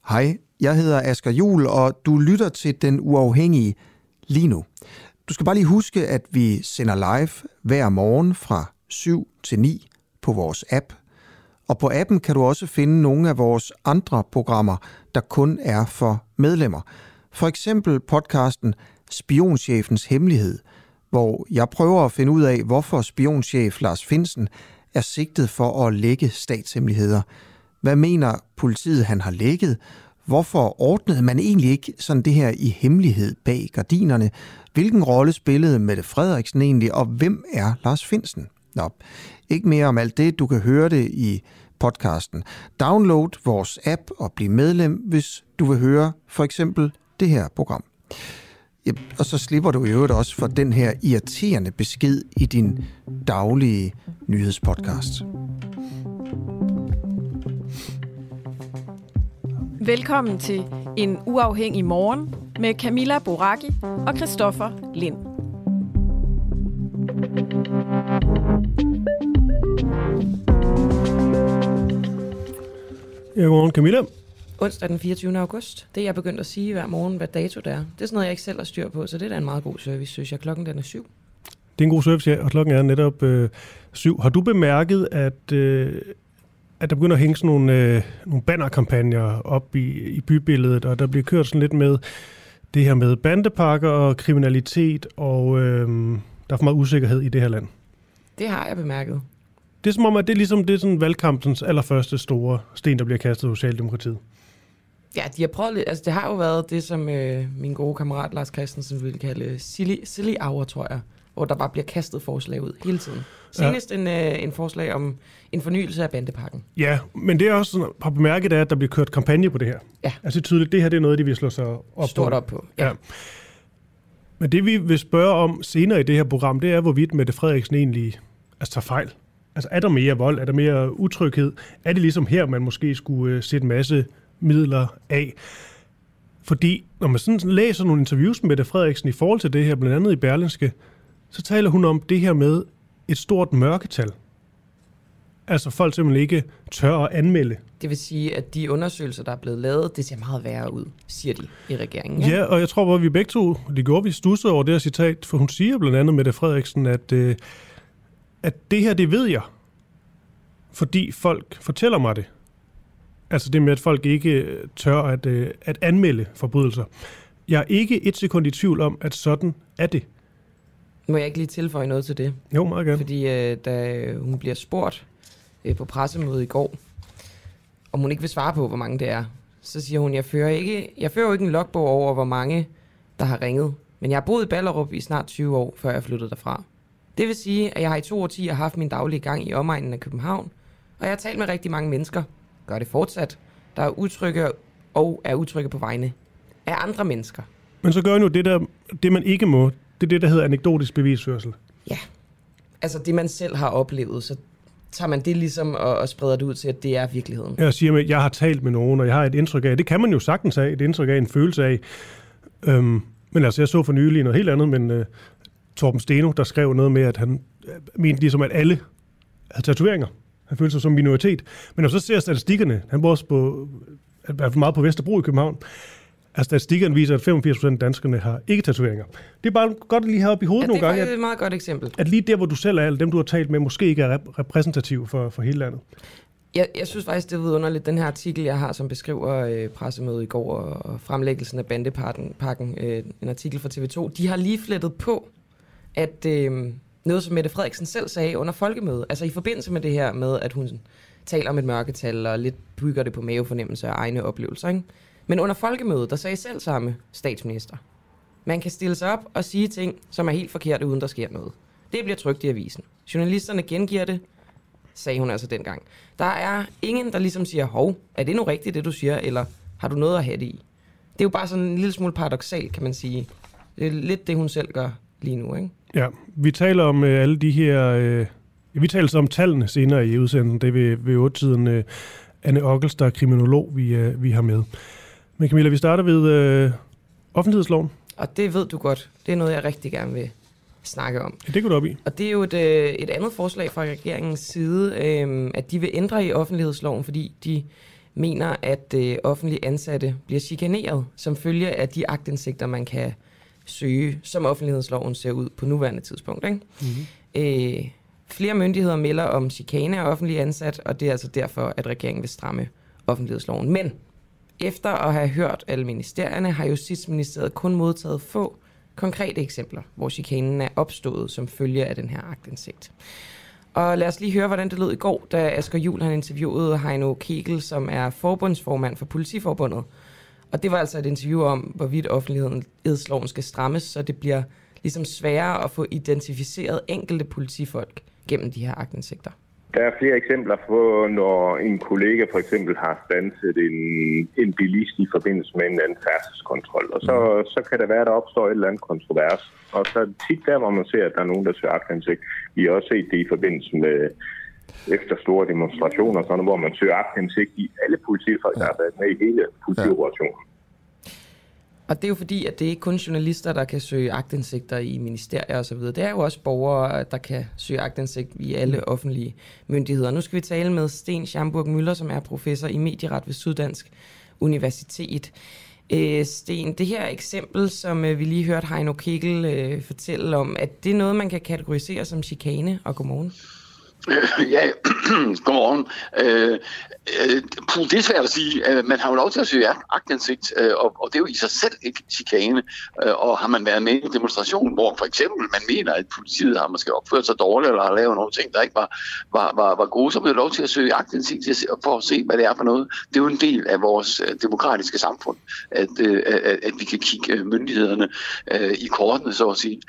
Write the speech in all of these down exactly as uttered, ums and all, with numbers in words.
Hej, jeg hedder Asger Juhl, og du lytter til Den Uafhængige lige nu. Du skal bare lige huske, at vi sender live hver morgen fra syv til ni på vores app. Og på appen kan du også finde nogle af vores andre programmer, der kun er for medlemmer. For eksempel podcasten Spionchefens Hemmelighed, hvor jeg prøver at finde ud af, hvorfor spionchef Lars Findsen er sigtet for at lække statshemmeligheder. Hvad mener politiet, han har lækket? Hvorfor ordnede man egentlig ikke sådan det her i hemmelighed bag gardinerne? Hvilken rolle spillede Mette Frederiksen egentlig, og hvem er Lars Findsen? Nå, ikke mere om alt det. Du kan høre det i podcasten. Download vores app og bliv medlem, hvis du vil høre for eksempel det her program. Ja, og så slipper du i øvrigt også for den her irriterende besked i din daglige nyhedspodcast. Velkommen til En Uafhængig Morgen med Camilla Boracchi og Christoffer Lind. Ja, godmorgen Camilla. Onsdag den fireogtyvende august. Det er jeg begyndt at sige hver morgen, hvad dato det er. Det er sådan noget, jeg ikke selv har styr på, så det er da en meget god service, synes jeg. Klokken den er syv. Det er en god service, ja, og klokken er netop øh, syv. Har du bemærket, at, øh, at der begynder at hænge sådan nogle, øh, nogle bannerkampagner op i, i bybilledet, og der bliver kørt sådan lidt med det her med bandepakker og kriminalitet, og øh, der er for meget usikkerhed i det her land? Det har jeg bemærket. Det er som om, at det er ligesom det er sådan valgkampens allerførste store sten, der bliver kastet hos Socialdemokratiet. Ja, de har prøvet lidt. Altså, det har jo været det, som øh, min gode kammerat Lars Christensen ville kalde silly, silly hour, tror jeg. Hvor der bare bliver kastet forslag ud hele tiden. Senest ja. en, øh, en forslag om en fornyelse af bandepakken. Ja, men det er også sådan, har bemærket, at der bliver kørt kampagne på det her. Ja. Altså tydeligt, det her det er noget, de vil slå sig op Stort på. op på, ja. ja. Men det vi vil spørge om senere i det her program, det er, hvorvidt Mette Frederiksen egentlig altså, tager fejl. Altså er der mere vold? Er der mere utryghed? Er det ligesom her, man måske skulle uh, sætte en masse midler af? Fordi når man sådan læser nogle interviews med Mette Frederiksen i forhold til det her, blandt andet i Berlingske, så taler hun om det her med et stort mørketal. Altså folk simpelthen ikke tør at anmelde. Det vil sige, at de undersøgelser, der er blevet lavet, det ser meget værre ud, siger de i regeringen. Ja, ja og jeg tror, at vi begge to, det gjorde vi stussede over det her citat, for hun siger blandt andet Mette Frederiksen, at, øh, at det her, det ved jeg, fordi folk fortæller mig det. Altså det med, at folk ikke tør at, øh, at anmelde forbrydelser. Jeg er ikke et sekund i tvivl om, at sådan er det. Må jeg ikke lige tilføje noget til det? Jo, meget gerne. Fordi øh, da hun bliver spurgt øh, på pressemødet i går, om hun ikke vil svare på, hvor mange det er, så siger hun, jeg fører ikke, jeg fører jo ikke en logbog over, hvor mange, der har ringet. Men jeg har boet i Ballerup i snart tyve år, før jeg flyttede derfra. Det vil sige, at jeg har i to årtier haft min daglige gang i omegnen af København, og jeg har talt med rigtig mange mennesker, gør det fortsat, der er utrygge og er utrygge på vegne af andre mennesker. Men så gør hun jo det, der, det man ikke må. Det er det, der hedder anekdotisk bevisførsel. Ja, altså det, man selv har oplevet, så tager man det ligesom og, og spreder det ud til, at det er virkeligheden. Jeg siger, at jeg har talt med nogen, og jeg har et indtryk af, det kan man jo sagtens have, et indtryk af, en følelse af. Øhm, men altså, jeg så for nylig noget helt andet, men uh, Torben Steno, der skrev noget med, at han mente ligesom, at alle havde tatoveringer. Han følte sig som minoritet. Men når så ser statistikkerne, han bor også på, i hvert fald meget på Vesterbro i København, at statistikkerne viser, at femogfirs procent af danskerne har ikke tatoveringer. Det er bare godt at lige have op i hovedet ja, nogle gange. Det er faktisk et meget godt eksempel. At lige der, hvor du selv er, eller dem, du har talt med, måske ikke er rep- repræsentativ for, for hele landet. Jeg, jeg synes faktisk, det er vidunderligt, den her artikel, jeg har, som beskriver øh, pressemødet i går og, og fremlæggelsen af bandepakken, øh, en artikel fra T V to. De har lige flettet på, at øh, noget, som Mette Frederiksen selv sagde under folkemødet, altså i forbindelse med det her med, at hun taler om et mørketal og lidt bygger det på mavefornemmelse og egne oplevelser, ikke? Men under folkemødet, der sagde selv samme statsminister, man kan stille sig op og sige ting, som er helt forkerte, uden der sker noget. Det bliver trykt i avisen. Journalisterne gengiver det, sagde hun altså dengang. Der er ingen, der ligesom siger, hov, er det nu rigtigt, det du siger, eller har du noget at have det i? Det er jo bare sådan en lille smule paradoksalt, kan man sige. Det er lidt det, hun selv gør lige nu, ikke? Ja, vi taler om øh, alle de her... Øh, vi taler så om tallene senere i udsendelsen. Det er ved, ved otte-tiden øh, Anne Ockels, der er kriminolog, vi, øh, vi har med. Men Camilla, vi starter ved øh, offentlighedsloven. Og det ved du godt. Det er noget, jeg rigtig gerne vil snakke om. Ja, det går du op i. Og det er jo et, øh, et andet forslag fra regeringens side, øh, at de vil ændre i offentlighedsloven, fordi de mener, at øh, offentlige ansatte bliver chikaneret som følge af de aktindsigter, man kan søge, som offentlighedsloven ser ud på nuværende tidspunkt. Ikke? Mm-hmm. Øh, flere myndigheder melder om chikane af offentlige ansat, og det er altså derfor, at regeringen vil stramme offentlighedsloven. Men efter at have hørt alle ministerierne, har Justitsministeriet kun modtaget få konkrete eksempler, hvor chikanen er opstået som følge af den her aktindsigt. Og lad os lige høre, hvordan det lød i går, da Asger Juhl han interviewede Heino Kegel, som er forbundsformand for Politiforbundet. Og det var altså et interview om, hvorvidt offentlighedsloven skal strammes, så det bliver ligesom sværere at få identificeret enkelte politifolk gennem de her aktindsigter. Der er flere eksempler på, når en kollega for eksempel har standset en, en bilist i forbindelse med en anden færdselskontrol. Og så, så kan det være, at der opstår et eller andet kontrovers. Og så er det tit der, hvor man ser, at der er nogen, der søger aktindsigt. Vi har også set det i forbindelse med efter store demonstrationer, sådan, hvor man søger aktindsigt i alle politifolk, der har været med i hele politioperationen. Og det er jo fordi, at det er ikke kun journalister, der kan søge aktindsigter i ministerier osv. Det er jo også borgere, der kan søge aktindsigt i alle offentlige myndigheder. Nu skal vi tale med Sten Schamburg Müller, som er professor i medieret ved Syddansk Universitet. Øh, Sten, det her eksempel, som øh, vi lige hørte Heino Kegel øh, fortælle om, at det er noget, man kan kategorisere som chikane, og godmorgen. Ja, godmorgen. Øh, det er svært at sige. Man har jo lov til at søge aktindsigt, og, og det er jo i sig selv ikke chikane. Og har man været med i en demonstration, hvor for eksempel man mener, at politiet har måske opført sig dårligt, eller har lavet nogle ting, der ikke var, var, var, var gode, så er man lov til at søge aktindsigt for at se, hvad det er for noget. Det er jo en del af vores demokratiske samfund, at, at, at vi kan kigge myndighederne i kortene, så at sige.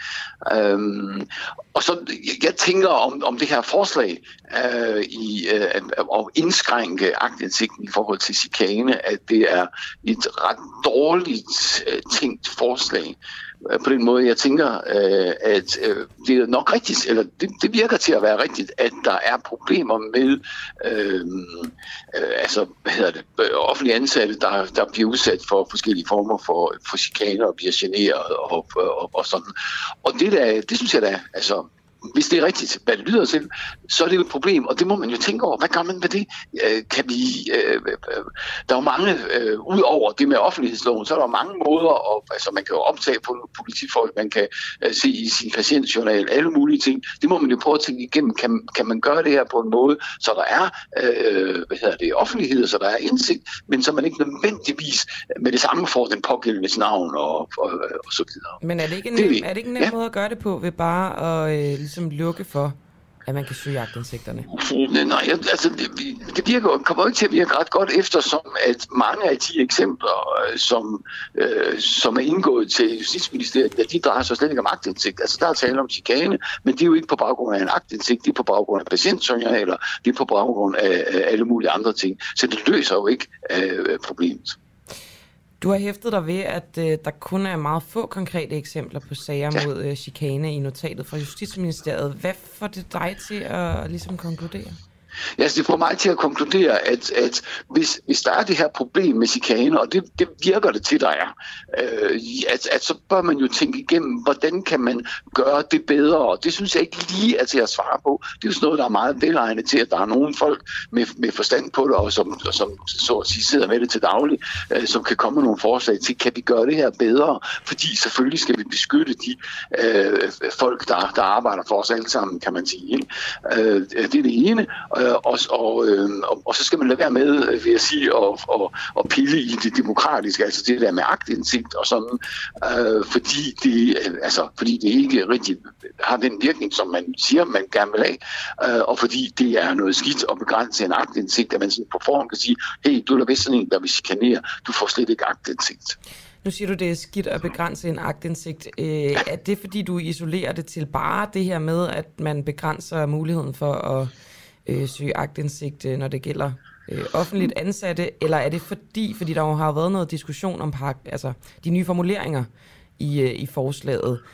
Og så, jeg tænker om, om det her forslag øh, i øh, at indskrænke aktindsigten i forhold til chikane, at det er et ret dårligt øh, tænkt forslag. På den måde, jeg tænker, øh, at øh, det er nok rigtigt, eller det, det virker til at være rigtigt, at der er problemer med øh, øh, altså, hvad hedder det, offentlige ansatte, der, der bliver udsat for forskellige former for, for chikaner og bliver generet og, og, og sådan. Og det, der, det synes jeg da, altså, hvis det er rigtigt, hvad det lyder til, så er det jo et problem, og det må man jo tænke over. Hvad gør man med det? Kan vi, øh, der er jo mange, øh, ud over det med offentlighedsloven, så er der mange måder, og, altså man kan jo optage på politifolk, man kan øh, se i sin patientjournal, alle mulige ting. Det må man jo prøve at tænke igennem. Kan, kan man gøre det her på en måde, så der er øh, hvad hedder det, offentlighed, så der er indsigt, men så man ikke nødvendigvis med det samme får den pågældendes navn og, og, og så videre. Men er det ikke en, det, er det ikke en nem ja. måde at gøre det på, ved bare at øh, ligesom lukke for, at man kan søge aktindsigterne? Nej, altså det, det virker, kommer ikke til at virke ret godt, eftersom at mange af de eksempler, som, øh, som er indgået til Justitsministeriet, ja, de drejer sig slet ikke om aktindsigt. Altså der er tale om chikane, men det er jo ikke på baggrund af en aktindsigt, det er på baggrund af patientjournaler, det er på baggrund af, af alle mulige andre ting. Så det løser jo ikke øh, problemet. Du har hæftet dig ved, at øh, der kun er meget få konkrete eksempler på sager ja. mod øh, chikane i notatet fra Justitsministeriet. Hvad får det dig til at ligesom konkludere? Ja, altså det får mig til at konkludere, at, at hvis, hvis der er det her problem med chikane, og det, det virker det til, der er, øh, at, at så bør man jo tænke igennem, hvordan kan man gøre det bedre, og det synes jeg ikke lige er til at svare på. Det er jo sådan noget, der er meget velegnet til, at der er nogle folk med, med forstand på det, og som, som så at sige, sidder med det til daglig, øh, som kan komme med nogle forslag til, kan vi gøre det her bedre, fordi selvfølgelig skal vi beskytte de øh, folk, der, der arbejder for os alle sammen, kan man sige. Ikke? Øh, det er det ene. Og, og, øh, og så skal man lade være med, vil jeg sige, at og, og pille i det demokratiske, altså det der med aktindsigt og sådan, øh, fordi, det, altså, fordi det ikke rigtig har den virkning, som man siger, man gerne vil have, øh, og fordi det er noget skidt at begrænse en aktindsigt, at man sådan på forhånd kan sige, hey, du er da vist sådan en, der vil chikanere, du får slet ikke aktindsigt. Nu siger du, det er skidt at begrænse en aktindsigt. Øh, er det, fordi du isolerer det til bare det her med, at man begrænser muligheden for at Øh, søge aktindsigt, øh, når det gælder øh, offentligt ansatte, eller er det fordi, fordi der jo har været noget diskussion om park, altså de nye formuleringer i, øh, i forslaget,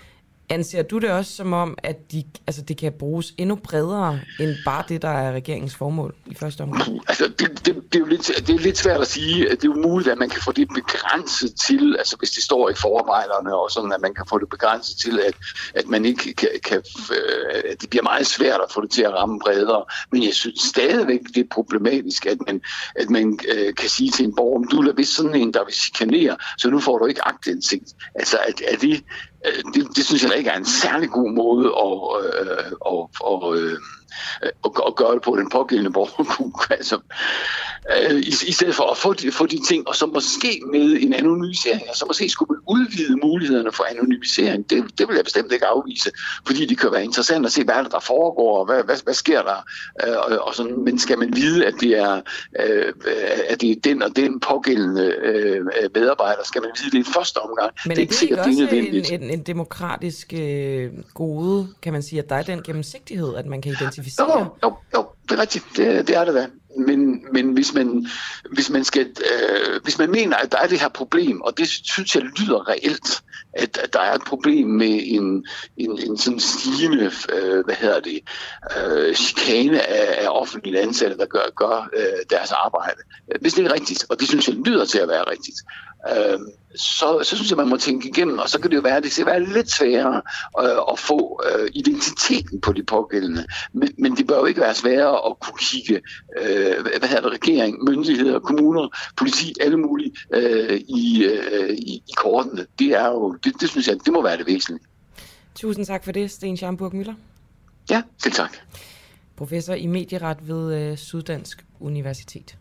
Anser du det også som om, at de, altså det kan bruges endnu bredere end bare det, der er regeringens formål i første omgang? Altså, det, det, det, er jo lidt, det er lidt svært at sige. Det er jo muligt, at man kan få det begrænset til, altså hvis det står i forarbejderne og sådan, at man kan få det begrænset til, at, at man ikke kan, kan øh, det bliver meget svært at få det til at ramme bredere. Men jeg synes stadigvæk, det er problematisk, at man, at man øh, kan sige til en borger, du er vist sådan en, der vil chikanere, så nu får du ikke aktindsigt. Altså, at, at det Det, det synes jeg da ikke er en særlig god måde at, øh, at, at, øh, at, at gøre det på den pågældende borger. Altså, øh, i, I stedet for at få de, få de ting, og så måske med en anonymisering, og så måske skulle man udvide mulighederne for anonymisering. Det, det vil jeg bestemt ikke afvise, fordi det kan være interessant at se, hvad er det, der foregår, og hvad, hvad, hvad sker der. Øh, og, og sådan, men skal man vide, at det er, øh, at det er den og den pågældende øh, medarbejder, skal man vide det i første omgang. Men det er ikke sikkert, det er nødvendigt. En, en, en demokratisk øh, gode, kan man sige, at der er den gennemsigtighed, at man kan identificere? Jo, jo, jo, det er rigtigt. Det, det er det da. Men, men hvis, man, hvis, man skal, øh, hvis man mener, at der er det her problem, og det synes jeg lyder reelt, at, at der er et problem med en, en, en sådan stigende, øh, hvad hedder det, øh, chikane af, af offentlige ansatte, der gør, gør øh, deres arbejde. Hvis det er rigtigt, og det synes jeg lyder til at være rigtigt, øh, så, så synes jeg, man må tænke igennem, og så kan det jo være, at det skal være lidt sværere øh, at få øh, identiteten på de pågældende. Men, men det bør jo ikke være sværere at kunne kigge øh, hvad hedder det, regering, myndigheder, kommuner, politi, alle mulige øh, i, øh, i, i kortene. Det er jo, det, det synes jeg, det må være det væsentlige. Tusind tak for det, Sten Schamburg-Müller. Ja, selv tak. Professor i medieret ved øh, Syddansk Universitet.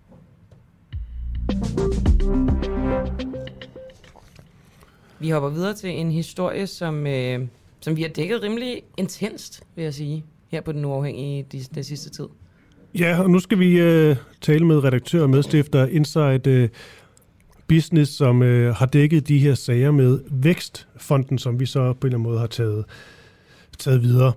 Vi hopper videre til en historie, som, øh, som vi har dækket rimelig intenst, vil jeg sige, her på Den Uafhængige de, de sidste tid. Ja, og nu skal vi øh, tale med redaktør og medstifter Inside øh, Business, som øh, har dækket de her sager med Vækstfonden, som vi så på en eller anden måde har taget, taget videre.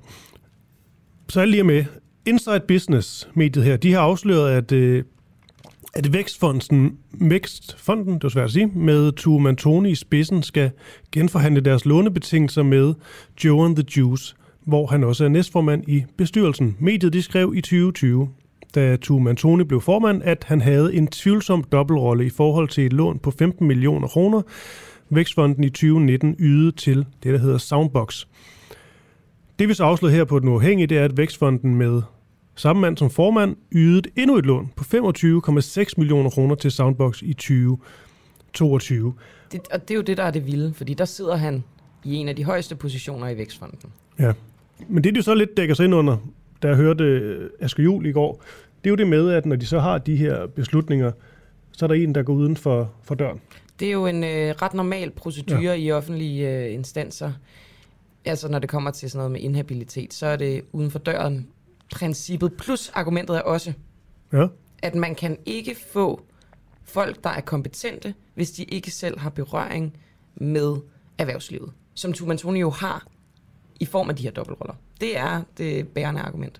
Så er lige med. Inside Business, mediet her, de har afsløret, at, øh, at Vækstfonden, Vækstfonden, det var svært at sige, med Tue Mantoni i spidsen, skal genforhandle deres lånebetingelser med Joe and the Juice, hvor han også er næstformand i bestyrelsen. Mediet de skrev i tyve tyve, da Tue Mantoni blev formand, at han havde en tvivlsom dobbeltrolle i forhold til et lån på femten millioner kroner. Vækstfonden i tyve nitten ydede til det, der hedder Soundbox. Det vi så afslører her på Den Uafhængige, det er, at Vækstfonden med samme mand som formand ydede endnu et lån på femogtyve komma seks millioner kroner til Soundbox i tyve toogtyve. Det, og det er jo det, der er det vilde, fordi der sidder han i en af de højeste positioner i Vækstfonden. Ja, men det, de så lidt dækker sig ind under, da jeg hørte Asger Juhl i går, det er jo det med, at når de så har de her beslutninger, så er der en, der går uden for, for døren. Det er jo en øh, ret normal procedure ja. i offentlige øh, instanser. Altså når det kommer til sådan noget med inhabilitet, så er det uden for døren princippet. Plus argumentet er også, ja. at man kan ikke få folk, der er kompetente, hvis de ikke selv har berøring med erhvervslivet. Som Tue Mantoni jo har i form af de her dobbeltroller. Det er det bærende argument.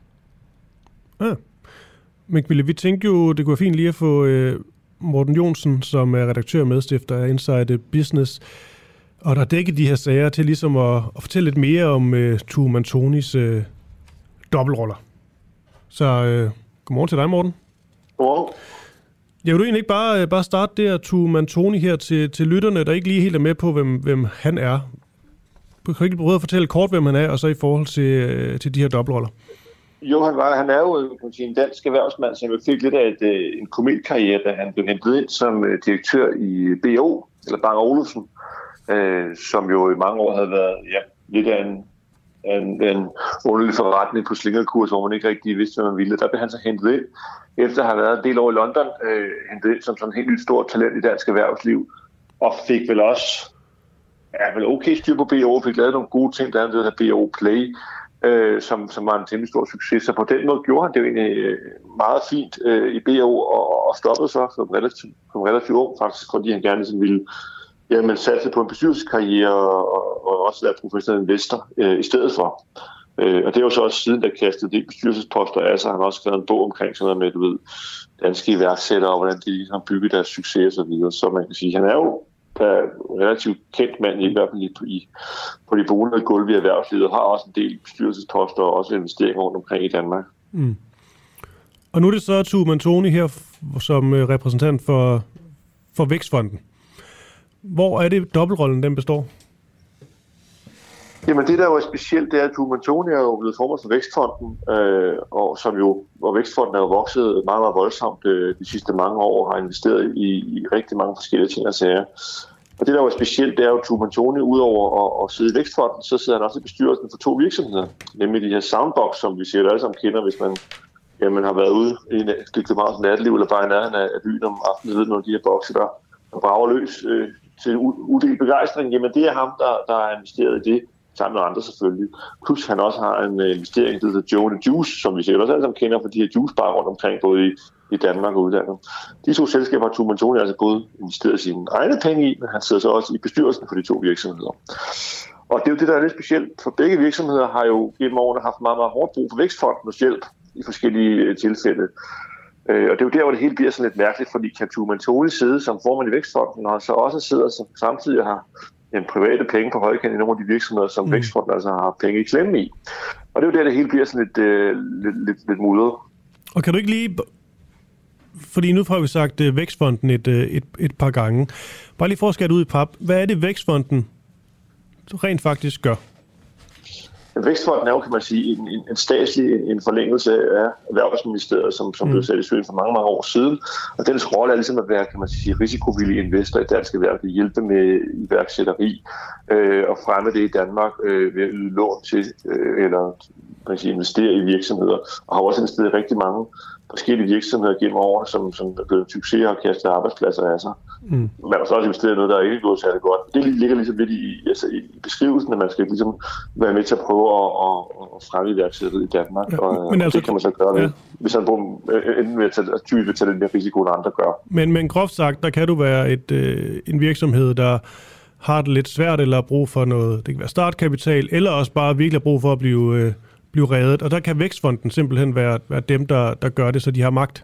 Ja. Men vi tænkte jo, det kunne være fint lige at få øh, Morten Jonsen, som er redaktør og medstifter af Inside Business, og der har dækket de her sager til ligesom at, at fortælle lidt mere om øh, Tue Mantonis øh, dobbeltroller. Så øh, godmorgen til dig, Morten. Godmorgen. Jeg vil du egentlig ikke bare, bare starte der, Tue Mantoni her til, til lytterne, der ikke lige helt er med på, hvem, hvem han er. Du kan ikke prøve at fortælle kort, hvem han er, og så i forhold til, øh, til de her dobbeltroller. Jo, han, var, han er jo kan man sige, en dansk erhvervsmand, som fik lidt af et, en kometkarriere, da han blev hentet ind som direktør i B O, eller Bang Olufsen, øh, som jo i mange år havde været ja, lidt af en, en, en underlig forretning på slingerkurs, hvor man ikke rigtig vidste, hvad man ville. Der blev han så hentet ind, efter at have været en del år i London, øh, hentet ind som sådan en helt nyt stort talent i dansk erhvervsliv, og fik vel også ja, vel okay styr på B O, fik lavet nogle gode ting, der er det her B O Play, øh, som, som var en temmelig stor succes. Så på den måde gjorde han det jo egentlig øh, meget fint øh, i B O, og, og stoppede så som relativt, som relativt ung faktisk, fordi han gerne ligesom ville jamen, satse på en bestyrelseskarriere og, og også være professionel investor øh, i stedet for. Øh, og det er jo så også siden, der kastede de bestyrelsesposter af sig. Han har også skrevet en bog omkring sådan noget med, du ved, danske iværksættere og hvordan de har bygget deres succes og så videre. Så man kan sige, han er jo der er relativt kendt mand, i hvert fald i, på de bonede gulv i erhvervslivet, og har også en del bestyrelsesposter og også investeringer rundt omkring i Danmark. Mm. Og nu er det så Tue Mantonii her som repræsentant for, for Vækstfonden. Hvor er det dobbeltrollen, den består? Jamen det, der jo er specielt, det er, at Tue Mantonii er jo blevet formand for Vækstfonden, øh, og som jo, og Vækstfonden er jo vokset meget, meget voldsomt øh, de sidste mange år, og har investeret i, i rigtig mange forskellige ting og sager. Og det, der jo er specielt, det er jo, at Tue Mantonii, udover at, at sidde i Vækstfonden, så sidder han også i bestyrelsen for to virksomheder, nemlig de her Soundbox, som vi siger, alle sammen kender, hvis man jamen, har været ude i et stykke Københavns natliv, eller bare i nærheden af byen om aftenen, ved nogle af de her bokse, der, der brager løs øh, til udel begejstring. Jamen det er ham, der, der er investeret i det, sammen med andre selvfølgelig. Plus han også har en uh, investering, der hedder Joe and the Juice, som vi sikkert også alle sammen kender for de her juicebarer rundt omkring, både i, i Danmark og udlandet. De to selskaber har Tue Mantonii altså både investeret sine egne penge i, men han sidder så også i bestyrelsen for de to virksomheder. Og det er jo det, der er lidt specielt, for begge virksomheder har jo gennem årene haft meget, meget hårdt brug for Vækstfondens hjælp i forskellige uh, tilfælde. Uh, og det er jo der, hvor det hele bliver sådan lidt mærkeligt, fordi kan Tue Mantonii sidde som formand i Vækstfonden, og så også sidder som samtidig har en private penge på højkant i nogle af de virksomheder, som mm. Vækstfonden altså har penge i klemme i. Og det er jo der, det hele bliver sådan lidt, øh, lidt, lidt, lidt mudret. Og kan du ikke lige, fordi nu har vi sagt uh, Vækstfonden et, et, et par gange, bare lige for at skære ud i pap, hvad er det Vækstfonden rent faktisk gør? Vækstfonden er jo, kan man sige, en, en, en statslig en forlængelse af Erhvervsministeriet, som, som mm. blev sat i søen for mange, mange år siden. Og dens rolle er ligesom at være, kan man sige, risikovillig investor i dansk erhverv, at hjælpe med iværksætteri øh, og fremme det i Danmark øh, ved at yde lån til øh, eller kan man sige, investere i virksomheder. Og har også investeret i rigtig mange forskellige virksomheder gennem årene, som, som er blevet succes og kastet arbejdspladser af sig. Mm. Man har så også investeret i noget, der ikke er gået særlig godt. Det ligger ligesom lidt i, altså i beskrivelsen, at man skal ligesom være med til at prøve at, at, at fremme iværksætteriet i Danmark. Ja, og, og altså, det kan man så gøre, ja. Hvis man bruger enten ved at tage, tyve ved tage den mere risiko, end andre gør. Men, men groft sagt, der kan du være et, øh, en virksomhed, der har det lidt svært eller har brug for noget, det kan være startkapital, eller også bare virkelig har brug for at blive... Øh, blive reddet, og der kan Vækstfonden simpelthen være, være dem, der, der gør det, så de har magt.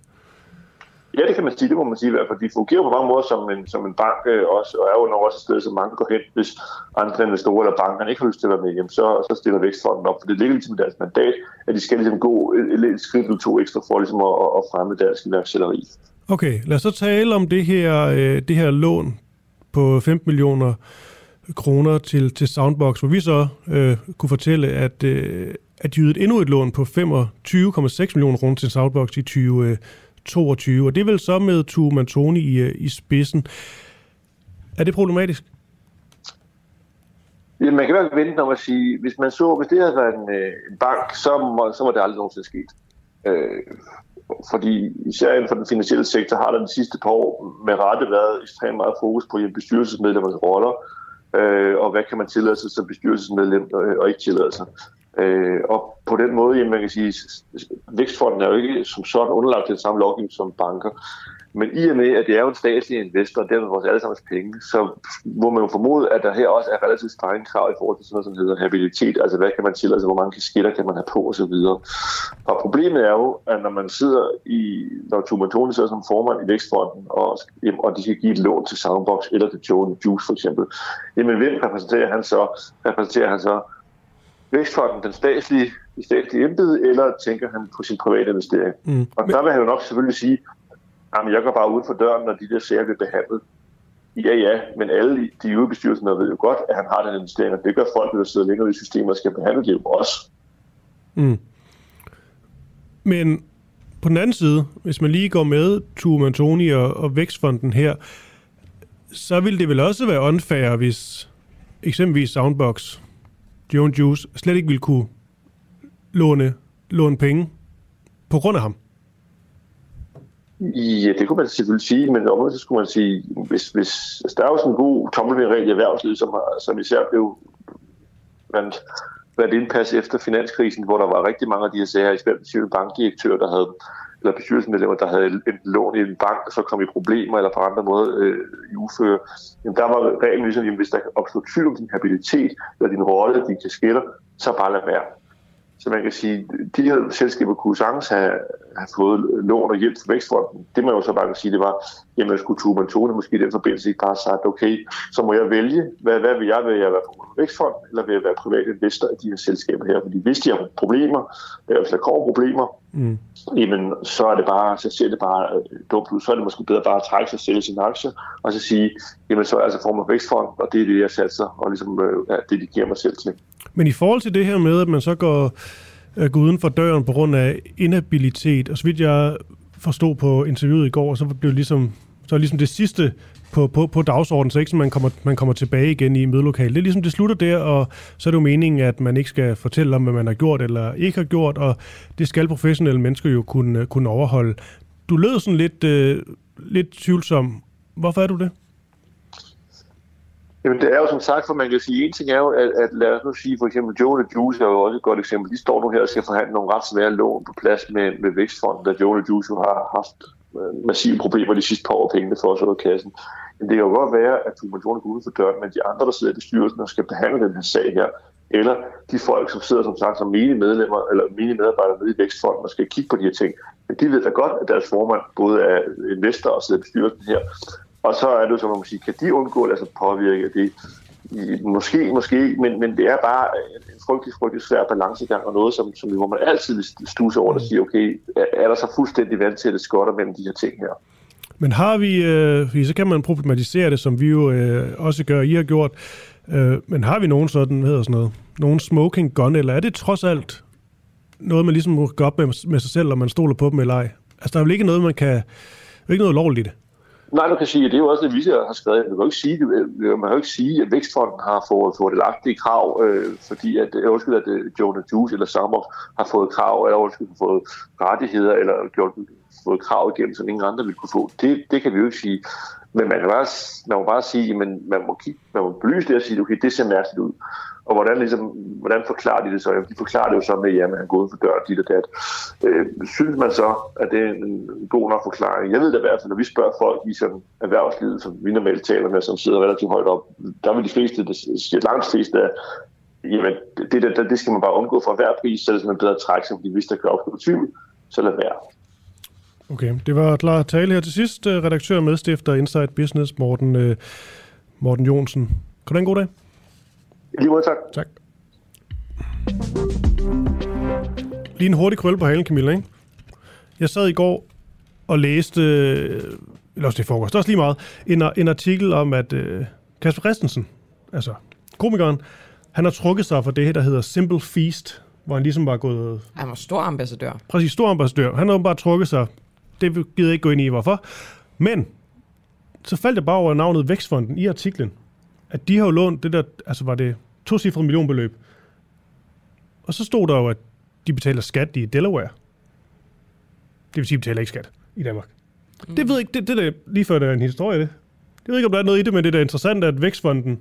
Ja, det kan man sige, det må man sige i hvert fald. De fungerer på mange måder som en, som en bank også, og er jo nok også et sted, som mange går hen, hvis andre investorer eller bankerne ikke har lyst til at være med hjem, så, så stiller Vækstfonden op, for det ligger ligesom i deres mandat, at de skal ligesom gå et, et skridt eller to ekstra for ligesom at, at fremme deres iværksætteri. Okay, lad os så tale om det her, det her lån på femten millioner kroner til, til Soundbox, hvor vi så øh, kunne fortælle, at øh, at de ydede endnu et lån på femogtyve komma seks millioner kroner til Soundbox i tyve toogtyve, og det er vel så med Tue Mantonii i, i spidsen. Er det problematisk? Ja, man kan være vente om at sige, hvis man så, hvis det havde været en, en bank, så må, så må det aldrig nogensinde sket. Øh, fordi især inden for den finansielle sektor har der de sidste par år med rette været ekstremt meget fokus på bestyrelsesmedlemmers roller, øh, og hvad kan man tillade sig som bestyrelsesmedlem øh, og ikke tillade sig. Øh, og på den måde, jamen, man kan sige, Vækstfonden er jo ikke som sådan underlagt til den samme lovgivning som banker. Men i og med, at det er jo en statslig investor, og dermed vores allesammens penge, så må man jo formode, at der her også er relativt strenge krav i forhold til sådan noget, som hedder habilitet. Altså, hvad kan man til, altså, hvor mange kasketter kan man have på, og så videre. Og problemet er jo, at når man sidder i, når Tue Mantonii sidder som formand i Vækstfonden, og, og de skal give et lån til Soundbox eller til Joe and the Juice for eksempel, jamen, hvem repræsenterer han så? Repræsenterer han så Vækstfonden, den statslige, det statslige embede, eller tænker han på sin private investering? Mm. Og der vil han jo nok selvfølgelig sige, jamen, jeg går bare ud for døren, når de der sager bliver behandlet. Ja, ja, men alle de øvrige bestyrelser ved jo godt, at han har den investering, og det gør folk, der sidder længere i systemet og skal behandle det jo også. Mm. Men på den anden side, hvis man lige går med Tue Mantonii og, og Vækstfonden her, så vil det vel også være unfair, hvis eksempelvis Soundbox, Joe and Juice, slet ikke ville kunne låne, låne penge på grund af ham. Ja, det kunne man selvfølgelig sige, men omvendt så skulle man sige, hvis, hvis altså, der er jo sådan en god tommelfingerregel i erhvervslivet, som, som især blev blandt, blandt indpas efter finanskrisen, hvor der var rigtig mange af de her sager, især bankdirektører, der havde, eller bestyrelsesmedlemmer, der havde et lån i en bank, og så kom i problemer, eller på andre måder øh, i uføre. Jamen, der var reglen ligesom, at hvis der opstod tvivl om din habilitet, eller din rolle, dine kasketter, så bare lad være. Så man kan sige, de her selskaber kunne sagtens have, have fået lån og hjælp fra Vækstfonden. Det man jo så bare kan sige, det var, jamen skulle Tue Tone måske i den forbindelse ikke bare sagt, okay, så må jeg vælge, hvad, hvad vil jeg, vil jeg være på Vækstfonden, eller vil jeg være privat investor i de her selskaber her? Fordi hvis de har problemer, eller hvis der kommer problemer, mm. jamen så er det bare, så ser det bare dumt ud. Så er det måske bedre bare at trække sig og sælge sine aktier, og så sige, jamen så er altså form af Vækstfonden, og det er det, jeg satser, og ligesom ja, dedikerer mig selv til. Men i forhold til det her med, at man så går, øh, går uden for døren på grund af inhabilitet, og så vidt jeg forstod på interviewet i går, så blev det ligesom, så ligesom det sidste på, på, på dagsordenen, så ikke så man kommer, man kommer tilbage igen i mødelokalet. Det er ligesom, det slutter der, og så er det jo meningen, at man ikke skal fortælle om, hvad man har gjort eller ikke har gjort, og det skal professionelle mennesker jo kunne, kunne overholde. Du lød sådan lidt, øh, lidt tvivlsom. Hvorfor er du det? Jamen det er jo som sagt, for man kan sige, en ting er jo, at, at lad os nu sige, for eksempel Joe og Juice er jo også et godt eksempel. De står nu her og skal forhandle nogle ret svære lån på plads med, med Vækstfonden, da Joe og Juice har haft massive problemer de sidste par år pengene for os ud af kassen. Men det kan jo godt være, at Tue Tone går ud for døren, men de andre, der sidder i bestyrelsen og skal behandle den her sag her, eller de folk, som sidder som sagt som mine medlemmer eller mine medarbejdere nede i Vækstfonden og skal kigge på de her ting, men de ved da godt, at deres formand både er investor og sidder i bestyrelsen her. Og så er det jo, som man må sige, kan de undgå at lade sig påvirke det? Måske, måske, men, men det er bare en frygtelig, frygtelig svær balancegang og noget, som, som hvor man altid stusse over og siger, okay, er der så fuldstændig vandtætte skotter mellem de her ting her? Men har vi, øh, så kan man problematisere det, som vi jo øh, også gør, I har gjort, øh, men har vi nogen sådan, hvad hedder sådan noget, nogen smoking gun, eller er det trods alt noget, man ligesom må gå op med, med sig selv, og man stoler på dem eller ej? Altså, der er vel ikke noget, man kan, ikke noget lovligt i det? Nej, du kan sige, at det er jo også det, vi har skrevet. Man kan jo ikke sige, man kan jo ikke sige at Vækstfonden har fået fordelagtige krav, øh, fordi at, undskyld, at Joe og Juice eller Samhoff har fået krav, eller undskyld, har fået rettigheder, eller gjort, fået krav igennem, som ingen andre ville kunne få. Det, det kan vi jo ikke sige. Men man kan bare, man må bare sige, at man må, kigge, man må belyse det og sige, okay, det ser mærkeligt ud. Og hvordan, ligesom, hvordan forklarer de det så? De forklarer det jo så med, at jamen, han går ud for døren, dit og dat. Øh, synes man så, at det er en god nok forklaring? Jeg ved det i hvert fald, når vi spørger folk i sådan erhvervslivet, som vi normalt taler med, som sidder relativt højt op, der vil de fleste, det langt fleste af, jamen, det, det, det skal man bare undgå for hver pris, så er det sådan en bedre træk, som de hvis der kan opstå tvivl, så lad være. Okay, det var klar tale her til sidst. Redaktør og medstifter Inside Business, Morten, Morten Jonsen. Kan du have en god dag? Lige måde, tak. Tak. Lige en hurtig krølle på halen, Camilla, ikke? Jeg sad i går og læste, eller også det foregår, det er også lige meget, en, en artikel om, at uh, Kasper Christensen, altså komikeren, han har trukket sig for det, der hedder Simple Feast, hvor han ligesom var gået... Han var stor ambassadør. Præcis, stor ambassadør. Han har bare trukket sig. Det gider jeg ikke gå ind i, hvorfor. Men så faldt jeg bare over navnet Vækstfonden i artiklen. At de har jo lånt det der, altså var det tocifret millionbeløb. Og så stod der jo, at de betaler skat i Delaware. Det vil sige, at de betaler ikke skat i Danmark. Mm. Det ved jeg ikke, det, det der, lige før der er en historie det. Jeg ved ikke, om der er noget i det, men det er interessant, at Vækstfonden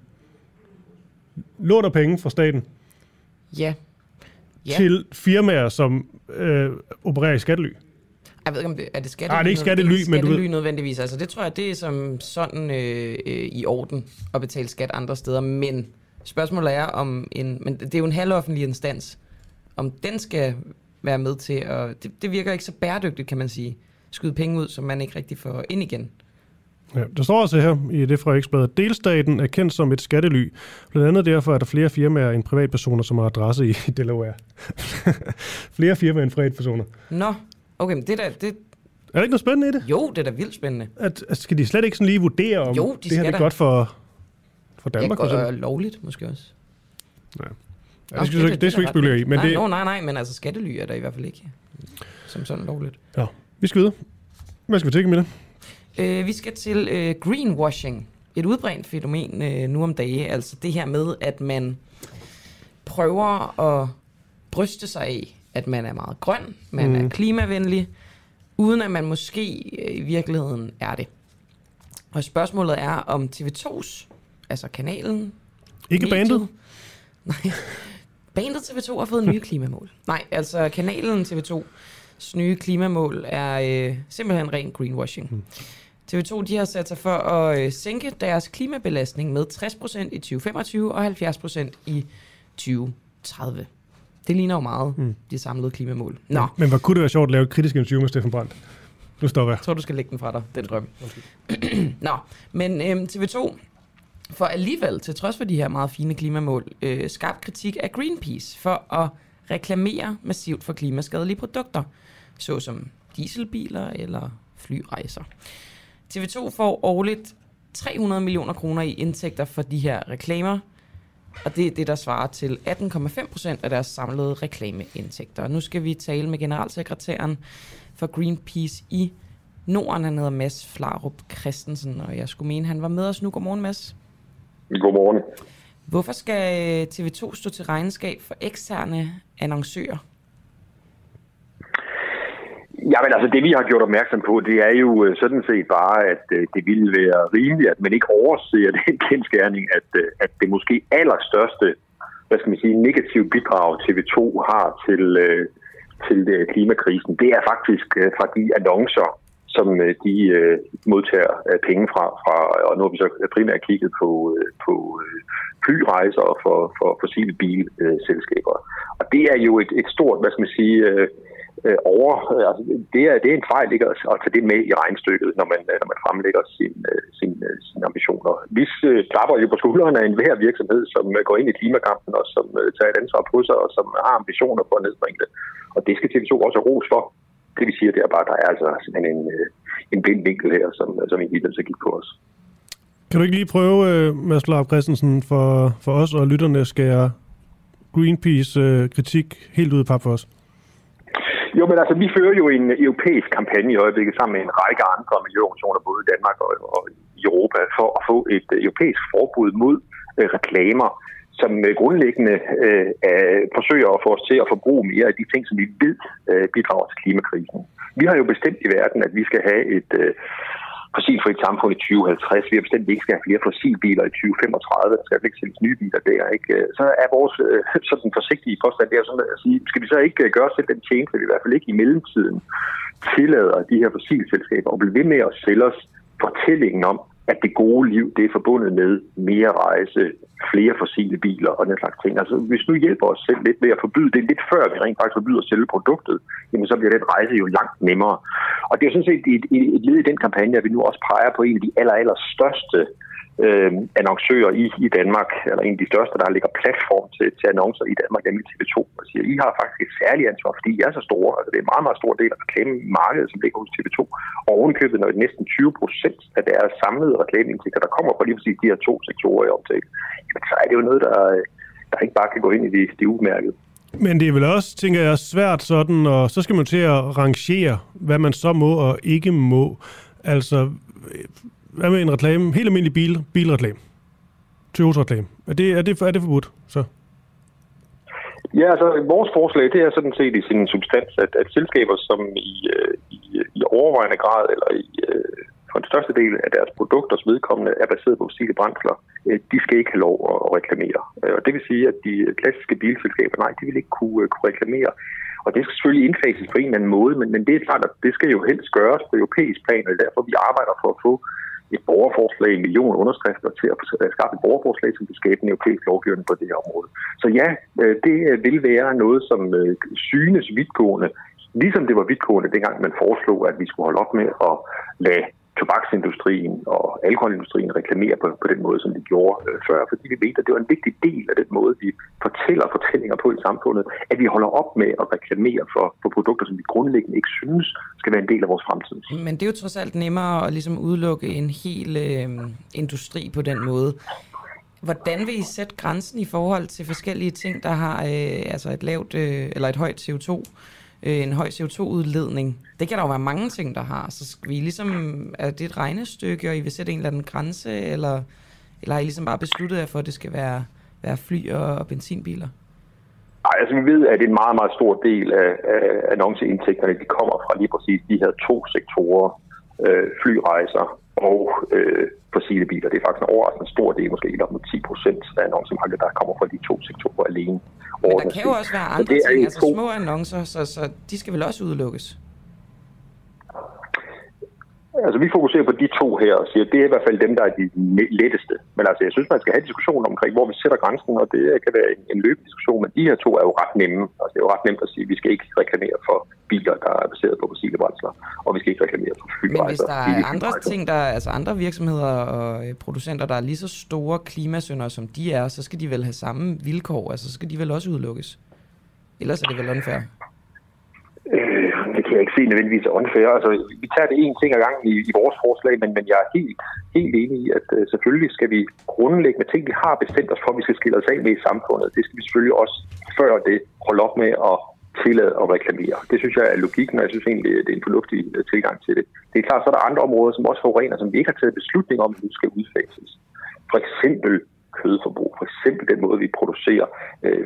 låner penge fra staten. Ja. Ja. Til firmaer, som øh, opererer i skattely. Jeg ved ikke, om det er det skattely. Nej, det er ikke skattely, det er men du skattely ved... nødvendigvis. Altså, det tror jeg, det er som sådan øh, øh, i orden at betale skat andre steder. Men spørgsmålet er, om en... Men det er jo en halvoffentlig instans. Om den skal være med til at... Det, det virker ikke så bæredygtigt, kan man sige. Skyde penge ud, som man ikke rigtig får ind igen. Ja, der står også her i det fra Ekstrabladet, delstaten er kendt som et skattely. Blandt andet derfor er der flere firmaer end privatpersoner, som har adresse i Delaware. Flere firmaer end privatpersoner. Nå, okay, men det der... Det... Er der ikke noget spændende i det? Jo, det er da vildt spændende. At, at skal de slet ikke sådan lige vurdere, om jo, de det her er godt for, for Danmark? Ja, og lovligt måske også. Ja. Ja, det skal vi ikke spekulere i. Men nej, det... no, nej, nej, men altså skattely er der i hvert fald ikke som sådan lovligt. Ja, vi skal videre. Hvad skal vi tænke med det? Uh, vi skal til uh, greenwashing. Et udbredt fænomen uh, nu om dage. Altså det her med, at man prøver at bryste sig af, at man er meget grøn, man mm. er klimavenlig, uden at man måske uh, i virkeligheden er det. Og spørgsmålet er, om T V to's, altså kanalen... Ikke mediet, bandet? Nej, bandet T V to har fået nye klimamål. Nej, altså kanalen T V to's nye klimamål er øh, simpelthen ren greenwashing. Hmm. T V to de har sat sig for at øh, sænke deres klimabelastning med tres procent i tyve femogtyve og halvfjerds procent i tyve tredive. Det ligner jo meget mm. de samlede klimamål. Nå. Ja, men hvor kunne det være sjovt at lave et kritisk interview med Steffen Brandt? Nu stopper jeg. Jeg tror, du skal lægge den fra dig, den drøm. Okay. Nå, men øhm, T V to får alligevel, til trods for de her meget fine klimamål, øh, skarp kritik af Greenpeace for at reklamere massivt for klimaskadelige produkter, såsom dieselbiler eller flyrejser. T V to får årligt tre hundrede millioner kroner i indtægter for de her reklamer, og det er det, der svarer til atten komma fem procent af deres samlede reklameindtægter. Og nu skal vi tale med generalsekretæren for Greenpeace i Norden. Han hedder Mads Flarup Christensen, og jeg skulle mene, han var med os nu. Godmorgen, Mads. Godmorgen. Hvorfor skal T V to stå til regnskab for eksterne annoncører? Ja, men altså det, vi har gjort opmærksom på, det er jo sådan set bare, at det ville være rimeligt, at man ikke overser den kendsgerning, at, at det måske allerstørste, hvad skal man sige, negative bidrag T V to har til, til klimakrisen, det er faktisk fra de annoncer, som de modtager penge fra, fra, og nu har vi så primært kigget på, på flyrejser og for, for fossile bilselskaber. Og det er jo et, et stort, hvad skal man sige, over, altså det er, det er en fejl ikke at tage det med i regnstykket, når man, når man fremlægger sin, sin, sine ambitioner. Vi klapper jo på skuldrene af enhver virksomhed, som går ind i klimakampen og som tager et ansvar på sig og som har ambitioner for at nedbringe det. Og det skal T V to også have ros for. Det vi siger, det er bare, at der er altså simpelthen en, en blind vinkel her, som, som ikke lige så gik på os. Kan du ikke lige prøve, Mads Flarup Christensen, for, for os og lytterne, skære Greenpeace øh, kritik helt ud i pap for os? Jo, men altså, vi fører jo en europæisk kampagne i øjeblikket sammen med en række andre miljøorganisationer, både i Danmark og, og i Europa, for at få et europæisk forbud mod øh, reklamer, som øh, grundlæggende øh, øh, forsøger at få os til at forbruge mere af de ting, som vi ved øh, bidrager til klimakrisen. Vi har jo bestemt i verden, at vi skal have et øh, fossilfrit samfund i tyve halvtreds. Vi har bestemt, at vi ikke skal have flere fossilbiler i tyve femogtredive. Der skal ikke sælges nye biler der, ikke? Så er vores øh, sådan forsigtige påstand der sådan at sige, skal vi så ikke gøre selv den tjeneste, vi i hvert fald ikke i mellemtiden tillader de her fossilselskaber og blive ved med at sælge os fortællingen om, at det gode liv, det er forbundet med mere rejse, flere fossile biler og den slags ting. Altså, hvis nu hjælper os selv lidt ved at forbyde det lidt før vi rent faktisk forbyder at sælge produktet, jamen så bliver den rejse jo langt nemmere. Og det er sådan set et, et, et led i den kampagne, at vi nu også peger på en af de aller, aller største øh, annoncører i, i Danmark, eller en af de største, der ligger platform til, til annoncer i Danmark, nemlig T V to. Og siger, I har faktisk et særligt ansvar, fordi I er så store. Altså, det er en meget, meget stor del af reklamemarkedet, som ligger hos T V to. Og ovenkøbet, når det næsten tyve procent af deres samlede reklameindtægter, der kommer fra lige præcis de her to sektorer i omtale, så er det jo noget, der, der ikke bare kan gå ind i det, det udmærket. Men det er vel også, tænker jeg, svært sådan, og så skal man til at rangere, hvad man så må og ikke må. Altså, hvad med en reklame? Helt almindelig bil, bilreklame. Toyota-reklame. Er det, er, det, er det forbudt, så? Ja, altså vores forslag, det er sådan set i sin substans, at, at selskaber, som i, i, i overvejende grad, eller i, for den største del af deres produkters vedkommende, er baseret på fossile brændsler, de skal ikke have lov at reklamere. Og det vil sige, at de klassiske bilselskaber, nej, de vil ikke kunne, kunne reklamere. Og det skal selvfølgelig indfases på en eller anden måde, men, men det er klart, at det skal jo helst gøres på europæisk plan, og derfor vi arbejder for at få et borgerforslag, en million underskrifter til at skaffe et borgerforslag, som vil skabe en europæisk lovgivning på det her område. Så ja, det vil være noget, som synes vidtgående, ligesom det var vidtgående, dengang man foreslog, at vi skulle holde op med at lade tobaksindustrien og alkoholindustrien reklamere på, på den måde, som de gjorde øh, før. Fordi vi ved, at det var en vigtig del af den måde, vi fortæller fortællinger på i samfundet, at vi holder op med at reklamere for, for produkter, som vi grundlæggende ikke synes skal være en del af vores fremtid. Men det er jo trods alt nemmere at ligesom udelukke en hel øh, industri på den måde. Hvordan vil I sætte grænsen i forhold til forskellige ting, der har øh, altså et lavt øh, eller et højt C O to? En høj C O to udledning. Det kan der jo være mange ting, der har. Så skal vi ligesom, er det et regnestykke, og I vil sætte en eller anden grænse, eller, eller har I ligesom bare besluttet jer for, at det skal være, være fly og, og benzinbiler? Nej, altså vi ved, at en meget, meget stor del af, af annonceindtægterne, de kommer fra lige præcis de her to sektorer, øh, flyrejser og øh, fossile biler. Det er faktisk en overraskende stor del, måske helt op mod ti procent af annoncemarkedet, der kommer fra de to sektorer alene. Men der kan jo også være andre ting, altså små annoncer, så, så de skal vel også udelukkes? Altså, vi fokuserer på de to her og siger, at det er i hvert fald dem, der er de letteste. Men altså, jeg synes, man skal have diskussion omkring, hvor vi sætter grænsen, og det kan være en, en løbende diskussion, men de her to er jo ret nemme. Altså, det er jo ret nemt at sige, at vi skal ikke reklamere for biler, der er baseret på fossile brændsler, og vi skal ikke reklamere for flyrejser. Men hvis der er andre ting, der, altså andre virksomheder og producenter, der er lige så store klimasynder, som de er, så skal de vel have samme vilkår, altså så skal de vel også udelukkes. Ellers er det vel unfair. Øh, det kan jeg ikke se nødvendigvis er unfair. Altså, vi tager det en ting ad gangen i, i vores forslag, men, men jeg er helt, helt enig i, at uh, selvfølgelig skal vi grundlæggende ting, vi har bestemt os for, at vi skal skille os af med i samfundet. Det skal vi selvfølgelig også før det holde op med at tillade og reklamere. Det synes jeg er logikken, og jeg synes egentlig, det er en fornuftig uh, tilgang til det. Det er klart, så er der andre områder, som også forurener, som vi ikke har taget beslutning om, at nu skal udfases. For eksempel kødforbrug, for eksempel den måde, vi producerer øh,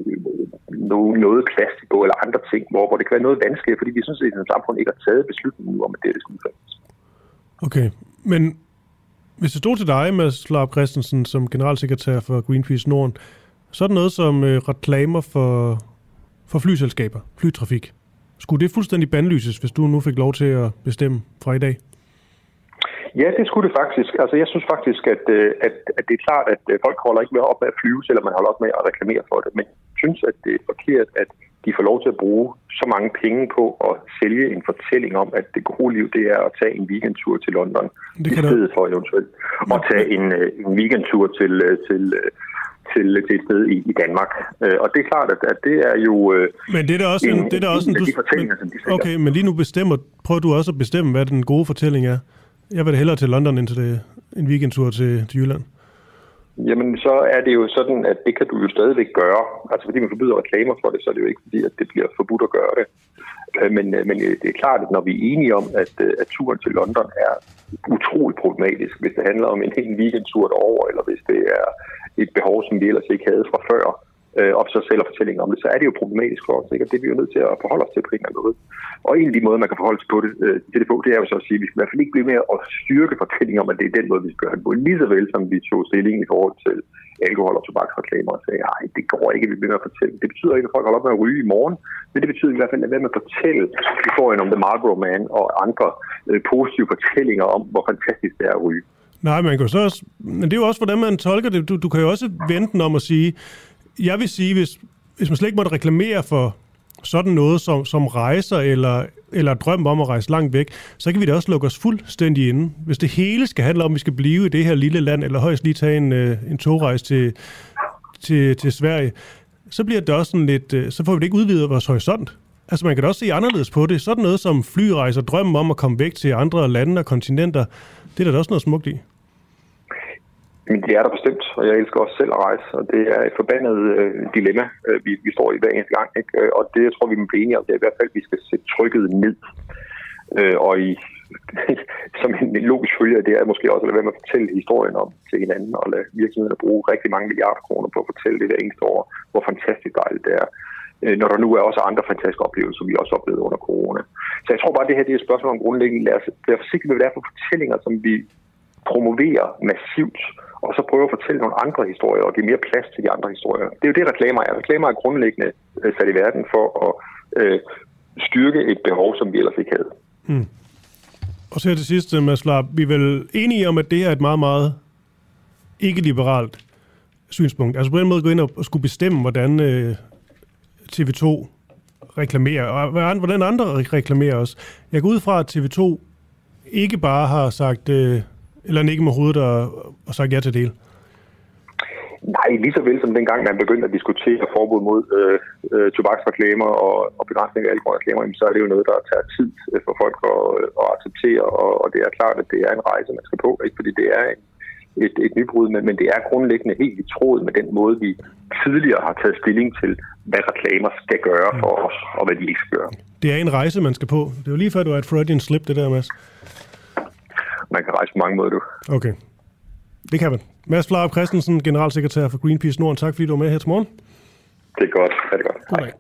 noget, noget plastik på, eller andre ting, hvor, hvor det kan være noget vanskeligt, fordi vi synes, at i samfundet ikke har taget beslutningen om, at det, det skal udfases. Okay, men hvis det stod til dig, Mads Larup Christensen, som generalsekretær for Greenpeace Norden, så er det noget som øh, reklamer for, for flyselskaber, flytrafik. Skulle det fuldstændig bandlyses, hvis du nu fik lov til at bestemme fra i dag? Ja, det skulle det faktisk. Altså, jeg synes faktisk, at, at, at det er klart, at folk holder ikke mere op med at flyve, selvom man holder op med at reklamere for det. Men jeg synes, at det er forkert, at de får lov til at bruge så mange penge på at sælge en fortælling om, at det gode liv, det er at tage en weekendtur til London, i stedet for eventuelt at tage en, en weekendtur til, til, til, til et sted i, i Danmark. Og det er klart, at, at det er jo men det er da også en, en, det er da også en, en de fortællinger, men, som de sælger. Okay, men lige nu bestemmer, prøver du også at bestemme, hvad den gode fortælling er. Jeg vil da hellere til London end til det, en weekendtur til, til Jylland. Jamen, så er det jo sådan, at det kan du jo stadigvæk gøre. Altså, fordi man forbyder reklamer for det, så er det jo ikke fordi, at det bliver forbudt at gøre det. Men, men det er klart, at når vi er enige om, at, at turen til London er utroligt problematisk, hvis det handler om en hel weekendtur derover, eller hvis det er et behov, som vi ellers ikke havde fra før, og så sælger fortællingen om det, så er det jo problematisk for os, ikke? Og det er vi jo nødt til at forholde os til på en eller anden måde. Og en af de måder, man kan forholde sig på det, øh, til det på, det er jo så at sige, at vi skal i hvert fald ikke blive med at styrke fortællingen om, at det er den måde, vi skal gøre det på. Lige så vel som vi tog stilling i forhold til alkohol- og tobaksreklamer og sagde, nej, det går ikke, vi bliver med at fortælle. Det betyder ikke, at folk holder op med at ryge i morgen, men det betyder i hvert fald, at være med at fortælle historien om The Marlboro Man og andre øh, positive fortællinger om, hvor fantastisk det er at ryge. Nej, man kan så også, men det er jo også, hvordan man tolker det. Du, du kan jo også vente den om at sige, jeg vil sige, hvis, hvis man slet ikke måtte reklamere for sådan noget som, som rejser eller, eller drøm om at rejse langt væk, så kan vi da også lukke os fuldstændig inde. Hvis det hele skal handle om, at vi skal blive i det her lille land, eller højst lige tage en, en togrejse til, til, til Sverige, så bliver det også sådan lidt, så får vi det ikke udvidet vores horisont. Altså man kan da også se anderledes på det. Sådan noget som flyrejser, drømmen om at komme væk til andre lande og kontinenter, det er der også noget smukt i. Men det er der bestemt, og jeg elsker også selv at rejse, og det er et forbandet øh, dilemma, øh, vi, vi står i hver eneste gang, ikke? Og det, jeg tror, vi må blive enige om, det er i hvert fald, at vi skal sætte trykket ned. Øh, og i, som en logisk følge af det er måske også at lade være med at fortælle historien om til hinanden, og lade virksomhederne bruge rigtig mange milliarder kroner på at fortælle det hver eneste år, hvor fantastisk dejligt det er. Øh, når der nu er også andre fantastiske oplevelser, som vi også oplevede under corona. Så jeg tror bare, at det her det er et spørgsmål om grundlæggende. Lad os være forsigtige med, hvad det er for fortællinger, som vi promoverer massivt, og så prøve at fortælle nogle andre historier, og give mere plads til de andre historier. Det er jo det, reklamer er. Reklamer er grundlæggende øh, sat i verden for at øh, styrke et behov, som vi ellers ikke havde. Hmm. Og så her til sidst, Mads Larup, vi er vel enige om, at det her er et meget, meget ikke-liberalt synspunkt. Altså på den måde gå ind og skulle bestemme, hvordan øh, T V to reklamerer, og hvordan andre reklamerer også. Jeg går ud fra, at T V to ikke bare har sagt... Øh, eller ikke med hovedet og, og sagt ja til det? Nej, lige så vel som dengang man begyndte at diskutere forbud mod øh, øh, tobaksreklamer og, og begrænsning af alkoholreklamer, så er det jo noget, der tager tid for folk at, at acceptere, og, og det er klart, at det er en rejse, man skal på, ikke? Fordi det er et, et nybrud, men, men det er grundlæggende helt i tråd med den måde, vi tidligere har taget stilling til, hvad reklamer skal gøre for os, og hvad de ikke skal gøre. Det er en rejse, man skal på. Det er jo lige før, du er et Freudian slip, det der, Mads. Man kan rejse på mange måder, du. Okay. Det kan man. Mads Larup Christensen, generalsekretær for Greenpeace Norden. Tak fordi du var med her til morgen. Det er godt. Ha' det godt. Goddag.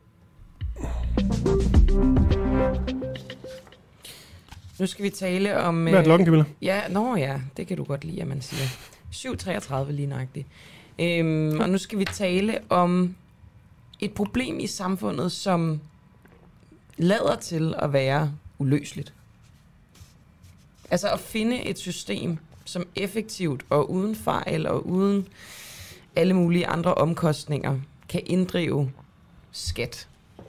Nu skal vi tale om... Hvad er klokken, Camilla? Ja, nå ja, det kan du godt lide, at man siger. syv treogtredive lige nøjagtigt. Øhm, og nu skal vi tale om et problem i samfundet, som lader til at være uløseligt. Altså at finde et system, som effektivt og uden fejl og uden alle mulige andre omkostninger kan inddrive skat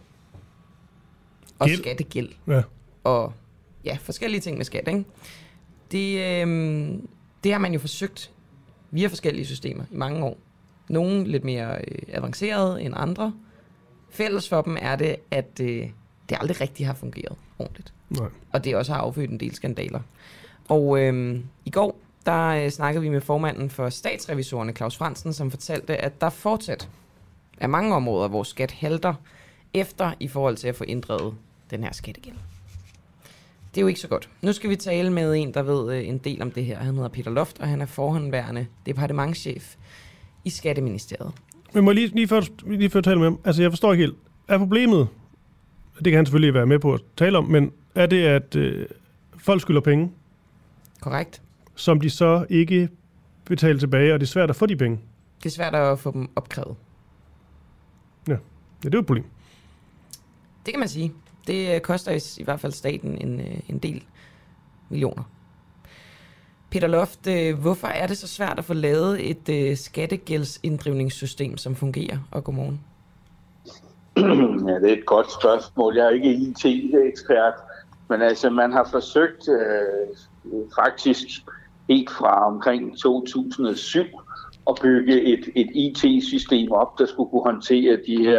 og Gæld. skattegæld. Ja. Og ja, forskellige ting med skat, ikke? Det, øh, det har man jo forsøgt via forskellige systemer i mange år. Nogle lidt mere øh, avancerede end andre. Fælles for dem er det, at øh, det aldrig rigtig har fungeret ordentligt. Nej. Og det også har affødt en del skandaler. Og øh, i går, der øh, snakkede vi med formanden for statsrevisorerne, Claus Fransen, som fortalte, at der fortsat er mange områder, hvor skat halter efter i forhold til at få inddrevet den her skattegæld. Det er jo ikke så godt. Nu skal vi tale med en, der ved øh, en del om det her. Han hedder Peter Loft, og han er forhåndværende departementschef i Skatteministeriet. Men må jeg lige, lige, før, lige før tale med ham. Altså, jeg forstår ikke helt. Er problemet, det kan han selvfølgelig være med på at tale om, men er det, at øh, folk skylder penge? Korrekt. Som de så ikke betaler tilbage, og det er svært at få de penge? Det er svært at få dem opkrævet. Ja, ja det er jo et problem. Det kan man sige. Det koster i, i hvert fald staten en, en del millioner. Peter Loft, hvorfor er det så svært at få lavet et uh, skattegældsinddrivningssystem, som fungerer? Og godmorgen. Ja, det er et godt spørgsmål. Jeg er ikke I T-ekspert, men altså man har forsøgt øh, faktisk helt fra omkring to tusind og syv at bygge et, et I T-system op, der skulle kunne håndtere de her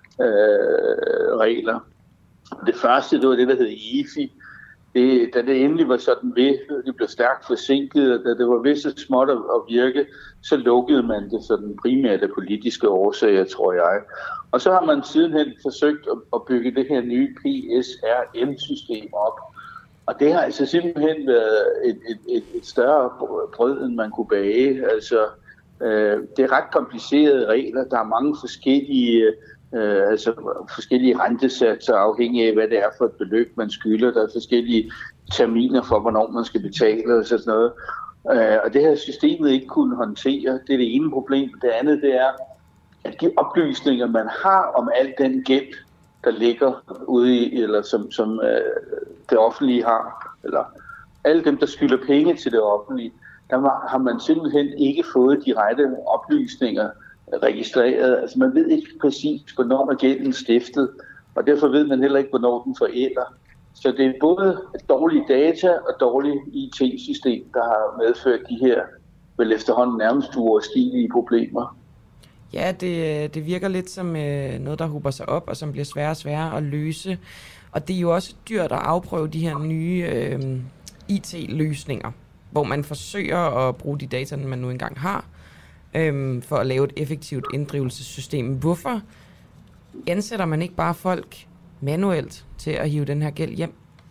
øh, regler. Det første, det var det, der hed E F I. Det, da det endelig var sådan ved, det blev stærkt forsinket, og da det var ved så småt at virke, så lukkede man det sådan primært af politiske årsager, tror jeg. Og så har man sidenhen forsøgt at, at bygge det her nye P S R M-system op. Og det har altså simpelthen været et, et, et, et større brød, end man kunne bage. Altså, øh, det er ret komplicerede regler. Der er mange forskellige... Øh, altså forskellige rentesatser afhængig af, hvad det er for et beløb, man skylder. Der er forskellige terminer for, hvornår man skal betale og sådan noget. Øh, og det her systemet ikke kunne håndtere, det er det ene problem. Det andet, det er, at de oplysninger, man har om al den gæld, der ligger ude i, eller som, som øh, det offentlige har, eller alle dem, der skylder penge til det offentlige, der har man simpelthen ikke fået de rette oplysninger registreret. Altså man ved ikke præcis, hvornår er gælden stiftet, og derfor ved man heller ikke, hvornår den forælder. Så det er både dårlige data og dårlige I T-system, der har medført de her vel efterhånden nærmest uoverstigelige problemer. Ja, det, det virker lidt som øh, noget, der hober sig op, og som bliver sværere og sværere at løse. Og det er jo også dyrt at afprøve de her nye øh, I T-løsninger, hvor man forsøger at bruge de data, man nu engang har, øh, for at lave et effektivt inddrivelsessystem. Hvorfor ansætter man ikke bare folk manuelt til at hive den her gæld hjem?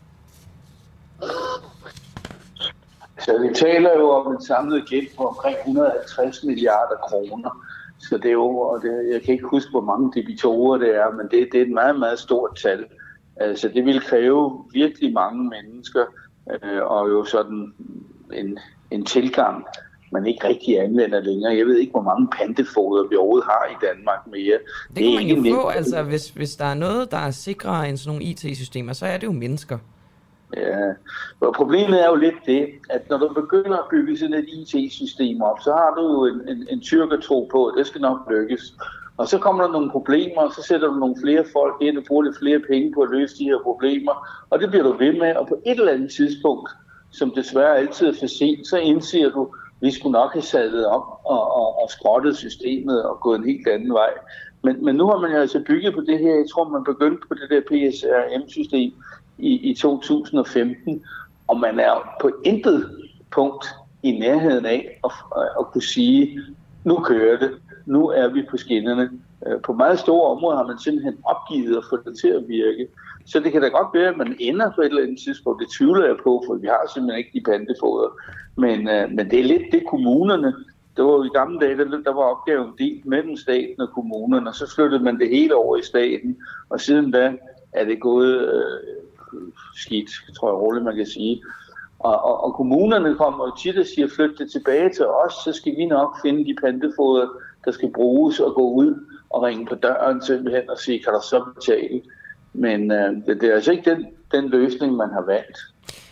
Så vi taler jo om en samlet gæld på omkring et hundrede og halvtreds milliarder kroner. Så det er jo, og det, jeg kan ikke huske, hvor mange debitorer det er, men det, det er et meget, meget stort tal. Altså det vil kræve virkelig mange mennesker, øh, og jo sådan en, en tilgang, man ikke rigtig anvender længere. Jeg ved ikke, hvor mange pantefoder vi overhovedet har i Danmark mere. Det kan man jo få, altså hvis, hvis der er noget, der er sikrere end sådan nogle I T-systemer, så er det jo mennesker. Ja, og problemet er jo lidt det, at når du begynder at bygge sådan et I T-system op, så har du jo en, en, en tyrkertro på, at det skal nok lykkes. Og så kommer der nogle problemer, og så sætter du nogle flere folk ind og bruger lidt flere penge på at løse de her problemer. Og det bliver du ved med, og på et eller andet tidspunkt, som desværre altid er for sent, så indser du, at vi skulle nok have sadlet op og, og, og skrottet systemet og gået en helt anden vej. Men, men nu har man jo altså bygget på det her. Jeg tror, man begyndte på det der P S R M-system i, i to tusind og femten, og man er på intet punkt i nærheden af at, at kunne sige, nu kører det, nu er vi på skinnerne. På meget store områder har man simpelthen opgivet at få det til at virke. Så det kan da godt være, at man ender på et eller andet tidspunkt. Det tvivler jeg på, for vi har simpelthen ikke de pantefoder. Men, men det er lidt det kommunerne. Det var jo i gamle dage, der, der var opgaven delt mellem staten og kommunerne, og så flyttede man det hele over i staten. Og siden da er det gået øh, skidt, tror jeg roligt, man kan sige. Og, og, og kommunerne kommer jo tit og siger, flyt det tilbage til os, så skal vi nok finde de pantefoder, der skal bruges og gå ud og ringe på døren simpelthen og sige, kan der så betale? Men øh, det, det er altså ikke den, den løsning, man har valgt.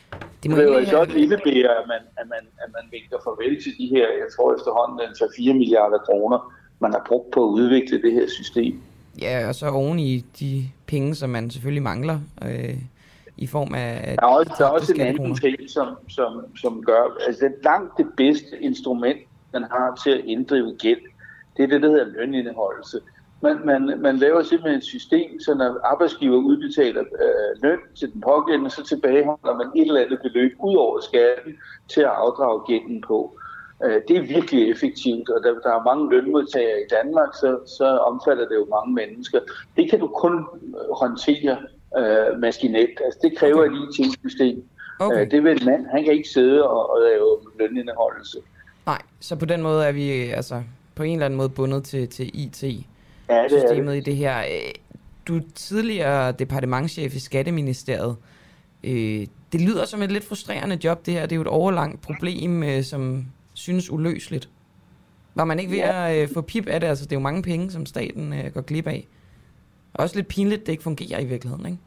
Det må jo så indebære, at man, at, man, at man vinker farvel til de her, jeg tror efterhånden, altså fire milliarder kroner, man har brugt på at udvikle det her system. Ja, og så oven i de penge, som man selvfølgelig mangler øh, i form af... Der er også, der er også en anden ting, som, som, som gør... Altså langt det bedste instrument, man har til at inddrive gæld, det er det, der hedder lønindeholdelse. Man, man, man laver simpelthen et system, så når arbejdsgiver udbetaler øh, løn til den pågældende, så tilbageholder man et eller andet beløb ud over skatten til at afdrage gælden på. Øh, det er virkelig effektivt, og der, der er mange lønmodtagere i Danmark, så, så omfatter det jo mange mennesker. Det kan du kun håndtere øh, maskinelt. Altså, det kræver okay. et I T-system. Okay. Øh, det vil en mand, han kan ikke sidde og, og lave lønindeholdelse. Nej, så på den måde er vi altså på en eller anden måde bundet til, til I T. Ja, det systemet er det. I det her. Du er tidligere departementschef i Skatteministeriet. Det lyder som et lidt frustrerende job, det her. Det er jo et overlangt problem, som synes uløseligt. Var man ikke ved at få pip af det? Altså, det er jo mange penge, som staten går glip af. Også lidt pinligt, at det ikke fungerer i virkeligheden, ikke?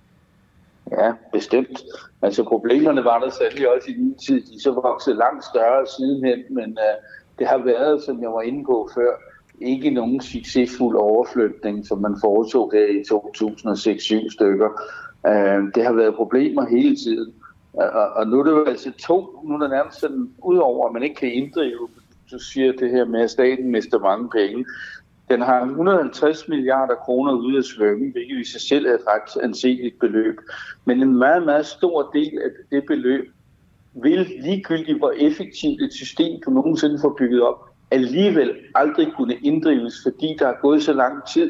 Ja, bestemt. Altså, problemerne var der sandelig også i min tid. De så voksede langt større sidenhen, men uh, det har været, som jeg var inde på før, ikke nogen succesfuld overflytning, som man foretog der i to tusind og seks syv stykker. Uh, det har været problemer hele tiden. Uh, og nu er det jo altså to, nu er det nærmest sådan, udover at man ikke kan inddrive, du siger det her med, at staten mister mange penge. Den har et hundrede og halvtreds milliarder kroner ude at svømme, hvilket i sig selv er et ret anseligt beløb. Men en meget, meget stor del af det beløb vil ligegyldigt, hvor effektivt et system du nogensinde får bygget op, alligevel aldrig kunne inddrives, fordi der er gået så lang tid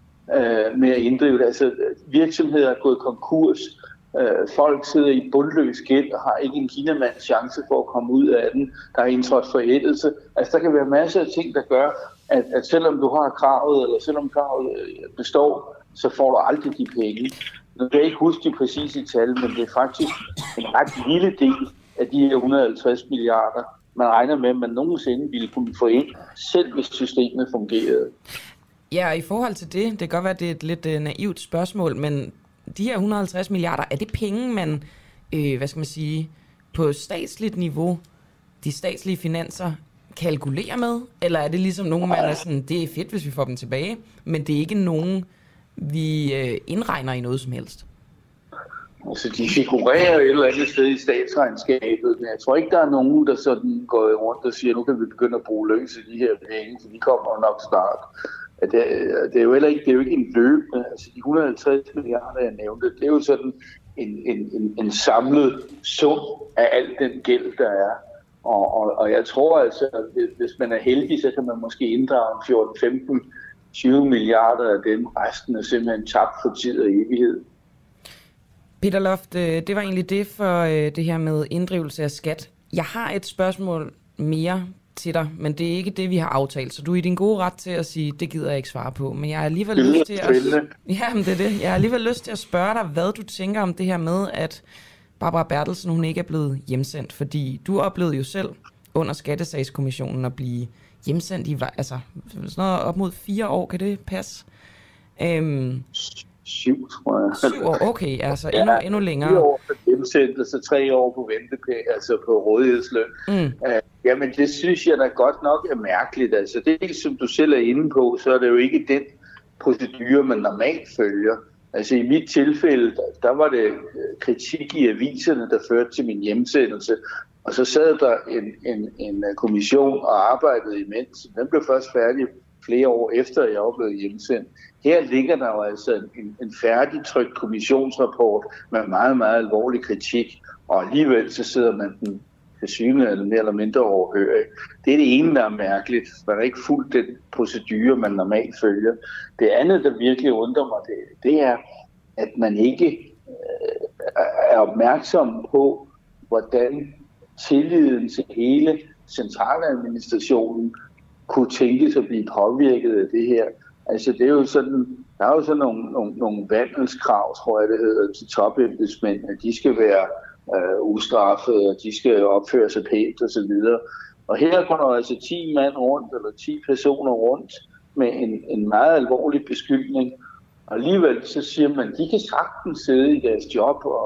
øh, med at inddrive det. Altså virksomheder er gået konkurs, øh, folk sidder i bundløs gæld og har ikke en kinamands chance for at komme ud af den. Der er indtrådt forældelse. Altså der kan være masser af ting, der gør, at, at selvom du har kravet, eller selvom kravet består, så får du aldrig de penge. Nu kan jeg ikke huske de præcise tal, men det er faktisk en ret lille del af de her et hundrede og halvtreds milliarder, man regner med, at man nogensinde ville kunne få ind, selv hvis systemet fungerede. Ja, og i forhold til det, det kan godt være, at det er et lidt uh, naivt spørgsmål, men de her et hundrede og halvtreds milliarder, er det penge, man, øh, hvad skal man sige, på statsligt niveau, de statslige finanser, kalkulere med? Eller er det ligesom nogen, man er sådan, det er fedt, hvis vi får dem tilbage, men det er ikke nogen, vi øh, indregner i noget som helst? Altså, de figurerer et eller andet sted i statsregnskabet, men jeg tror ikke, der er nogen, der sådan går rundt og siger, nu kan vi begynde at bruge løs af de her penge, for de kommer nok snart. Det er, det er jo heller ikke, det er jo ikke en løbende, altså de et hundrede og halvtreds milliarder, jeg nævnte, det er jo sådan en, en, en, en samlet sum af al den gæld, der er. Og, og, og jeg tror altså, at hvis man er heldig, så kan man måske inddrage fjorten, femten, tyve milliarder af dem. Resten er simpelthen tabt for tid og evighed. Peter Loft, det var egentlig det for det her med inddrivelse af skat. Jeg har et spørgsmål mere til dig, men det er ikke det, vi har aftalt. Så du er i din gode ret til at sige, det gider jeg ikke svare på. Men jeg har alligevel lyst til at... Ja, men det er det. Jeg har alligevel lyst til at spørge dig, hvad du tænker om det her med, at Barbara Bertelsen, hun ikke er blevet hjemsendt. Fordi du oplevede jo selv under Skattesagskommissionen at blive hjemsendt i altså, sådan noget op mod fire år. Kan det passe? Øhm, Syv, tror jeg. Syv år, okay. Altså endnu, ja, endnu længere. Fire år på hjemsendt, og så tre år på ventepenge, altså på rådighedsløn. Mm. Uh, jamen, det synes jeg da godt nok er mærkeligt. Altså, det er, som du selv er inde på, så er det jo ikke den procedure, man normalt følger. Altså, i mit tilfælde, der var det kritik i aviserne, der førte til min hjemsendelse. Og så sad der en, en, en kommission og arbejdede imens. Den blev først færdig flere år efter, jeg var blevet hjemsendt. Her ligger der jo altså en, en færdigtrykt kommissionsrapport med meget, meget alvorlig kritik, og alligevel så sidder man den tilsyneladende mere eller mindre overhørig. Det er det ene, der er mærkeligt. Man har ikke fulgt den procedure, man normalt følger. Det andet, der virkelig undrer mig, det, det er, at man ikke øh, er opmærksom på, hvordan tilliden til hele centraladministrationen kunne tænkes at blive påvirket af det her. Altså det er jo sådan, der er jo sådan nogle, nogle, nogle vandelskrav, tror jeg det hedder, til topembedsmænd, at de skal være øh, ustraffede, og de skal opføre sig pænt og så videre. Og her går der altså ti mand rundt, eller ti personer rundt, med en, en meget alvorlig beskyldning. Og alligevel så siger man, at de kan sagtens sidde i deres job og,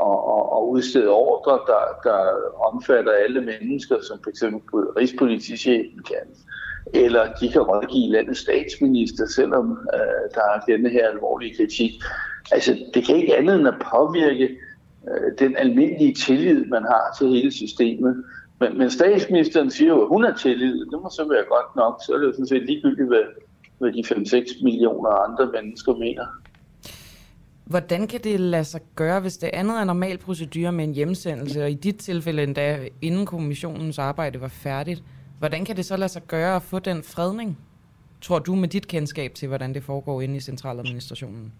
og, og, og udstede ordre, der, der omfatter alle mennesker, som f.eks. rigspolitichefen kan. Eller de kan rådgive landets statsminister, selvom øh, der er denne her alvorlige kritik. Altså, det kan ikke andet end at påvirke øh, den almindelige tillid, man har til hele systemet. Men, men statsministeren siger jo, at hun har tillid. Det må så være godt nok. Så er det jo sådan set ligegyldigt, hvad, hvad de fem seks millioner andre mennesker mener. Hvordan kan det lade sig gøre, hvis det andet er normal procedure med en hjemsendelse, og i dit tilfælde endda inden kommissionens arbejde var færdigt? Hvordan kan det så lade sig gøre at få den fredning, tror du, med dit kendskab til, hvordan det foregår inde i centraladministrationen?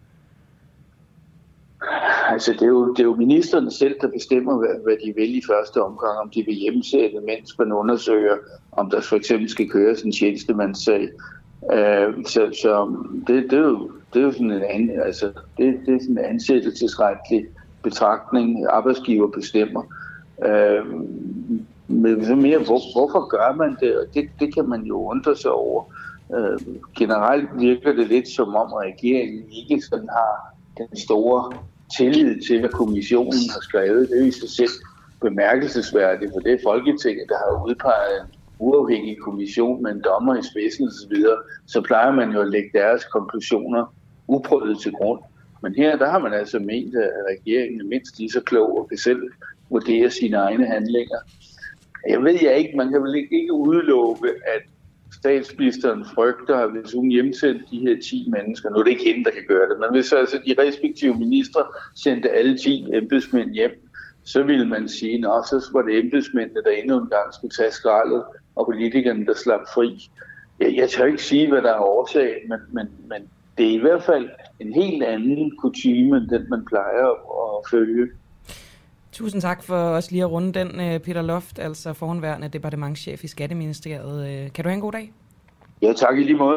Altså, det er jo, det er jo ministerne selv, der bestemmer, hvad, hvad de vil i første omgang, om de vil hjemsætte, mens man undersøger, om der for eksempel skal køres en tjenestemandssag. Uh, så så det, det, er jo, det er jo sådan en, an, altså, det, det er sådan en ansættelsesretlig betragtning, arbejdsgiver bestemmer. Uh, men så mere, hvor, hvorfor gør man det? Og det, det kan man jo undre sig over. Uh, generelt virker det lidt som om, regeringen ikke sådan har den store tillid til, hvad kommissionen har skrevet. Det er i sig selv bemærkelsesværdigt, for det er Folketinget, der har udpeget en uafhængig kommission med en dommer i spidsen osv., så plejer man jo at lægge deres konklusioner uprøvet til grund. Men her, der har man altså ment, at regeringen er mindst lige så klog og kan selv vurdere sine egne handlinger. Jeg ved jeg ikke, man kan vel ikke udelukke, at statsministeren frygter, at hvis hun hjemsendte de her ti mennesker, nu er det ikke hende, der kan gøre det, men hvis altså de respektive ministre sendte alle ti embedsmænd hjem, så ville man sige, at så var det embedsmændene, der endnu en gang skulle tage skraldet, og politikerne, der slap fri. Jeg, jeg tør ikke sige, hvad der er årsagen, men, men, men det er i hvert fald en helt anden kutyme, end den man plejer at følge. Tusind tak for også lige at runde den, Peter Loft, altså forhåndværende departementschef i Skatteministeriet. Kan du have en god dag? Ja, tak i lige måde.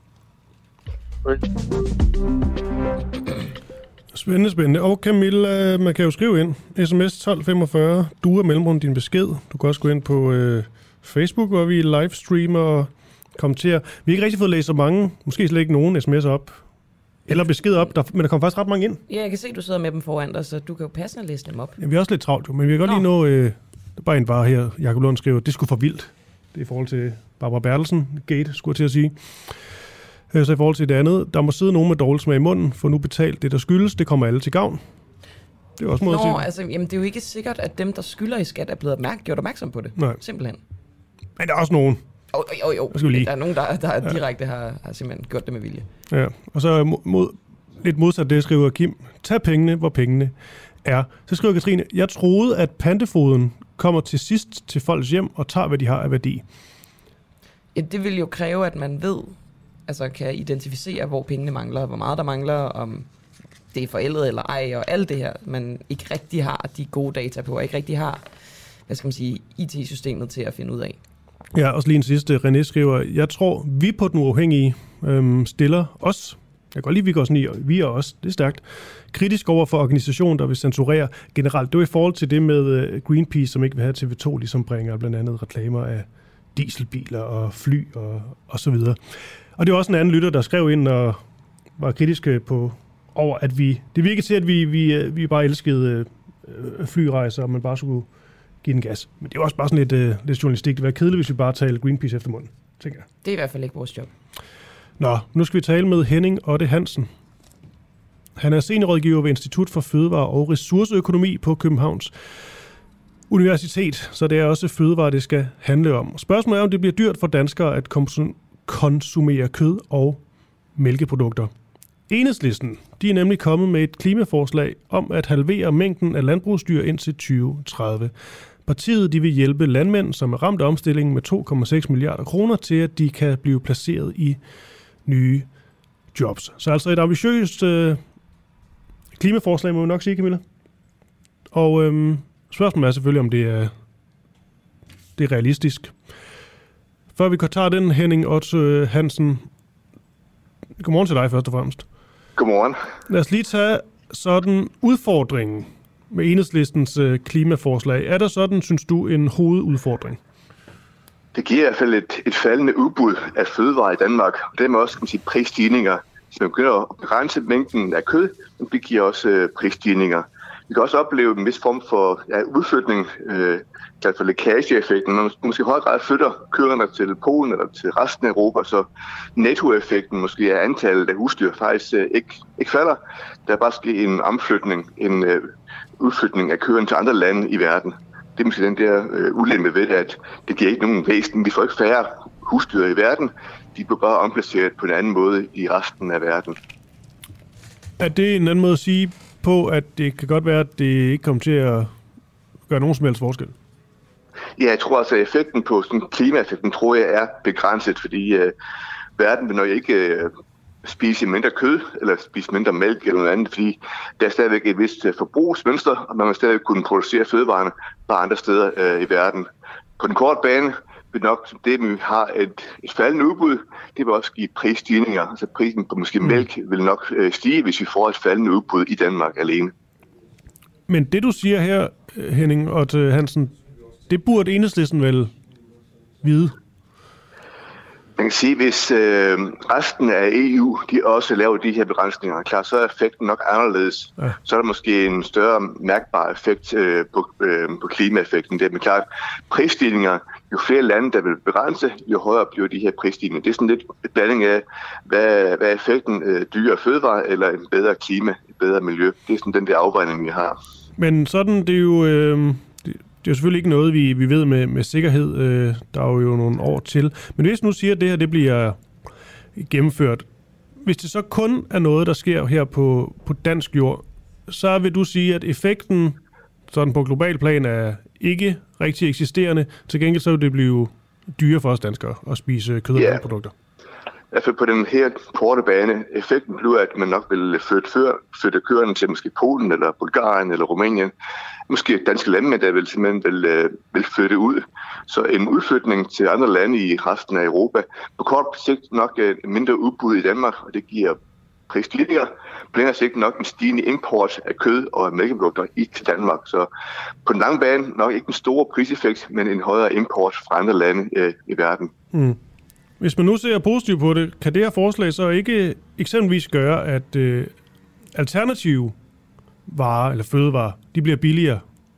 Spændende, spændende. Og Camilla, man kan jo skrive ind. sms tolv femogfyrre. Du er mellemrum din besked. Du kan også gå ind på øh, Facebook, hvor vi livestreamer og kommenterer. Vi har ikke rigtig fået læst så mange, måske slet ikke nogen sms'er op. Eller besked op, der, men der kommer faktisk ret mange ind. Ja, jeg kan se, at du sidder med dem foran dig, så du kan jo passende læse dem op. Ja, vi er også lidt travlt jo, men vi kan godt Nå. lige nå... Øh, der er bare en bare her, Jakob Lund skriver, det skulle for vildt. Det er i forhold til Barbara Bertelsen, Gate, skulle jeg til at sige. Så i forhold til det andet, der må sidde nogen med dårlig smag i munden, for nu betalt det, der skyldes, det kommer alle til gavn. Det er også måde Nå, at sige. altså, jamen, det er jo ikke sikkert, at dem, der skylder i skat, er blevet opmærk- gjort opmærksom på det. Nej. Simpelthen. Men der er også nogen. Jo, jo, jo. Der er nogen, der, der direkte har, har simpelthen gjort det med vilje. Ja, og så mod, lidt modsat det, skriver Kim, tag pengene, hvor pengene er. Så skriver Katrine, jeg troede, at pantefoden kommer til sidst til folks hjem og tager, hvad de har af værdi. Ja, det vil jo kræve, at man ved, altså kan identificere, hvor pengene mangler, hvor meget der mangler, om det er forældet eller ej, og alt det her, man ikke rigtig har de gode data på, og ikke rigtig har, hvad skal man sige, I T-systemet til at finde ud af. Ja, og lige en sidste. René skriver, jeg tror, vi på den uafhængige øhm, stiller os, jeg kan godt lide, vi går sådan i, vi er også, det er stærkt, kritisk over for organisationen, der vil censurere generelt. Det er i forhold til det med Greenpeace, som ikke vil have T V to, ligesom bringer blandt andet reklamer af dieselbiler og fly og, og så videre. Og det er også en anden lytter, der skrev ind og var kritiske på over, at vi, det virkede til, at vi, vi, vi bare elskede øh, flyrejser, og man bare skulle give den gas. Men det er også bare sådan lidt, øh, lidt journalistik. Det ville være kedeligt, hvis vi bare talte Greenpeace efter munden, tænker jeg. Det er i hvert fald ikke vores job. Nå, nu skal vi tale med Henning Otte Hansen. Han er seniorrådgiver ved Institut for Fødevare og Ressourceøkonomi på Københavns Universitet, så det er også fødevare, det skal handle om. Spørgsmålet er, om det bliver dyrt for danskere at konsum- konsumere kød og mælkeprodukter. Enhedslisten, de er nemlig kommet med et klimaforslag om at halvere mængden af landbrugsdyr indtil tyve tredive. Partiet de vil hjælpe landmænd, som er ramt af omstillingen med to komma seks milliarder kroner, til at de kan blive placeret i nye jobs. Så altså et ambitiøst øh, klimaforslag, må vi nok sige, Camilla. Og øh, spørgsmålet er selvfølgelig, om det er, det er realistisk. Før vi kan tage den, Henning Otte Hansen. Godmorgen til dig først og fremmest. Godmorgen. Lad os lige tage sådan udfordringen med Enhedslistens øh, klimaforslag. Er der sådan, synes du, en hovedudfordring? Det giver i hvert fald et, et faldende udbud af fødevarer i Danmark, og dermed også kan man sige, prisstigninger. Hvis man begynder at begrænse mængden af kød, men det giver også øh, prisstigninger. Vi kan også opleve en vis form for ja, udflytning, øh, kaldt for lækageeffekten. Man måske i høj grad flytter køerne til Polen eller til resten af Europa, så nettoeffekten måske er antallet af husdyr faktisk øh, ikke, ikke falder. Der er bare sket en omflytning, en øh, udflytning af køerne til andre lande i verden. Det er måske den der øh, ulempe ved, at det giver ikke nogen væsen. Vi får ikke færre husdyr i verden. De bliver bare omplaceret på en anden måde i resten af verden. Er det en anden måde at sige på, at det kan godt være, at det ikke kommer til at gøre nogen som helst forskel? Ja, jeg tror altså, at effekten på sådan, klimaeffekten, tror jeg, er begrænset, fordi øh, verden vil nok ikke øh, spise mindre kød, eller spise mindre mælk eller noget andet, fordi der er stadigvæk et vist forbrugsmønster, og man vil stadig kunne producere fødevarene bare andre steder øh, i verden. På den korte bane vil nok det, at vi har et, et faldende udbud, det vil også give prisstigninger. Altså prisen på måske mælk vil nok øh, stige, hvis vi får et faldende udbud i Danmark alene. Men det, du siger her, Henning og Hansen, det burde Enhedslisten vel vide? Man kan sige, hvis øh, resten af E U de også laver de her begrænsninger, klar, så er effekten nok anderledes. Ja. Så er der måske en større mærkbar effekt øh, på, øh, på klimaeffekten. Det er klart, prisstigninger, jo flere lande, der vil begrænse, jo højere bliver de her prisstigninger. Det er sådan lidt et blanding af, hvad, hvad er effekten øh, dyre fødevare eller en bedre klima, et bedre miljø. Det er sådan den der afvejning, vi har. Men sådan, det er jo... Øh... Det er jo selvfølgelig ikke noget, vi, vi ved med, med sikkerhed. Øh, der er jo nogle år til. Men hvis nu siger, at det her det bliver gennemført, hvis det så kun er noget, der sker her på, på dansk jord, så vil du sige, at effekten sådan på global plan er ikke rigtig eksisterende. Til gengæld så vil det blive dyre for os danskere at spise kød og yeah. produkter. I hvert fald på den her korte bane. Effekten bliver, at man nok vil flytte, før, flytte køerne til måske Polen, eller Bulgarien, eller Rumænien. Måske danske landmænd, der vil simpelthen vil, vil flytte ud. Så en udflytning til andre lande i resten af Europa. På kort sigt nok en mindre udbud i Danmark, og det giver prisstigninger. På længere sigt nok en stigende import af kød og mælkeprodukter i til Danmark. Så på den lange bane nok ikke en stor priseffekt, men en højere import fra andre lande øh, i verden. Mm. Hvis man nu ser positivt på det, kan det her forslag så ikke eksempelvis gøre, at øh, alternative varer eller fødevarer, de bliver billigere?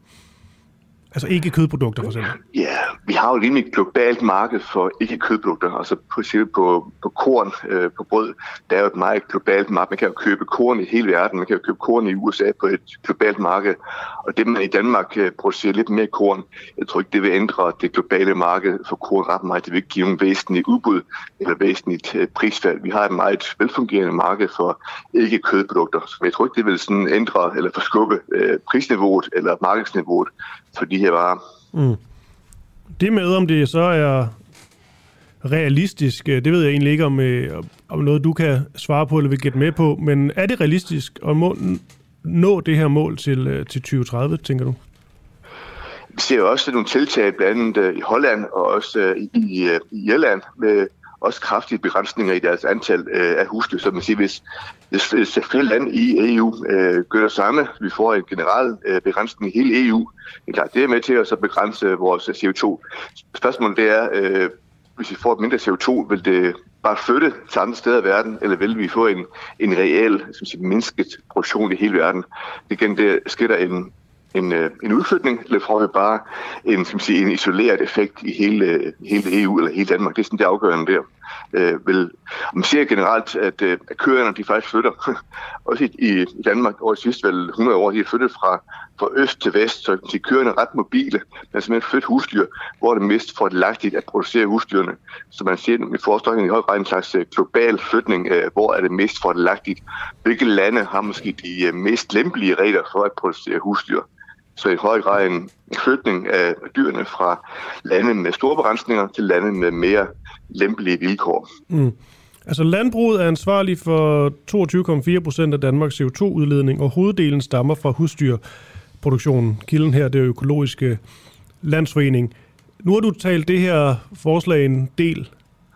Altså ikke kødprodukter for eksempel. Ja, yeah, vi har jo et rimelig globalt marked for ikke kødprodukter. Altså på, på, på korn, øh, på brød, der er jo et meget globalt marked. Man kan jo købe korn i hele verden. Man kan jo købe korn i U S A på et globalt marked. Og det man i Danmark øh, producerer lidt mere korn, jeg tror ikke, det vil ændre det globale marked for korn ret meget. Det vil ikke give nogen væsentligt udbud eller væsentligt øh, prisfald. Vi har et meget velfungerende marked for ikke kødprodukter. Så jeg tror ikke, det vil sådan ændre eller forskubbe øh, prisniveauet eller markedsniveauet for de her varer. Mm. Det med, om det så er realistisk, det ved jeg egentlig ikke, om, om noget, du kan svare på eller vil gætte med på, men er det realistisk at må, nå det her mål til, til tyve tredive, tænker du? Vi ser jo også nogle tiltag blandt andet i Holland og også i, i, i Irland med også kraftige begrænsninger i deres antal øh, af husdyr. Så man siger, hvis, hvis, hvis flere lande i E U øh, gør det samme, vi får en generel øh, begrænsning i hele E U, det er klart, det er med til at så begrænse vores C O to. Spørgsmålet det er, øh, hvis vi får et mindre C O to, vil det bare flytte til andre steder i verden, eller vil vi få en, en reel, som siger, mindsket produktion i hele verden? Igen, det sker der en En, en udflytning, eller får vi bare en, som siger, en isoleret effekt i hele, hele E U eller hele Danmark. Det er sådan det afgørende der. Øh, vel, man ser generelt, at, at køerne de faktisk flytter. Også i, i Danmark over de sidste vel hundrede år, de er flyttet fra, fra øst til vest, så de køerne er ret mobile. Man simpelthen flytter husdyr, hvor det er mest fordelagtigt at producere husdyrene. Så man ser, at vi forestår i høj grad en slags global flytning, hvor er det mest fordelagtigt. Hvilke lande har måske de mest lempelige regler for at producere husdyr? Så i høj grad en flytning af dyrene fra lande med store begrænsninger til lande med mere lempelige vilkår. Mm. Altså landbruget er ansvarlig for toogtyve komma fire procent af Danmarks C O to udledning, og hoveddelen stammer fra husdyrproduktionen. Kilden her, det er Økologiske Landsforening. Nu har du talt det her forslag en del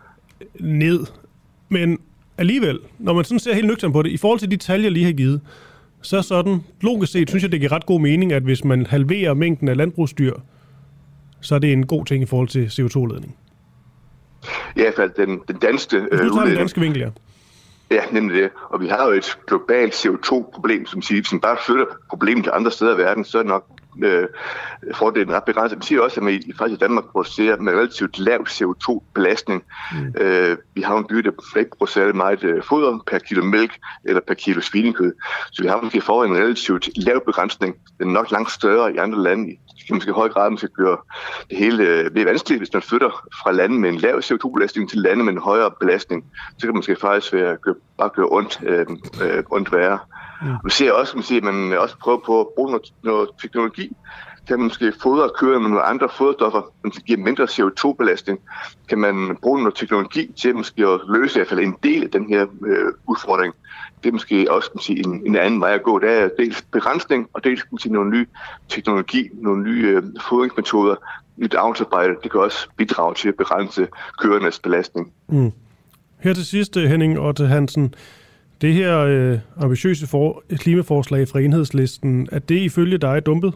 ned, men alligevel, når man sådan ser helt nøgternt på det, i forhold til de tal, jeg lige har givet, så sådan, logisk set, synes jeg, det giver ret god mening, at hvis man halverer mængden af landbrugsdyr, så er det en god ting i forhold til C O to udledning. Ja, i hvert fald den, den danske udledning. Hvis du tager den danske vinkel, ja. Ja, nemlig det. Og vi har jo et globalt C O to problem, som siger, hvis man bare flytter problemet til andre steder i verden, så er det nok øh, fordelen ret begrænset. Vi siger også, at vi faktisk i Danmark producerer med relativt lav C O to belastning. Mm. Øh, vi har en by, der ikke producerer meget øh, foder per kilo mælk eller per kilo svinekød. Så vi har måske fået en relativt lav begrænsning. Den er nok langt større i andre lande. Det kan måske i høj grad måske gøre det hele øh, mere vanskeligt, hvis man flytter fra lande med en lav C O to belastning til lande med en højere belastning. Så kan det måske faktisk være, gøre, bare gøre ondt, øh, øh, ondt værre. Mm. Vi ser også, man siger, at man også prøver på at bruge noget, noget teknologi. Kan man måske fodre køerne med nogle andre foderstoffer, som giver mindre C O to belastning. Kan man bruge noget teknologi til måske at løse i hvert fald en del af den her øh, udfordring. Det er måske også man sige, en, en anden vej at gå. Der er dels begrænsning, og dels man sige, nogle nye teknologi, nogle nye øh, fodringsmetoder, nyt avlsarbejde. Det kan også bidrage til at begrænse køernes belastning. Mm. Her til sidst, Henning Otte Hansen. Det her øh, ambitiøse for, klimaforslag fra Enhedslisten, er det ifølge dig dumpet?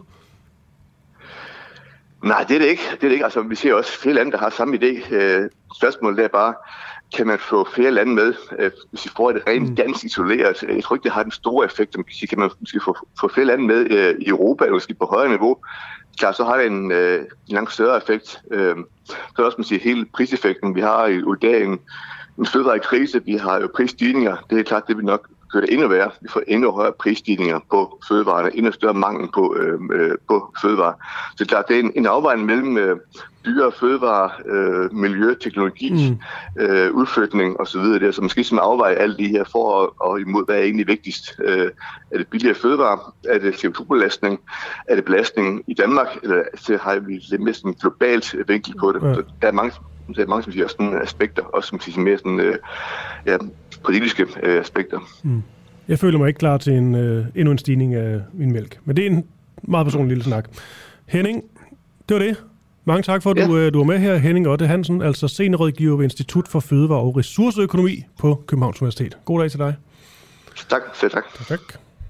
Nej, det er det ikke. Det er det ikke. Altså, vi ser også flere lande, der har samme idé. Øh, spørgsmålet er bare, kan man få flere lande med, øh, hvis vi får det rent mm. ganske isoleret? Jeg tror ikke, det har den store effekt. Man kan, sige, kan man måske få, få flere lande med øh, i Europa, eller måske på højere niveau? Klar, så har det en, øh, en langt større effekt. Øh, så er også man siger, hele priseffekten. Vi har i U D A en, en fødevarekrise, vi har jo prisstigninger. Det er klart, det vil nok gør det endnu værre. Vi får endnu højere prisstigninger på fødevarer, endnu større mangel på, øh, på fødevarer. Så det er klart, det er en, en afvejning mellem øh, dyre fødevarer, øh, miljø, teknologi, mm. øh, udflytning osv. Så måske skal man afveje alle de her for og, og imod, hvad er egentlig vigtigst. Øh, er det billigere fødevarer? Er det C O to belastning? Er det belastning i Danmark? Eller så har vi lidt mere sådan globalt vinkel på det. Ja. Så der er mange, der er mange som siger, sådan aspekter, også som siger mere sådan, øh, ja, politiske øh, aspekter. Mm. Jeg føler mig ikke klar til en, øh, endnu en stigning af min mælk. Men det er en meget personlig lille snak. Henning, det var det. Mange tak for, at ja. du, øh, du var med her. Henning Otte Hansen, altså seniorrådgiver ved Institut for Fødevare og Ressourceøkonomi på Københavns Universitet. God dag til dig. Tak. Selv tak. Tak, tak.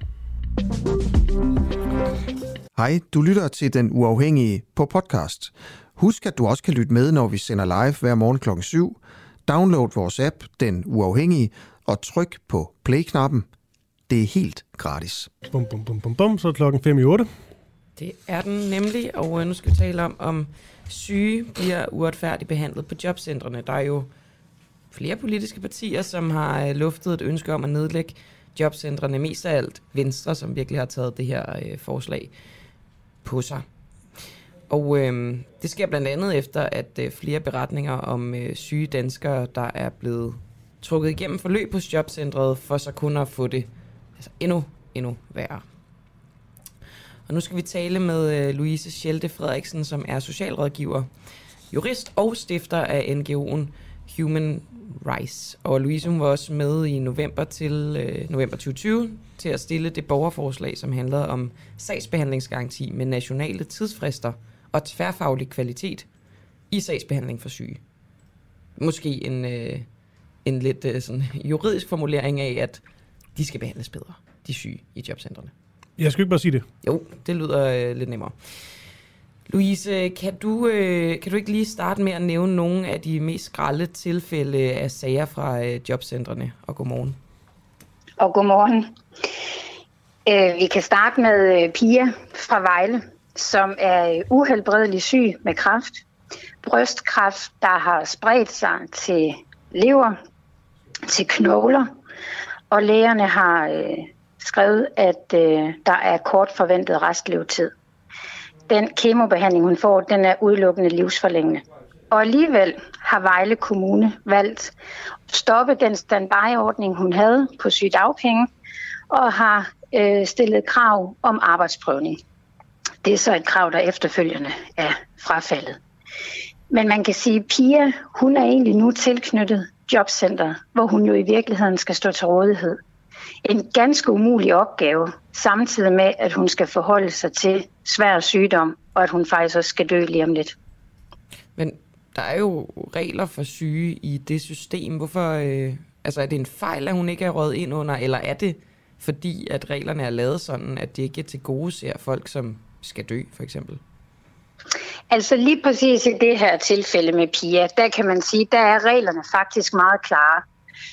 Hej, du lytter til Den Uafhængige på podcast. Husk, at du også kan lytte med, når vi sender live hver morgen klokken syv. Download vores app, Den Uafhængige, og tryk på play-knappen. Det er helt gratis. Bum, bum, bum, bum, bum. Så er klokken fem i otte. Det er den nemlig, og nu skal vi tale om, om syge bliver uretfærdigt behandlet på jobcentrene. Der er jo flere politiske partier, som har luftet et ønske om at nedlægge jobcentrene. Mest af alt Venstre, som virkelig har taget det her øh, forslag på sig. Og øh, det sker blandt andet efter, at øh, flere beretninger om øh, syge danskere, der er blevet trukket igennem forløb hos jobcentret, for så kun at få det altså, endnu, endnu værre. Og nu skal vi tale med øh, Louise Schelte Frederiksen, som er socialrådgiver, jurist og stifter af N G O'en Human Rights. Og Louise, hun var også med i november til øh, november tyve tyve til at stille det borgerforslag, som handler om sagsbehandlingsgaranti med nationale tidsfrister og tværfaglig kvalitet i sagsbehandling for syge. Måske en, øh, en lidt øh, sådan juridisk formulering af, at de skal behandles bedre, de syge i jobcentrene. Jeg skal ikke bare sige det. Jo, det lyder øh, lidt nemmere. Louise, kan du, øh, kan du ikke lige starte med at nævne nogle af de mest grelle tilfælde af sager fra øh, jobcentrene? Og godmorgen. Og godmorgen. Øh, vi kan starte med øh, Pia fra Vejle, som er uhelbredelig syg med kræft. Brystkræft, der har spredt sig til lever, til knogler, og lægerne har øh, skrevet, at øh, der er kort forventet restlevetid. Den kemobehandling, hun får, den er udelukkende livsforlængende. Og alligevel har Vejle Kommune valgt at stoppe den standby-ordning, hun havde på sygedagpenge, og har øh, stillet krav om arbejdsprøvning. Det er så et krav, der efterfølgende er frafaldet. Men man kan sige, at Pia, hun er egentlig nu tilknyttet jobcenter, hvor hun jo i virkeligheden skal stå til rådighed. En ganske umulig opgave, samtidig med, at hun skal forholde sig til svær sygdom, og at hun faktisk også skal dø lige om lidt. Men der er jo regler for syge i det system. Hvorfor, øh, altså er det en fejl, at hun ikke er røget ind under, eller er det fordi, at reglerne er lavet sådan, at de ikke til gode ser folk, som skal dø, for eksempel? Altså lige præcis i det her tilfælde med Pia, der kan man sige, der er reglerne faktisk meget klare.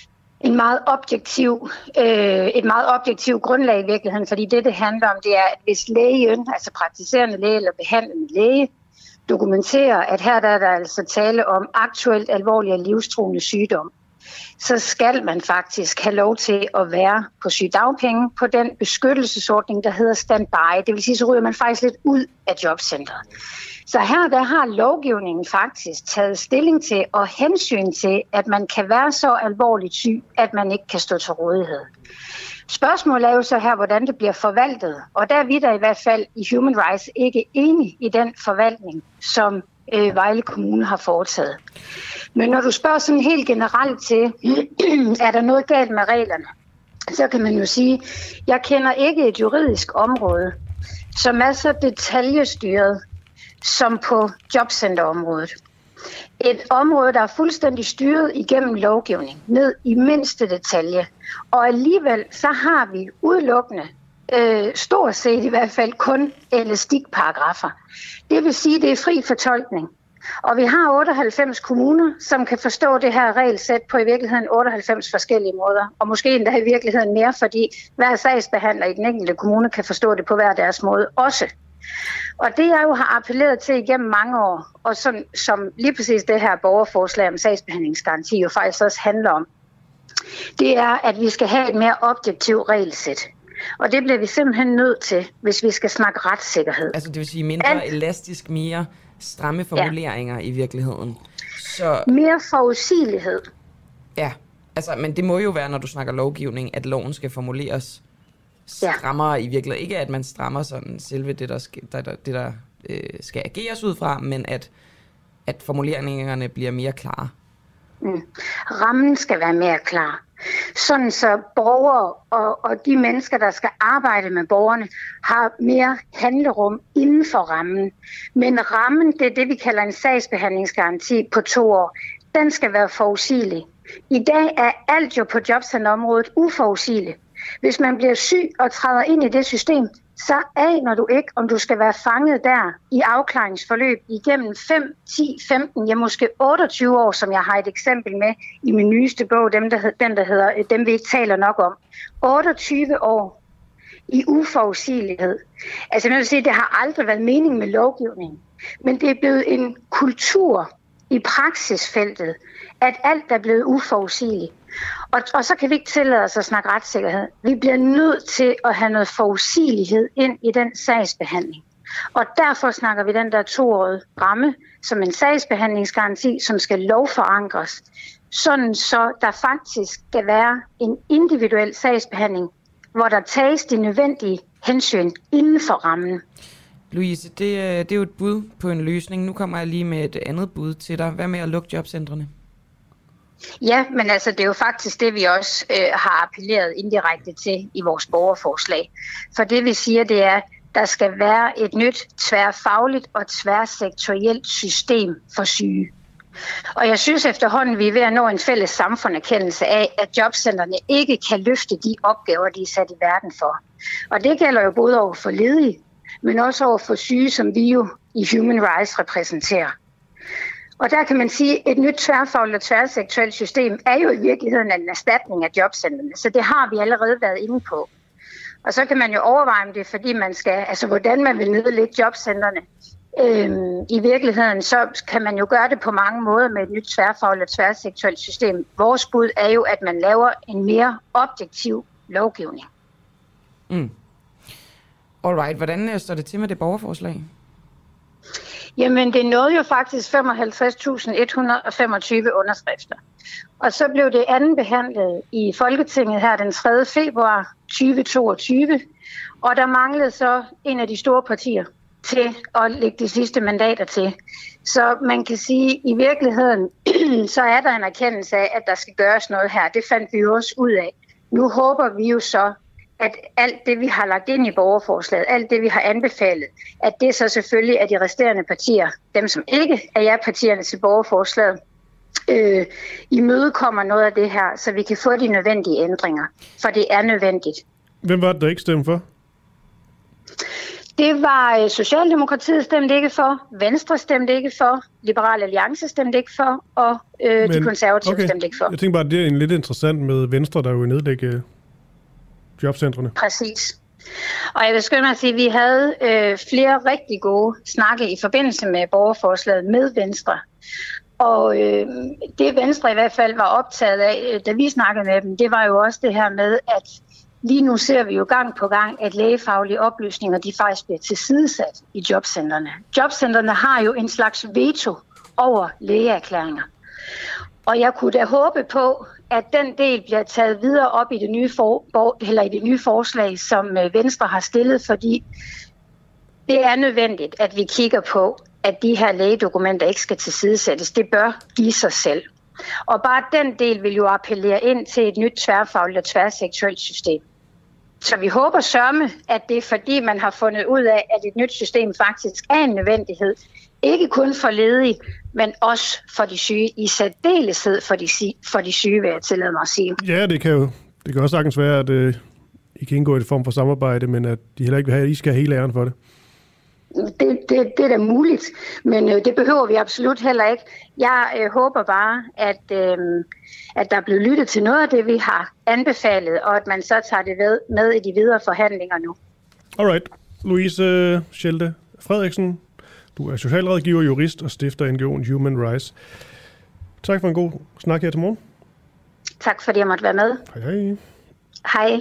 en meget objektiv, øh, et meget objektivt grundlag i virkeligheden, fordi det, det handler om, det er, at hvis lægen, altså praktiserende læge eller behandlende læge, dokumenterer, at her der er der altså tale om aktuelt alvorlig og livstruende sygdom, så skal man faktisk have lov til at være på sygedagpenge på den beskyttelsesordning, der hedder standby. Det vil sige, så ryger man faktisk lidt ud af jobcentret. Så her der har lovgivningen faktisk taget stilling til og hensyn til, at man kan være så alvorligt syg, at man ikke kan stå til rådighed. Spørgsmålet er jo så her, hvordan det bliver forvaltet. Og der er vi der i hvert fald i Human Rights ikke enige i den forvaltning, som øh, Vejle Kommune har foretaget. Men når du spørger sådan helt generelt til, er der noget galt med reglerne, så kan man jo sige, jeg kender ikke et juridisk område, som er så detaljestyret som på jobcenterområdet. Et område, der er fuldstændig styret igennem lovgivning, ned i mindste detalje. Og alligevel så har vi udelukkende, øh, stort set i hvert fald, kun elastikparagrafer. Det vil sige, at det er fri fortolkning. Og vi har otteoghalvfems kommuner, som kan forstå det her regelsæt på i virkeligheden otteoghalvfems forskellige måder. Og måske endda i virkeligheden mere, fordi hver sagsbehandler i den enkelte kommune kan forstå det på hver deres måde også. Og det jeg jo har appelleret til igennem mange år, og som, som lige præcis det her borgerforslag om sagsbehandlingsgaranti jo faktisk også handler om, det er, at vi skal have et mere objektivt regelsæt. Og det bliver vi simpelthen nødt til, hvis vi skal snakke retssikkerhed. Altså det vil sige mindre Alt... elastisk, mere stramme formuleringer ja. I virkeligheden. Så... Mere forudsigelighed. Ja, altså, men det må jo være, når du snakker lovgivning, at loven skal formuleres strammere ja. I virkeligheden. Ikke at man strammer sådan selve det, der skal, der, der, det, der øh, skal ageres ud fra, men at, at formuleringerne bliver mere klare. Mm. Rammen skal være mere klar. Sådan så borgere og, og de mennesker, der skal arbejde med borgerne, har mere handlerum inden for rammen. Men rammen, det er det, vi kalder en sagsbehandlingsgaranti på to år. Den skal være forudsigelig. I dag er alt jo på jobcenterområdet uforudsigeligt. Hvis man bliver syg og træder ind i det system, så aner du ikke, om du skal være fanget der i afklaringsforløb igennem fem, ti, femten, ja måske otteogtyve år, som jeg har et eksempel med i min nyeste bog, dem der, den der hedder Dem vi ikke taler nok om. otteogtyve år i uforudsigelighed. Altså jeg vil sige, det har aldrig været meningen med lovgivningen, men det er blevet en kultur i praksisfeltet, at alt er blevet uforudsigeligt. Og, og så kan vi ikke tillade os at snakke retssikkerhed. Vi bliver nødt til at have noget forudsigelighed ind i den sagsbehandling. Og derfor snakker vi den der toårige ramme som en sagsbehandlingsgaranti, som skal lovforankres, sådan så der faktisk skal være en individuel sagsbehandling, hvor der tages de nødvendige hensyn inden for rammen. Louise, det, det er jo et bud på en løsning. Nu kommer jeg lige med et andet bud til dig. Hvad med at lukke jobcentrene? Ja, men altså det er jo faktisk det, vi også øh, har appelleret indirekte til i vores borgerforslag. For det vi siger, det er, at der skal være et nyt tværfagligt og tværsektorielt system for syge. Og jeg synes efterhånden, vi er ved at nå en fælles samfundserkendelse af, at jobcentrene ikke kan løfte de opgaver, de er sat i verden for. Og det gælder jo både over for ledige, men også over for syge, som vi jo i Human Rights repræsenterer. Og der kan man sige, at et nyt tværfagligt og tværsektorielt system er jo i virkeligheden en erstatning af jobcentrene. Så det har vi allerede været inde på. Og så kan man jo overveje, om det er fordi man skal, altså hvordan man vil nedlægge jobcentrene. Øhm, I virkeligheden så kan man jo gøre det på mange måder med et nyt tværfagligt og tværsektorielt system. Vores bud er jo, at man laver en mere objektiv lovgivning. Mm. Alright, hvordan står det til med det borgerforslag? Jamen, det nåede jo faktisk femoghalvtreds tusind et hundrede og femogtyve underskrifter. Og så blev det anden behandlet i Folketinget her den tredje februar tyve toogtyve. Og der manglede så en af de store partier til at lægge de sidste mandater til. Så man kan sige, at i virkeligheden, så er der en erkendelse af, at der skal gøres noget her. Det fandt vi jo også ud af. Nu håber vi jo så, at alt det, vi har lagt ind i borgerforslaget, alt det, vi har anbefalet, at det så selvfølgelig er de resterende partier, dem som ikke er ja-partierne til borgerforslaget, øh, imødekommer noget af det her, så vi kan få de nødvendige ændringer. For det er nødvendigt. Hvem var det, der ikke stemte for? Det var Socialdemokratiet stemte ikke for, Venstre stemte ikke for, Liberal Alliance stemte ikke for, og øh, Men, de konservative okay. stemte ikke for. Jeg tænker bare, at det er en lidt interessant med Venstre, der jo nedlægge jobcentrene. Præcis. Og jeg vil skynde mig at sige, at vi havde øh, flere rigtig gode snakke i forbindelse med borgerforslaget med Venstre. Og øh, det Venstre i hvert fald var optaget af, da vi snakkede med dem, det var jo også det her med, at lige nu ser vi jo gang på gang, at lægefaglige oplysninger, de faktisk bliver tilsidesat i jobcentrene. Jobcentrene har jo en slags veto over lægeerklæringer. Og jeg kunne da håbe på, at den del bliver taget videre op i det nye, for, eller i det nye forslag, som Venstre har stillet, fordi det er nødvendigt, at vi kigger på, at de her lægedokumenter ikke skal tilsidesættes. Det bør give sig selv. Og bare den del vil jo appellere ind til et nyt tværfagligt og tværsektorielt system. Så vi håber sørme, at det er fordi, man har fundet ud af, at et nyt system faktisk er en nødvendighed. Ikke kun for ledige, men også for de syge. I særdeleshed for de, for de syge, vil jeg tillade mig at sige. Ja, det kan jo det kan også sagtens være, at øh, I kan indgå i et form for samarbejde, men at de heller ikke vil have, at I skal have hele æren for det. Det, det, det er da muligt, men øh, det behøver vi absolut heller ikke. Jeg øh, håber bare, at, øh, at der er blevet lyttet til noget af det, vi har anbefalet, og at man så tager det ved, med i de videre forhandlinger nu. Alright. Louise Schelde Frederiksen, du er socialrådgiver, jurist og stifter N G O'en Human Rights. Tak for en god snak her til morgen. Tak fordi jeg måtte være med. Hej hej. Hej.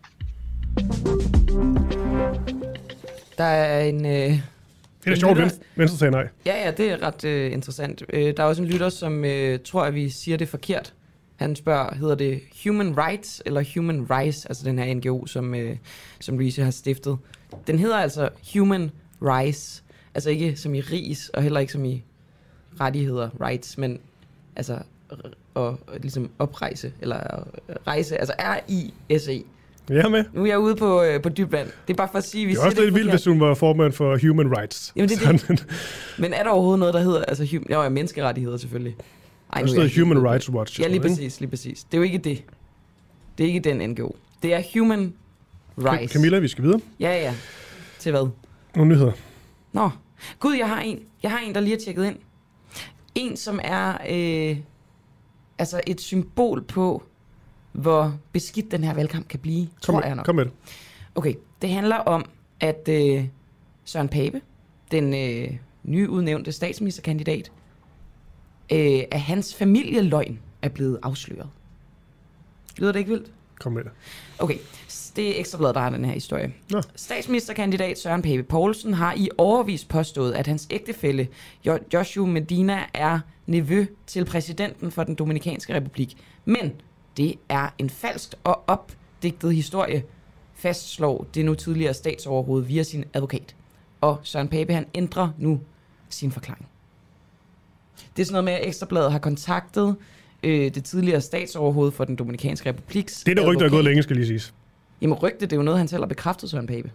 Der er en... Øh, det er sjovt, Venstre, Venstre sagde nej. Ja, ja, det er ret øh, interessant. Øh, der er også en lytter, som øh, tror, at vi siger det forkert. Han spørger, hedder det Human Rights eller Human Rights, altså den her N G O, som, øh, som Louise har stiftet. Den hedder altså Human Rights, altså ikke som i ris, og heller ikke som i rettigheder, rights, men altså og, ligesom oprejse, eller rejse, altså R I S E. Jeg er med. Nu er jeg ude på, øh, på dybt vand. Det er bare for at sige, vi det er også lidt vildt, hvis hun var formand for Human Rights. Jamen, det er det. Men er der overhovedet noget, der hedder, altså hum, jo, ja, menneskerettigheder selvfølgelig. Ej, der er Human Rights Watch. Ja, lige præcis, lige præcis. Det er jo ikke det. Det er ikke den N G O. Det er Human Rights. Camilla, vi skal videre. Ja, ja. Til hvad? Nogle nyheder. Nå. Gud, jeg har en. Jeg har en, der lige har tjekket ind. En, som er øh, altså et symbol på, hvor beskidt den her valgkamp kan blive, kom tror med, jeg nok. Kom med det. Okay, det handler om, at øh, Søren Pape, den øh, nyudnævnte statsministerkandidat, øh, at hans familieløgn er blevet afsløret. Lyder det ikke vildt? Kom med det. Okay, det er Ekstrabladet, der har den her historie. Nå. Statsministerkandidat Søren Pape Poulsen har i årevis påstået, at hans ægtefælle Joshua Medina er nevø til præsidenten for den Dominikanske Republik. Men det er en falsk og opdigtet historie, fastslår det nu tidligere statsoverhoved via sin advokat. Og Søren Pape, han ændrer nu sin forklaring. Det er sådan noget med, at Ekstrabladet har kontaktet øh, det tidligere statsoverhoved for den Dominikanske Republiks det er der rygte, der er gået længe, skal lige siges. Jamen rygte, det er jo noget, han selv har bekræftet, Søren Pape.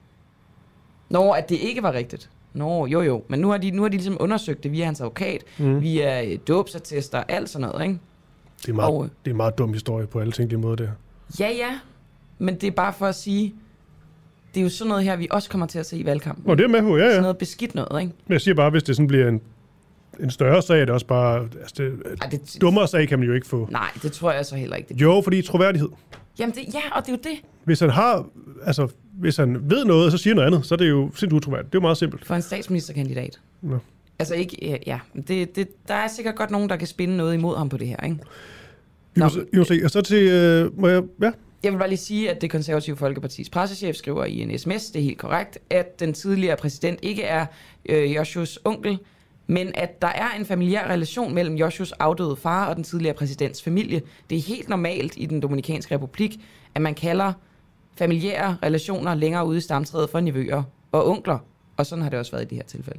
Nå, at det ikke var rigtigt. Nå, jo jo. Men nu har de, nu har de ligesom undersøgt det via hans advokat, mm. via øh, dåbsattester, alt sådan noget, ikke? Det er, meget, og, det er en meget dum historie på alle tænkelige måder, det her. Ja, ja. Men det er bare for at sige, det er jo sådan noget her, vi også kommer til at se i valgkampen. Nå, det er med på, ja, ja. Sådan noget beskidt noget, ikke? Men jeg siger bare, hvis det sådan bliver en, en større sag, er det også bare... Altså det, Ej, det, dummere sag kan man jo ikke få. Nej, det tror jeg så heller ikke. Det. Jo, fordi troværdighed. Jamen, det, ja, og det er jo det. Hvis han har... Altså, hvis han ved noget, så siger noget andet, så er det jo sindssygt utroværdigt. Det er jo meget simpelt. For en statsministerkandidat. Ja. Altså ikke... Ja, det, det, der er sikkert godt nogen, der kan spinde noget imod ham på det her, ikke? Vi må, vi må se. Og så til... Øh, må jeg... Ja? Jeg vil bare lige sige, at det konservative Folkepartis pressechef skriver i en sms, det er helt korrekt, at den tidligere præsident ikke er øh, Joshuas onkel, men at der er en familiær relation mellem Joshuas afdøde far og den tidligere præsidents familie. Det er helt normalt i den Dominikanske Republik, at man kalder familiære relationer længere ude i stamtræet for nevøer og onkler, og sådan har det også været i det her tilfælde.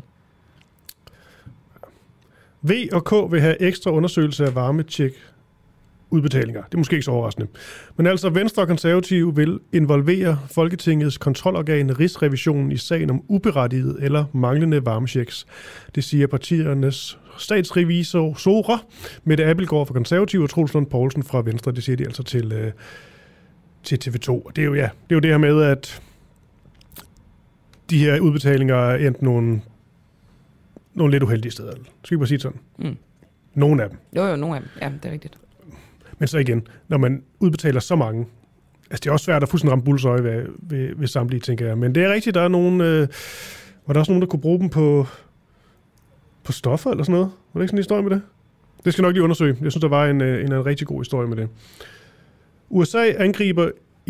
V og K vil have ekstra undersøgelse af varmetjek udbetalinger. Det er måske ikke så overraskende. Men altså Venstre og Konservative vil involvere Folketingets kontrolorgan Rigsrevisionen i sagen om uberettiget eller manglende varmechecks. Det siger partiernes statsrevisorer Mette Abildgaard fra Konservative og Troels Lund Poulsen fra Venstre. Det siger de altså til, øh, til T V to. Og det er jo, ja, det er jo det her med, at de her udbetalinger er endt nogle, nogle lidt uheldige steder. Skal vi bare sige sådan? Mm. Nogle af dem. Jo, jo, nogle af dem. Ja, det er rigtigt. Men så igen, når man udbetaler så mange, altså det er også svært at fuldstændig ramme bullsøje ved, ved, ved samtlige, tænker jeg. Men det er rigtigt, der er nogen, øh, var der også nogen, der kunne bruge dem på, på stoffer eller sådan noget? Var det ikke sådan en historie med det? Det skal jeg nok lige undersøge. Jeg synes, der var en, en, en rigtig god historie med det. U S A angriber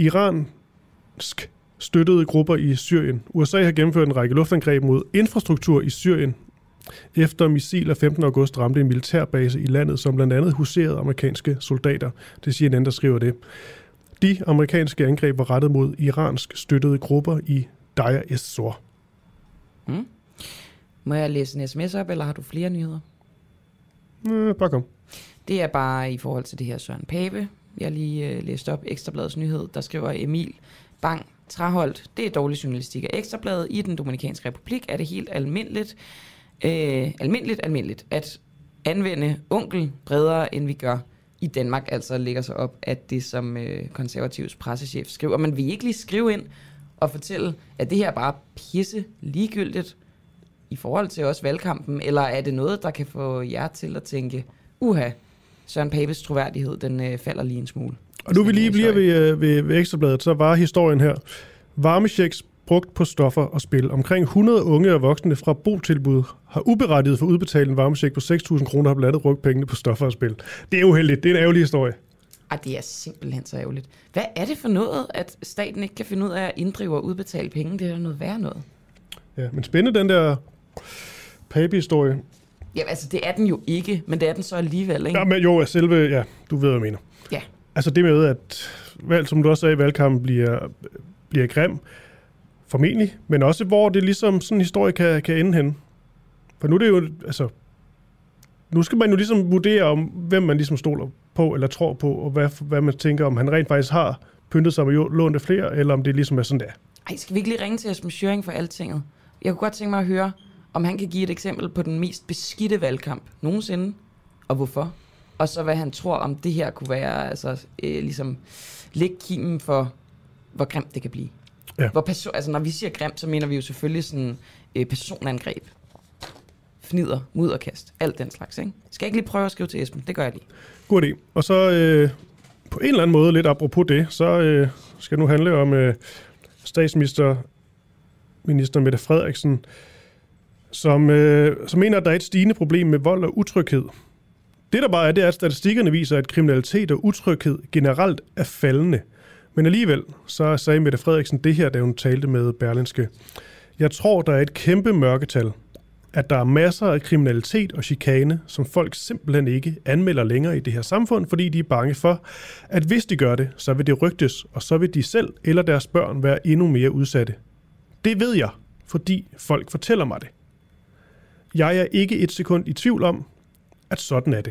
iransk støttede grupper i Syrien. U S A har gennemført en række luftangreb mod infrastruktur i Syrien, efter missiler femtende august ramte en militærbase i landet, som blandt andet huserede amerikanske soldater. Det siger en anden, der skriver det. De amerikanske angreb var rettet mod iransk støttede grupper i Deir ez-Zor. Mm. Må jeg læse en sms op, eller har du flere nyheder? Øh, bare kom. Det er bare i forhold til det her Søren Pape. Jeg har lige øh, læst op Ekstrabladets nyhed, der skriver Emil Bang Traholt. Det er dårlig journalistik af Ekstrabladet. I den Dominikanske Republik er det helt almindeligt, øh, almindeligt, almindeligt at anvende onkel bredere, end vi gør i Danmark. Altså lægger sig op, at det som øh, konservativs pressechef skriver. Man vil ikke lige skrive ind og fortælle, at det her bare pisse ligegyldigt i forhold til også valgkampen, eller er det noget, der kan få jer til at tænke, uha, Søren Papes troværdighed, den øh, falder lige en smule. Og nu vi lige bliver ved, ved, ved Ekstrabladet, så var historien her. Varmechecks brugt på stoffer og spil. Omkring hundrede unge og voksne fra botilbud har uberettiget for udbetalt en varmecheck på seks tusind kroner, har blandt andet brugt pengene på stoffer og spil. Det er uheldigt. Det er en ærgerlig historie. Ej, det er simpelthen så ærgerligt. Hvad er det for noget, at staten ikke kan finde ud af at inddrive og udbetale penge? Det er noget værre noget. Ja, men spændende den der Pape-historie. Ja, altså det er den jo ikke, men det er den så alligevel, ikke? Ja, men jo, selve, ja, du ved, hvad jeg mener. Ja. Altså det med, at valg, som du også sagde, valgkampen bliver, bliver grim, formentlig, men også hvor det ligesom sådan en historie kan, kan ende hen. For nu er det jo, altså, nu skal man jo ligesom vurdere om, hvem man ligesom stoler på, eller tror på, og hvad, hvad man tænker, om han rent faktisk har pyntet sig med lånt af flere, eller om det ligesom er sådan der. Ej, skal vi ikke lige ringe til Esben Schøring for altinget? Jeg kunne godt tænke mig at høre, om han kan give et eksempel på den mest beskidte valgkamp nogensinde, og hvorfor. Og så hvad han tror, om det her kunne være, altså øh, ligesom lægge kimen for, hvor grimt det kan blive. Ja. Hvor perso- altså når vi siger grimt, så mener vi jo selvfølgelig sådan øh, personangreb, fnider, mudderkast, alt den slags, ikke? Skal jeg ikke lige prøve at skrive til Esben? Det gør jeg lige. God idé. Og så øh, på en eller anden måde, lidt apropos det, så øh, skal det nu handle om øh, statsminister minister Mette Frederiksen, som, øh, som mener, at der er et stigende problem med vold og utryghed. Det der bare er, det er, at statistikkerne viser, at kriminalitet og utryghed generelt er faldende. Men alligevel, så sagde Mette Frederiksen det her, da hun talte med Berlingske. Jeg tror, der er et kæmpe mørketal. At der er masser af kriminalitet og chikane, som folk simpelthen ikke anmelder længere i det her samfund, fordi de er bange for, at hvis de gør det, så vil det rygtes, og så vil de selv eller deres børn være endnu mere udsatte. Det ved jeg, fordi folk fortæller mig det. Jeg er ikke et sekund i tvivl om, at sådan er det.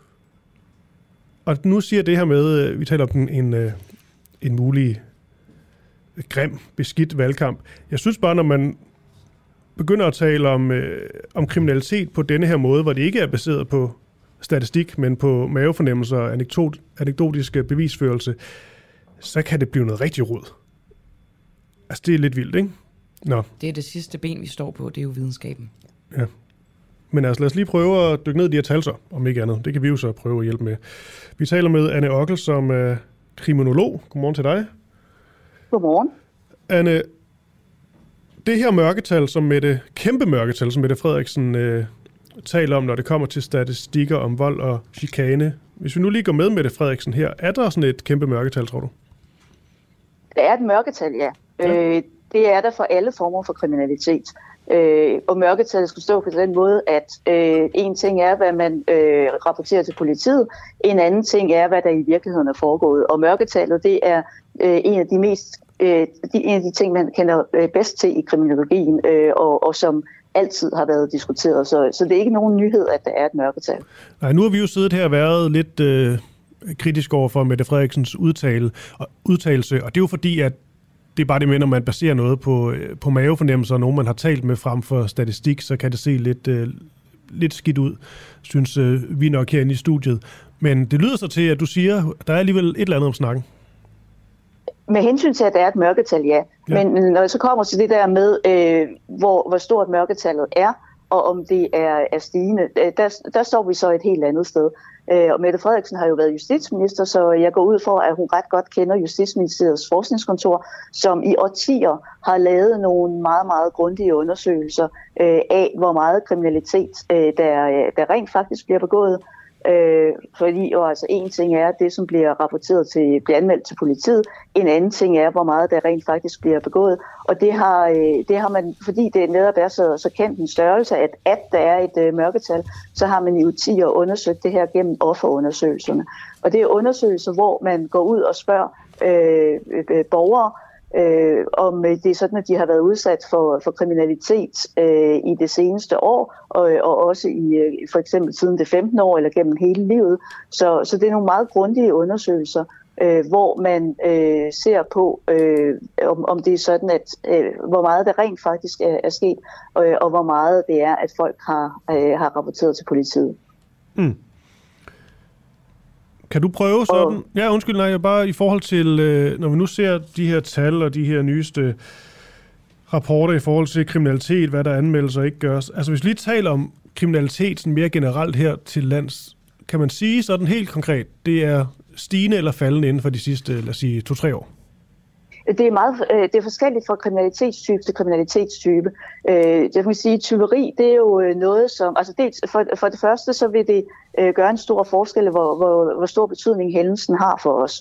Og nu siger det her med, vi taler om en, en, en mulig grim, beskidt valgkamp. Jeg synes bare, når man begynder at tale om, øh, om kriminalitet på denne her måde, hvor det ikke er baseret på statistik, men på mavefornemmelser og anekdot, anekdotiske bevisførelse, så kan det blive noget rigtig rod. Altså, det er lidt vildt, ikke? Nå. Det er det sidste ben, vi står på, det er jo videnskaben. Ja. Men altså, lad os lige prøve at dykke ned i de her tal så, om ikke andet. Det kan vi jo så prøve at hjælpe med. Vi taler med Anne Ockel, som er kriminolog. Godmorgen til dig. Godmorgen. Anne, det her mørketal, som Mette, kæmpe mørketal, som Mette Frederiksen øh, taler om, når det kommer til statistikker om vold og chikane. Hvis vi nu lige går med Mette Frederiksen her, er der sådan et kæmpe mørketal, tror du? Der er et mørketal, ja. ja. Øh, det er der for alle former for kriminalitet. Øh, og mørketallet skulle stå på den måde, at øh, en ting er, hvad man øh, rapporterer til politiet, en anden ting er, hvad der i virkeligheden er foregået. Og mørketallet, det er øh, en af de mest øh, de, en af de ting, man kender øh, bedst til i kriminologien, øh, og, og som altid har været diskuteret. Så, så det er ikke nogen nyhed, at der er et mørketal. Nej, nu har vi jo siddet her og været lidt øh, kritisk over for Mette Frederiksens udtale, og, udtalelse, og det er jo fordi, at det er bare det med, når man baserer noget på, på mavefornemmelser, og nogen man har talt med frem for statistik, så kan det se lidt, øh, lidt skidt ud, synes øh, vi nok herinde i studiet. Men det lyder så til, at du siger, at der er alligevel et eller andet om snakken. Med hensyn til, at der er et mørketal, ja. ja. Men når det så kommer til det der med, øh, hvor, hvor stort mørketallet er, og om det er, er stigende, der, der står vi så et helt andet sted. Øh, og Mette Frederiksen har jo været justitsminister, så jeg går ud for, at hun ret godt kender Justitsministeriets forskningskontor, som i årtier har lavet nogle meget, meget grundige undersøgelser øh, af, hvor meget kriminalitet øh, der, der rent faktisk bliver begået. Øh, fordi jo, altså, en ting er det, som bliver rapporteret til, bliver anmeldt til politiet. En anden ting er, hvor meget der rent faktisk bliver begået. Og det har, øh, det har man, fordi det netop er så, så kendt en størrelse, at, at der er et øh, mørketal, så har man i årtier undersøgt det her gennem offerundersøgelserne. Og det er undersøgelser, hvor man går ud og spørger øh, øh, borgere, Øh, om det er sådan, at de har været udsat for, for kriminalitet øh, i det seneste år, og, og også i øh, for eksempel siden det femten år, eller gennem hele livet. Så, så det er nogle meget grundige undersøgelser, øh, hvor man øh, ser på, øh, om, om det er sådan, at øh, hvor meget der rent faktisk er, er sket, og, og hvor meget det er, at folk har, øh, har rapporteret til politiet. Mm. Kan du prøve sådan? Ja, undskyld, nej, bare i forhold til, øh, når vi nu ser de her tal og de her nyeste rapporter i forhold til kriminalitet, hvad der anmeldes og ikke gørs. Altså hvis vi lige taler om kriminalitet sådan mere generelt her til lands, kan man sige sådan helt konkret, det er stigende eller faldende inden for de sidste, lad os sige, to-tre år? Det er, meget, det er forskelligt fra kriminalitetstype til kriminalitetstype. Det kan man sige, tyveri, det er jo noget, som... Altså det, for, for det første, så vil det gøre en stor forskel, hvor, hvor, hvor stor betydning hændelsen har for os.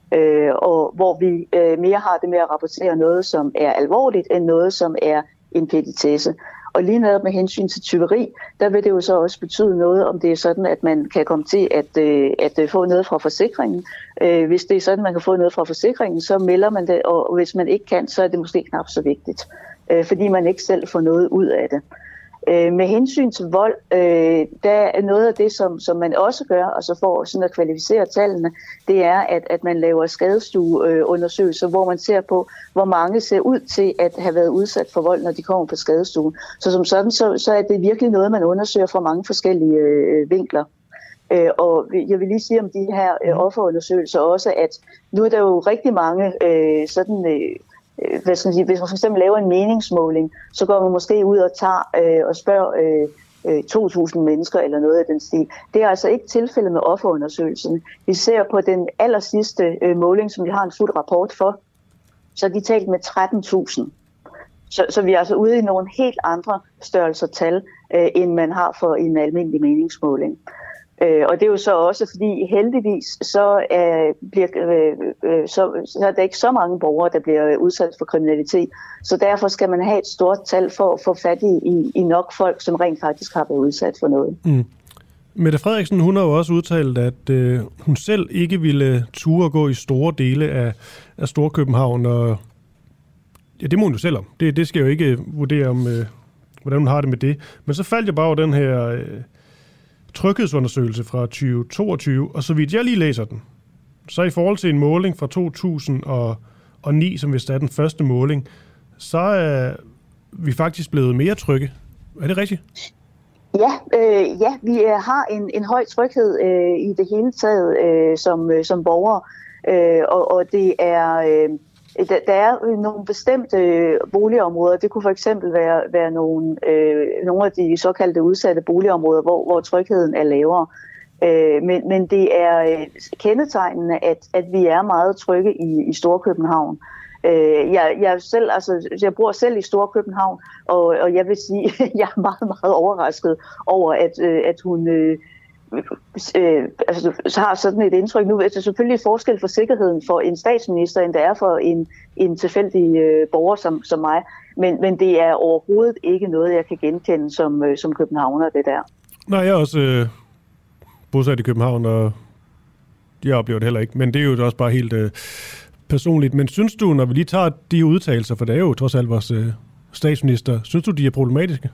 Og hvor vi mere har det med at rapportere noget, som er alvorligt, end noget, som er en petitesse. Og lige netop med hensyn til tyveri, der vil det jo så også betyde noget, om det er sådan, at man kan komme til at, at få noget fra forsikringen. Hvis det er sådan, at man kan få noget fra forsikringen, så melder man det, og hvis man ikke kan, så er det måske knap så vigtigt, fordi man ikke selv får noget ud af det. Med hensyn til vold, der er noget af det, som, som man også gør, og så for sådan at kvalificere tallene, det er, at, at man laver skadestueundersøgelser, hvor man ser på, hvor mange ser ud til at have været udsat for vold, når de kommer på skadestuen. Så som sådan, så, så er det virkelig noget, man undersøger fra mange forskellige øh, vinkler. Øh, og jeg vil lige sige om de her øh, offerundersøgelser også, at nu er der jo rigtig mange øh, sådan... Øh, Hvad skal man sige, hvis man for eksempel laver en meningsmåling, så går man måske ud og tager øh, og spørger øh, to tusind mennesker eller noget af den stil. Det er altså ikke tilfældet med offerundersøgelsen. Vi ser på den aller sidste øh, måling, som vi har en slutrapport for, så er de talt med tretten tusind. Så, så vi er altså ude i nogle helt andre størrelser tal, øh, end man har for en almindelig meningsmåling. Øh, og det er jo så også, fordi heldigvis så, øh, bliver, øh, så, så er der ikke så mange borgere, der bliver udsat for kriminalitet. Så derfor skal man have et stort tal for at få fat i, i, i nok folk, som rent faktisk har været udsat for noget. Mm. Mette Frederiksen, hun har jo også udtalt, at øh, hun selv ikke ville ture gå i store dele af, af Storkøbenhavn. Og ja, det må hun jo selv om. Det, det skal jeg jo ikke vurdere om, øh, hvordan hun har det med det. Men så faldt jeg bare over den her... Øh, tryghedsundersøgelse fra tyve toogtyve, og så vidt jeg lige læser den, så i forhold til en måling fra to tusind og ni, som vist er den første måling, så er vi faktisk blevet mere trygge. Er det rigtigt? Ja, øh, ja vi er, har en, en høj tryghed øh, i det hele taget øh, som, øh, som borgere, øh, og, og det er... Øh, Der er nogle bestemte boligområder. Det kunne for eksempel være, være nogle, øh, nogle af de såkaldte udsatte boligområder, hvor, hvor trygheden er lavere. Øh, men, men det er kendetegnende, at, at vi er meget trygge i, i Storkøbenhavn. Øh, jeg, jeg, selv, altså, jeg bor selv i Storkøbenhavn, og, og jeg vil sige, at jeg er meget, meget overrasket over, at, at hun... Øh, Øh, altså, så har sådan et indtryk nu. Altså, selvfølgelig er forskel for sikkerheden for en statsminister, end det er for en, en tilfældig øh, borger som, som mig. Men, men det er overhovedet ikke noget, jeg kan genkende som, øh, som københavner, det der. Nej, jeg er også øh, bosat i København, og jeg oplever det heller ikke. Men det er jo også bare helt øh, personligt. Men synes du, når vi lige tager de udtalelser, for det er jo trods alt vores øh, statsminister, synes du, de er problematiske?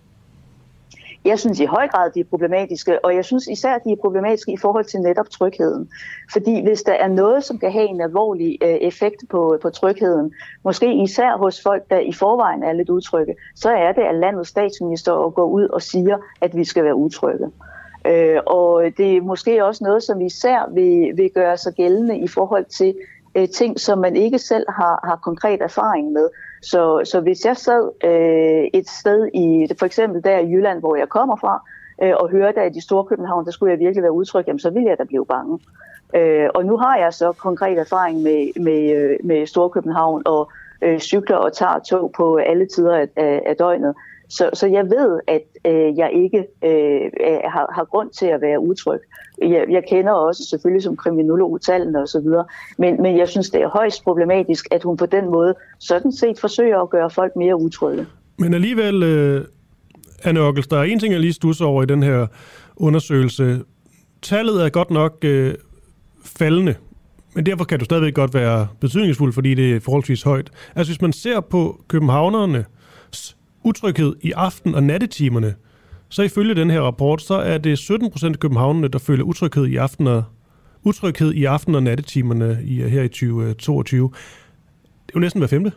Jeg synes i høj grad, de er problematiske, og jeg synes især, de er problematiske i forhold til netop trygheden. Fordi hvis der er noget, som kan have en alvorlig øh, effekt på, på trygheden, måske især hos folk, der i forvejen er lidt utrygge, så er det, at landets statsminister går ud og siger, at vi skal være utrygge. Øh, og det er måske også noget, som især vil, vil gøre sig gældende i forhold til øh, ting, som man ikke selv har, har konkret erfaring med. Så, så hvis jeg sad øh, et sted, i for eksempel der i Jylland, hvor jeg kommer fra, øh, og hørte, at i Storkøbenhavn, der skulle jeg virkelig være utryg, jamen så ville jeg da blive bange. Øh, og nu har jeg så konkret erfaring med, med, med Storkøbenhavn og øh, cykler og tager tog på alle tider af, af, af døgnet. Så, så jeg ved, at øh, jeg ikke øh, har, har grund til at være utryg. Jeg, jeg kender også selvfølgelig som kriminolog tallene og så videre, men, men jeg synes, det er højst problematisk, at hun på den måde sådan set forsøger at gøre folk mere utrygge. Men alligevel, øh, Anne Ockels, der er en ting, jeg lige stusser over i den her undersøgelse. Tallet er godt nok øh, faldende, men derfor kan du stadigvæk godt være betydningsfuld, fordi det er forholdsvis højt. Altså hvis man ser på københavnernes utryghed i aften- og nattetimerne, så ifølge den her rapport, så er det sytten procent af københavnerne, der føler utryghed i aften- og, utryghed i aften- og nattetimerne i, her i tyve toogtyve. Det er jo næsten hver femte.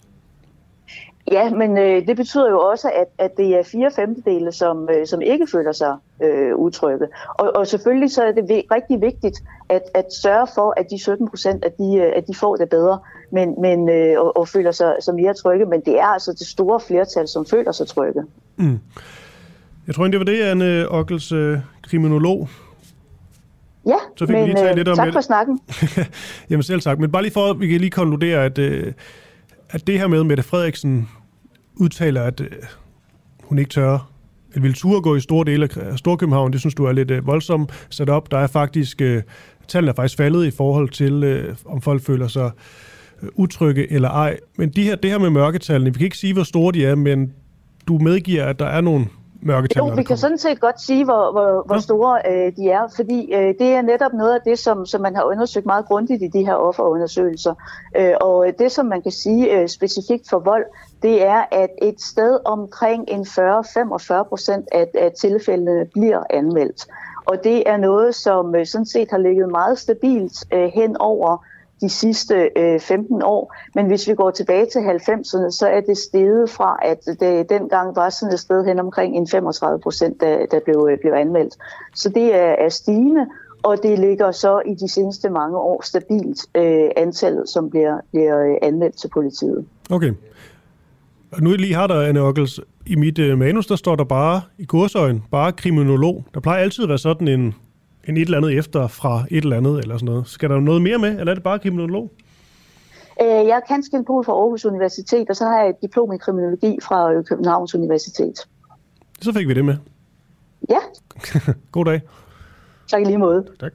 Ja, men øh, det betyder jo også, at, at det er fire femtedele, som, øh, som ikke føler sig øh, utrygge. Og, og selvfølgelig så er det v- rigtig vigtigt at, at sørge for, at de sytten procent, at de, at de får det bedre men, men, øh, og, og føler sig som mere trygge. Men det er altså det store flertal, som føler sig trygge. Mm. Jeg tror, det var det, Anne Ockels, øh, kriminolog. Ja, så fik men vi lige tale lidt om tak for snakken. Jamen selv tak. Men bare lige for, at vi kan lige konkludere, at, øh, at det her med Mette Frederiksen udtaler, at øh, hun ikke tør, at ville ture gå i store dele af Storkøbenhavn, det synes du er lidt øh, voldsomt sat op. Der er faktisk, øh, tallene er faktisk faldet i forhold til, øh, om folk føler sig øh, utrygge eller ej. Men de her, det her med mørketallene, vi kan ikke sige, hvor store de er, men du medgiver, at der er nogle mørketal. Jo, vi kan sådan set godt sige, hvor, hvor, hvor store øh, de er, fordi øh, det er netop noget af det, som, som man har undersøgt meget grundigt i de her offerundersøgelser. Øh, og det, som man kan sige øh, specifikt for vold, det er, at et sted omkring en fyrre til femogfyrre procent af, af tilfældene bliver anmeldt. Og det er noget, som øh, sådan set har ligget meget stabilt øh, hen over de sidste øh, femten år. Men hvis vi går tilbage til halvfemserne, så er det steget fra, at det dengang var sådan et sted hen omkring en femogtredive procent, der, der blev, blev anmeldt. Så det er, er stigende, og det ligger så i de seneste mange år stabilt øh, antallet, som bliver, bliver anmeldt til politiet. Okay. Og nu lige har der, Anne Ockels, i mit øh, manus, der står der bare i kursøjen, bare kriminolog. Der plejer altid at være sådan en en et eller andet efter fra et eller andet, eller sådan noget. Skal der noget mere med, eller er det bare kriminolog? Jeg er kanskilpol fra Aarhus Universitet, og så har jeg et diplom i kriminologi fra Københavns Universitet. Så fik vi det med. Ja. God dag. Tak i lige måde. Tak.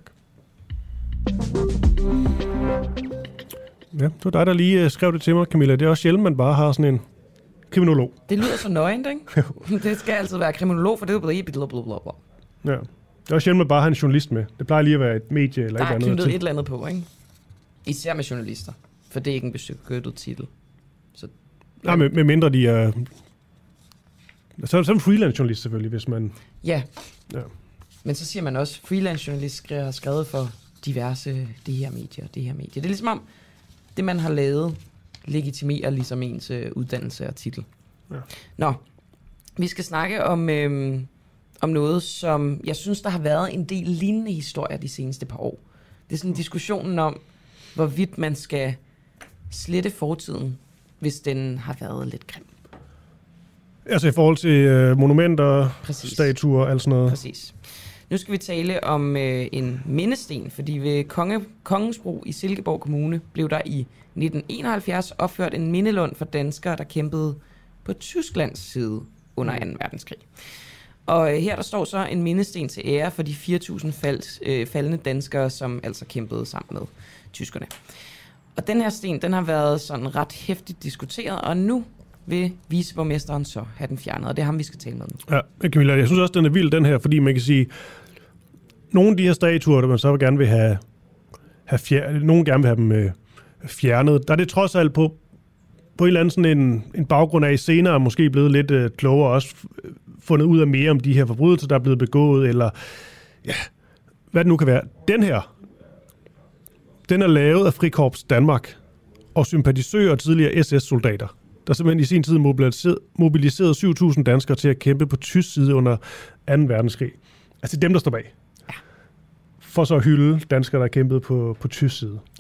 Ja, det var dig, der lige skrev det til mig, Camilla. Det er også sjældent, man bare har sådan en kriminolog. Det lyder så nøgent, ikke? Det skal altid være kriminolog, for det er jo blablabla. Ja. Det er også sjældent, man bare har en journalist med. Det plejer lige at være et medie eller der et eller andet. Der er knyttet et eller andet på, ikke? Især med journalister. For det er ikke en beskyttet titel. Så, nej, med, med mindre de er... Så, så er en freelance-journalist selvfølgelig, hvis man... Ja. ja. Men så siger man også, freelance-journalist har skrevet for diverse det her medier og det her medie. Det er ligesom om, det man har lavet, legitimerer ligesom ens øh, uddannelse og titel. Ja. Nå, vi skal snakke om... Øh, om noget, som jeg synes, der har været en del lignende historier de seneste par år. Det er sådan en diskussion om, hvorvidt man skal slette fortiden, hvis den har været lidt grim. Altså i forhold til øh, monumenter, præcis. Statuer og alt sådan noget. Præcis. Nu skal vi tale om øh, en mindesten, fordi ved Konge, Kongensbro i Silkeborg Kommune blev der i nitten enoghalvfjerds opført en mindelund for danskere, der kæmpede på Tysklands side under anden verdenskrig. Og her der står så en mindesten til ære for de fire tusind fald, øh, faldende danskere, som altså kæmpede sammen med tyskerne. Og den her sten, den har været sådan ret hæftigt diskuteret, og nu vil viceborgmesteren så have den fjernet, og det er ham, vi skal tale med nu. Ja, Camilla, jeg synes også, den er vild, den her, fordi man kan sige, nogle af de her statuer, der man så gerne vil have, have fjernet, nogen gerne vil have dem øh, fjernet, der er det trods alt på, på en eller anden sådan en, en baggrund af senere, måske blevet lidt øh, klogere også, fundet ud af mere om de her forbrydelser, der er blevet begået, eller ja, hvad det nu kan være. Den her, den er lavet af Frikorps Danmark og sympatisører og tidligere S S-soldater, der simpelthen i sin tid mobiliserede, mobiliserede syv tusind danskere til at kæmpe på tysk side under anden verdenskrig. Altså dem, der står bag. Ja. For så at hylde danskere, der kæmpede på, på tysk side. Ja.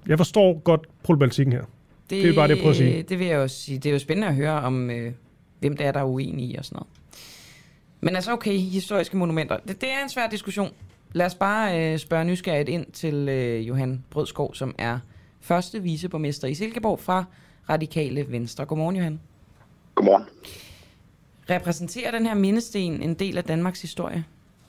Jeg forstår godt problematikken her. Det, det er bare det, jeg prøver at sige. Det vil jeg også sige. Det er jo spændende at høre om, øh, hvem der er, der er uenige i og sådan noget. Men altså okay, historiske monumenter. Det, det er en svær diskussion. Lad os bare øh, spørge nysgerrigt ind til øh, Johan Brødskov, som er første viceborgmester i Silkeborg fra Radikale Venstre. Godmorgen, Johan. Godmorgen. Repræsenterer den her mindesten en del af Danmarks historie?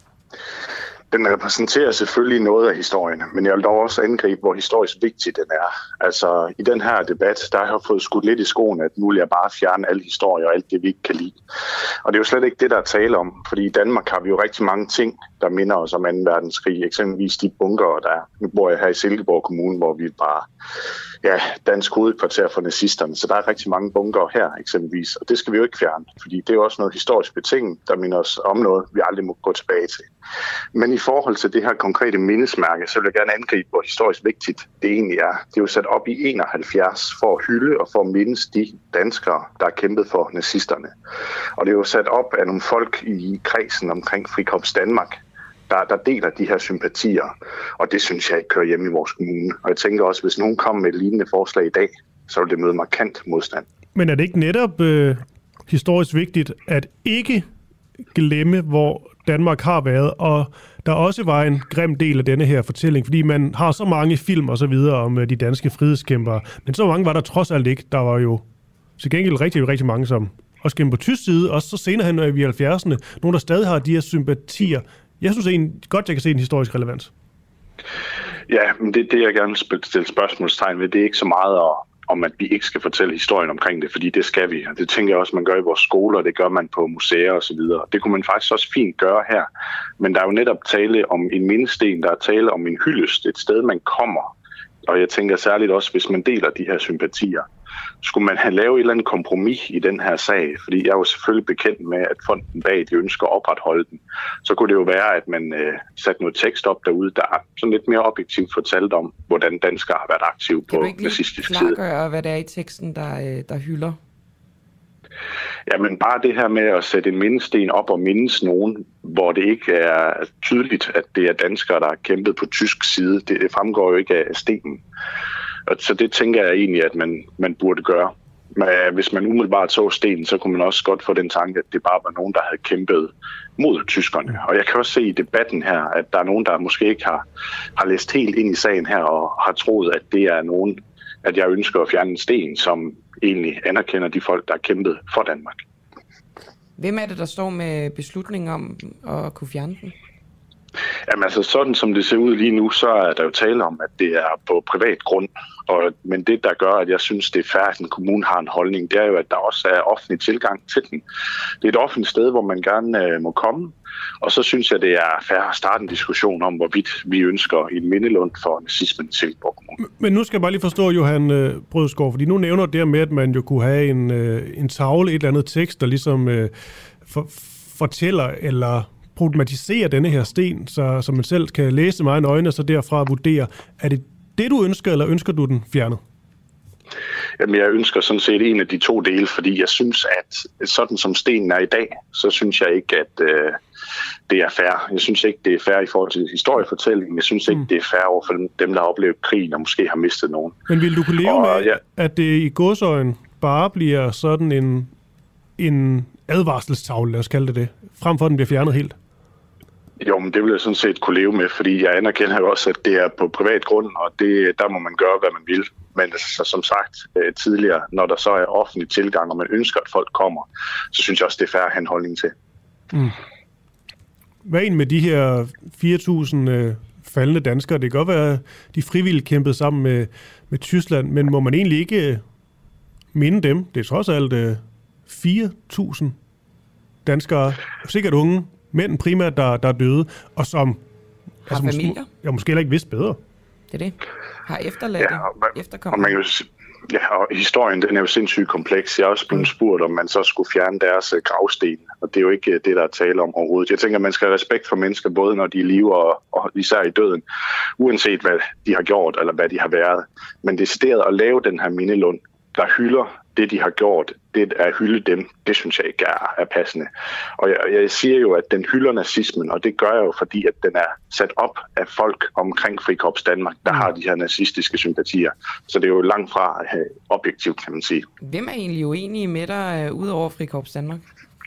Den repræsenterer selvfølgelig noget af historien, men jeg vil dog også angribe, hvor historisk vigtig den er. Altså, i den her debat, der har jeg fået skudt lidt i skoen, at nu vil jeg bare fjerne alle historier og alt det, vi ikke kan lide. Og det er jo slet ikke det, der er tale om, fordi i Danmark har vi jo rigtig mange ting, der minder os om anden verdenskrig. Eksempelvis de bunker, der er. Nu bor jeg her i Silkeborg Kommune, hvor vi bare ja, dansk hovedkvarter for nazisterne. Så der er rigtig mange bunker her eksempelvis, og det skal vi jo ikke fjerne, fordi det er jo også noget historisk betinget, der minder os om noget, vi aldrig må gå tilbage til. Men i forhold til det her konkrete mindesmærke, så vil jeg gerne angribe, hvor historisk vigtigt det egentlig er. Det er jo sat op i enoghalvfjerds for at hylde og for at mindes de danskere, der har kæmpet for nazisterne. Og det er jo sat op af nogle folk i kredsen omkring Frikorps Danmark, Der, der deler de her sympatier, og det synes jeg ikke kører hjemme i vores kommune. Og jeg tænker også, hvis nogen kommer med et lignende forslag i dag, så vil det møde markant modstand. Men er det ikke netop øh, historisk vigtigt at ikke glemme, hvor Danmark har været, og der også var en grim del af denne her fortælling, fordi man har så mange film og så videre om øh, de danske frihedskæmpere, men så mange var der trods alt ikke. Der var jo til gengæld rigtig, rigtig mange, som også gennem på tysk side, også så senere hen i halvfjerdserne, nogen der stadig har de her sympatier. Jeg synes egentlig godt, jeg kan se en historisk relevans. Ja, men det, det jeg gerne vil stille spørgsmålstegn ved, det er ikke så meget om, at vi ikke skal fortælle historien omkring det, fordi det skal vi. Og det tænker jeg også, man gør i vores skoler, det gør man på museer og så videre. Det kunne man faktisk også fint gøre her. Men der er jo netop tale om en mindesten, der er tale om en hyldest, et sted, man kommer. Og jeg tænker særligt også, hvis man deler de her sympatier. Skulle man have lavet et eller andet kompromis i den her sag, fordi jeg er jo selvfølgelig bekendt med, at fonden bag de ønsker at opretholde den, så kunne det jo være, at man øh, satte noget tekst op derude, der er sådan lidt mere objektivt fortalt om, hvordan danskere har været aktive på nazistisk side. Kan du ikke lige klargøre, hvad det er i teksten, der, der hylder? Jamen bare det her med at sætte en mindesten op og mindes nogen, hvor det ikke er tydeligt, at det er danskere, der har kæmpet på tysk side. Det fremgår jo ikke af stenen. Så det tænker jeg egentlig, at man, man burde gøre. Men hvis man umiddelbart så stenen, så kunne man også godt få den tanke, at det bare var nogen, der havde kæmpet mod tyskerne. Og jeg kan også se i debatten her, at der er nogen, der måske ikke har, har læst helt ind i sagen her og har troet, at det er nogen, at jeg ønsker at fjerne en sten, som egentlig anerkender de folk, der har kæmpet for Danmark. Hvem er det, der står med beslutningen om at kunne fjerne den? Jamen altså, sådan som det ser ud lige nu, så er der jo tale om, at det er på privat grund. Og, men det, der gør, at jeg synes, det er fair, at en kommune har en holdning, det er jo, at der også er offentlig tilgang til den. Det er et offentligt sted, hvor man gerne øh, må komme. Og så synes jeg, det er fair at starte en diskussion om, hvorvidt vi ønsker en mindelund for nazismen i Silkeborg Kommune. Men nu skal jeg bare lige forstå, Johan øh, Brødskov, fordi nu nævner det med, at man jo kunne have en, øh, en tavle, et eller andet tekst, der ligesom øh, for, fortæller eller problematisere denne her sten, så, så man selv kan læse med egne øjne, og så derfra vurdere, er det det, du ønsker, eller ønsker du den fjernet? Jamen, jeg ønsker sådan set en af de to dele, fordi jeg synes, at sådan som stenen er i dag, så synes jeg ikke, at øh, det er fair. Jeg synes ikke, det er fair i forhold til historiefortællingen. Jeg synes ikke, mm. det er fair over for dem, der har oplevet krigen og måske har mistet nogen. Men vil du kunne leve og, med, ja. at det i godsøjen bare bliver sådan en, en advarselstavle, lad os kalde det det, frem for at den bliver fjernet helt? Jo, men det vil jeg sådan set kunne leve med, fordi jeg anerkender jo også, at det er på privat grund, og det, der må man gøre, hvad man vil. Men altså, som sagt øh, tidligere, når der så er offentlig tilgang, og man ønsker, at folk kommer, så synes jeg også, det er fair at have en holdning til. Mm. Hvad er med de her fire tusind øh, faldende danskere? Det kan godt være, at de frivilligt kæmpede sammen med, med Tyskland, men må man egentlig ikke øh, minde dem? Det er trods alt øh, fire tusind danskere, sikkert unge, mænd primært, der, der er døde, og som har altså, familier. Mås- jeg måske heller ikke vidste bedre. Det er det. Har efterladt ja, efterkommere. Ja, og historien den er jo sindssygt kompleks. Jeg er også blevet spurgt, om man så skulle fjerne deres uh, gravsten, og det er jo ikke uh, det, der er tale om overhovedet. Jeg tænker, at man skal have respekt for mennesker, både når de er i live og, og især i døden, uanset hvad de har gjort eller hvad de har været. Men decideret at lave den her mindelund, der hylder det, de har gjort, det at hylde dem, det synes jeg ikke er, er passende. Og jeg, jeg siger jo, at den hylder nazismen, og det gør jeg jo, fordi at den er sat op af folk omkring Frikorps Danmark, der har de her nazistiske sympatier. Så det er jo langt fra uh, objektivt, kan man sige. Hvem er egentlig uenige med dig, uh, ud over Frikorps Danmark?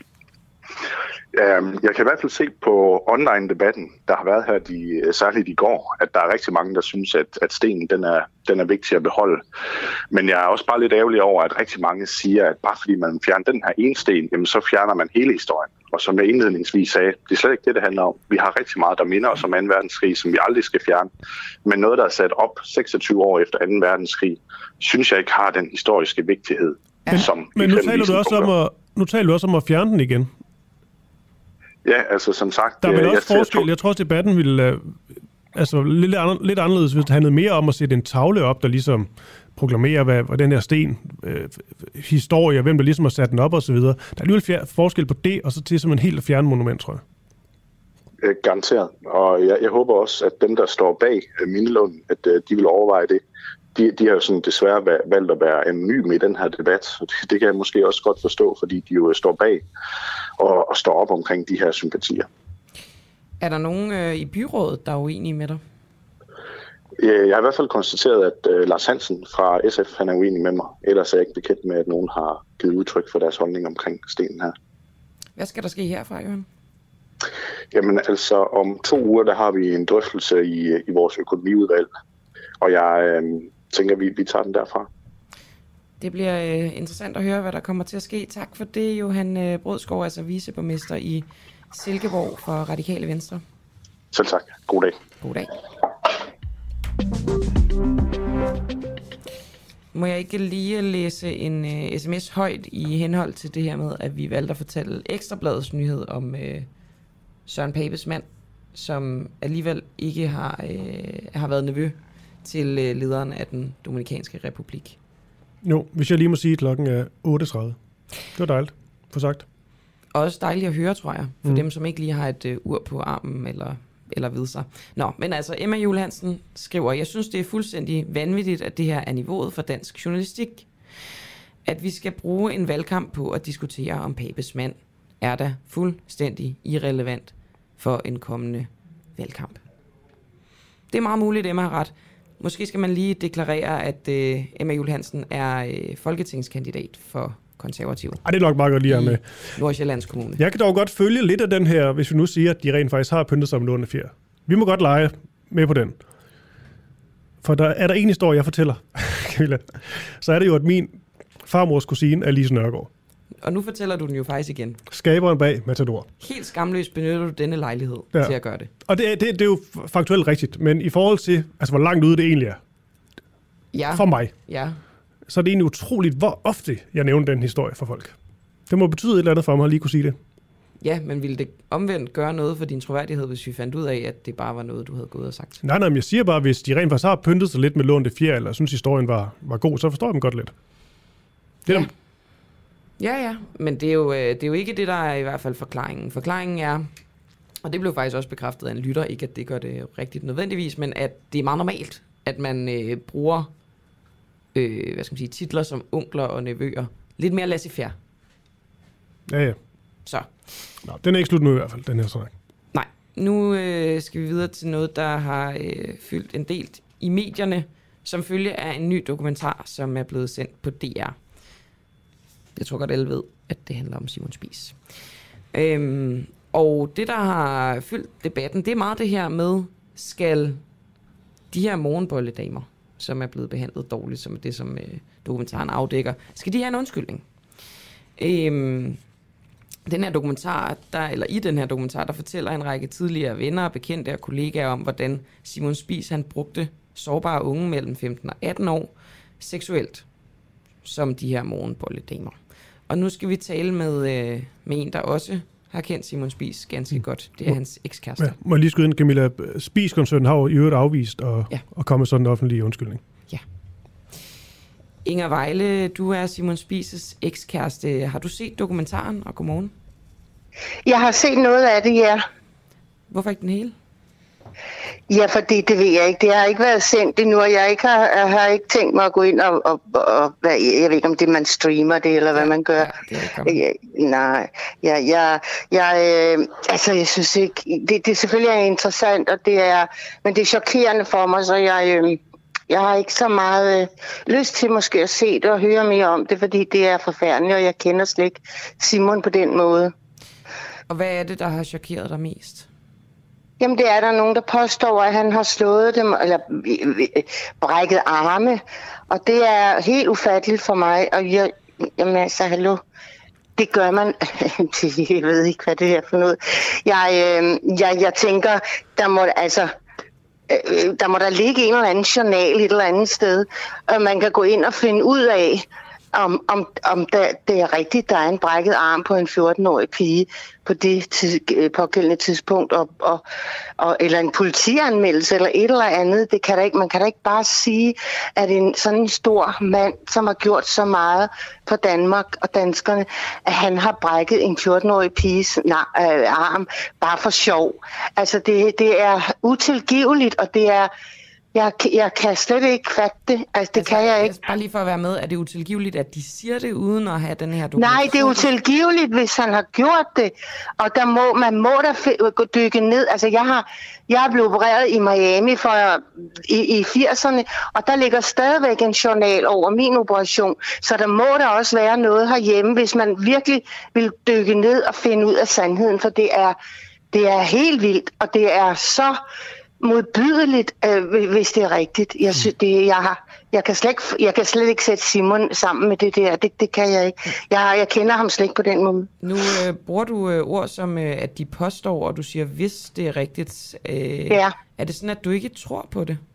Jeg kan i hvert fald se på online-debatten, der har været her de, særligt i går, at der er rigtig mange, der synes, at, at stenen den er, den er vigtig at beholde. Men jeg er også bare lidt ærgerlig over, at rigtig mange siger, at bare fordi man fjerner den her ene sten, jamen så fjerner man hele historien. Og som jeg indledningsvis sagde, det er slet ikke det, det handler om. Vi har rigtig meget, der minder os om anden verdenskrig, som vi aldrig skal fjerne. Men noget, der er sat op seksogtyve år efter anden verdenskrig, synes jeg ikke har den historiske vigtighed. Men, som men nu taler du også om at, nu taler du også om at fjerne den igen. Ja, altså som sagt... Der er vel også jeg, forskel. Jeg tror også, debatten ville... Altså lidt, andre, lidt anderledes, hvis det handlede mere om at sætte en tavle op, der ligesom proklamerer, hvad, hvad den her sten, øh, historie, hvem der ligesom har sat den op osv. Der er alligevel forskel på det, og så til som en helt fjerne monument, tror jeg. Garanteret. Og jeg, jeg håber også, at dem, der står bag Mindelunden, at uh, de vil overveje det. De, de har jo sådan desværre valgt at være anonyme i den her debat, og det, det kan jeg måske også godt forstå, fordi de jo står bag og, og står op omkring de her sympatier. Er der nogen øh, i byrådet, der er uenige med dig? Jeg har i hvert fald konstateret, at uh, Lars Hansen fra S F han er uenig med mig. Ellers er jeg ikke bekendt med, at nogen har givet udtryk for deres holdning omkring stenen her. Hvad skal der ske herfra, Jørgen? Jamen altså, om to uger, der har vi en drøftelse i, i vores økonomiudvalg, og jeg øh, tænker, vi, vi tager den derfra. Det bliver øh, interessant at høre, hvad der kommer til at ske. Tak for det, Johan øh, Brødskov, altså viceborgmester i Silkeborg for Radikale Venstre. Selv tak. God dag. God dag. Må jeg ikke lige læse en uh, sms højt i henhold til det her med, at vi valgte at fortælle Ekstrabladets nyhed om uh, Søren Papes mand, som alligevel ikke har, uh, har været nevø til uh, lederen af den Dominikanske Republik. Jo, hvis jeg lige må sige, at klokken er otte tredive. Det var dejligt, for sagt. Også dejligt at høre, tror jeg, for mm. dem, som ikke lige har et uh, ur på armen eller... eller ved sig. Nå, men altså Emma Juul Hansen skriver, jeg synes, det er fuldstændig vanvittigt, at det her er niveauet for dansk journalistik. At vi skal bruge en valgkamp på at diskutere om Papes mand, er da fuldstændig irrelevant for en kommende valgkamp. Det er meget muligt, Emma har ret. Måske skal man lige deklarere, at uh, Emma Juul Hansen er uh, folketingskandidat for konservative. Ej, det er nok meget godt lige at med. Nordsjællands Kommune. Jeg kan dog godt følge lidt af den her, hvis vi nu siger, at de rent faktisk har pyntet sig med lånende fjer. Vi må godt lege med på den. For der er der en historie, jeg fortæller, Camilla. Så er det jo, at min farmors kusine er Lise Nørgaard. Og nu fortæller du den jo faktisk igen. Skaberen bag Matador. Helt skamløst benytter du denne lejlighed ja. til at gøre det. Og det, det, det er jo faktuelt rigtigt, men i forhold til, altså hvor langt ude det egentlig er, ja. for mig, ja. så er det egentlig utroligt, hvor ofte jeg nævner den historie for folk. Det må betyde et eller andet for mig at lige kunne sige det. Ja, men ville det omvendt gøre noget for din troværdighed, hvis vi fandt ud af, at det bare var noget, du havde gået og sagt? Nej, nej, men jeg siger bare, hvis de rent faktisk har pyntet sig lidt med lånte fjer, eller synes historien var, var god, så forstår jeg dem godt lidt. Det er ja. ja, ja, men det er, jo, det er jo ikke det, der er i hvert fald forklaringen. Forklaringen er, og det blev faktisk også bekræftet af en lytter, ikke at det gør det rigtigt nødvendigvis, men at det er meget normalt, at man øh, bruger øh, hvad skal man sige, titler som onkler og nevøer. Lidt mere laissez-faire. Ja, ja. Så. Nå, den er ikke slut nu i hvert fald, den her snak. Nej. Nu øh, skal vi videre til noget, der har øh, fyldt en del i medierne, som følge af en ny dokumentar, som er blevet sendt på D R. Jeg tror godt, alle ved, at det handler om Simon Spies. Øhm, og det, der har fyldt debatten, det er meget det her med, skal de her morgenbolledamer, som er blevet behandlet dårligt, som det, som øh, dokumentaren afdækker, skal de have en undskyldning? Øhm, den her dokumentar, der, eller i den her dokumentar, der fortæller en række tidligere venner, bekendte og kollegaer om, hvordan Simon Spies, han brugte sårbare unge mellem femten og atten år seksuelt, som de her morgenbolledamer. Og nu skal vi tale med, øh, med en, der også har kendt Simon Spies ganske godt. Det er må, hans ekskæreste. Ja, må jeg lige skyde ind, Camilla. Spies-koncernen har jo i øvrigt afvist at, ja. at komme med sådan en offentlig undskyldning. Ja. Inger Vejle, du er Simon Spies' ekskæreste. Har du set dokumentaren, og godmorgen? Jeg har set noget af det, ja. Hvorfor ikke den hele? Ja, fordi det ved jeg ikke. Det har ikke været sendt endnu, og jeg ikke har, jeg har ikke tænkt mig at gå ind og, og, og hvad, jeg ved ikke, om det man streamer det, eller hvad man gør. Ja, det jeg, nej, jeg, jeg, jeg, øh, altså jeg synes ikke, det, det selvfølgelig er interessant, og det er, men det er chokerende for mig, så jeg, øh, jeg har ikke så meget øh, lyst til måske at se det og høre mere om det, fordi det er forfærdeligt, og jeg kender slet ikke Simon på den måde. Og hvad er det, der har chokeret dig mest? Jamen, det er der nogen, der påstår, at han har slået dem, eller brækket arme. Og det er helt ufatteligt for mig. Og jeg, jamen altså, hallo, det gør man. Jeg ved ikke, hvad det er for noget. Jeg, øh, jeg, jeg tænker, der må altså... Øh, der må der ligge en eller anden journal et eller andet sted, og man kan gå ind og finde ud af, om, om, om der, det er rigtigt, der er en brækket arm på en fjorten-årig pige på det tids, pågældende tidspunkt, og, og, og, eller en politianmeldelse eller et eller andet. Det kan der ikke, man kan da ikke bare sige, at en sådan en stor mand, som har gjort så meget for Danmark og danskerne, at han har brækket en fjorten-årig piges nej, øh, arm bare for sjov. Altså det, det er utilgiveligt, og det er Jeg, jeg kan slet ikke fatte det. Altså, det altså, kan jeg ikke. Bare lige for at være med, er det utilgiveligt, at de siger det, uden at have den her dokumentation? Nej, det er utilgiveligt, hvis han har gjort det. Og der må, man må da f- dykke ned. Altså, jeg har, jeg er blevet opereret i Miami for, i, i firserne, og der ligger stadigvæk en journal over min operation. Så der må der også være noget herhjemme, hvis man virkelig vil dykke ned og finde ud af sandheden. For det er, det er helt vildt, og det er så modbydeligt, øh, hvis det er rigtigt. Jeg, synes, det, jeg, har, jeg, kan slet ikke, jeg kan slet ikke sætte Simon sammen med det der. Det, det kan jeg ikke. Jeg, jeg kender ham slet ikke på den måde. Nu øh, bruger du øh, ord som, øh, at de påstår, og du siger, hvis det er rigtigt. Øh, ja. Er det sådan, at du ikke tror på det?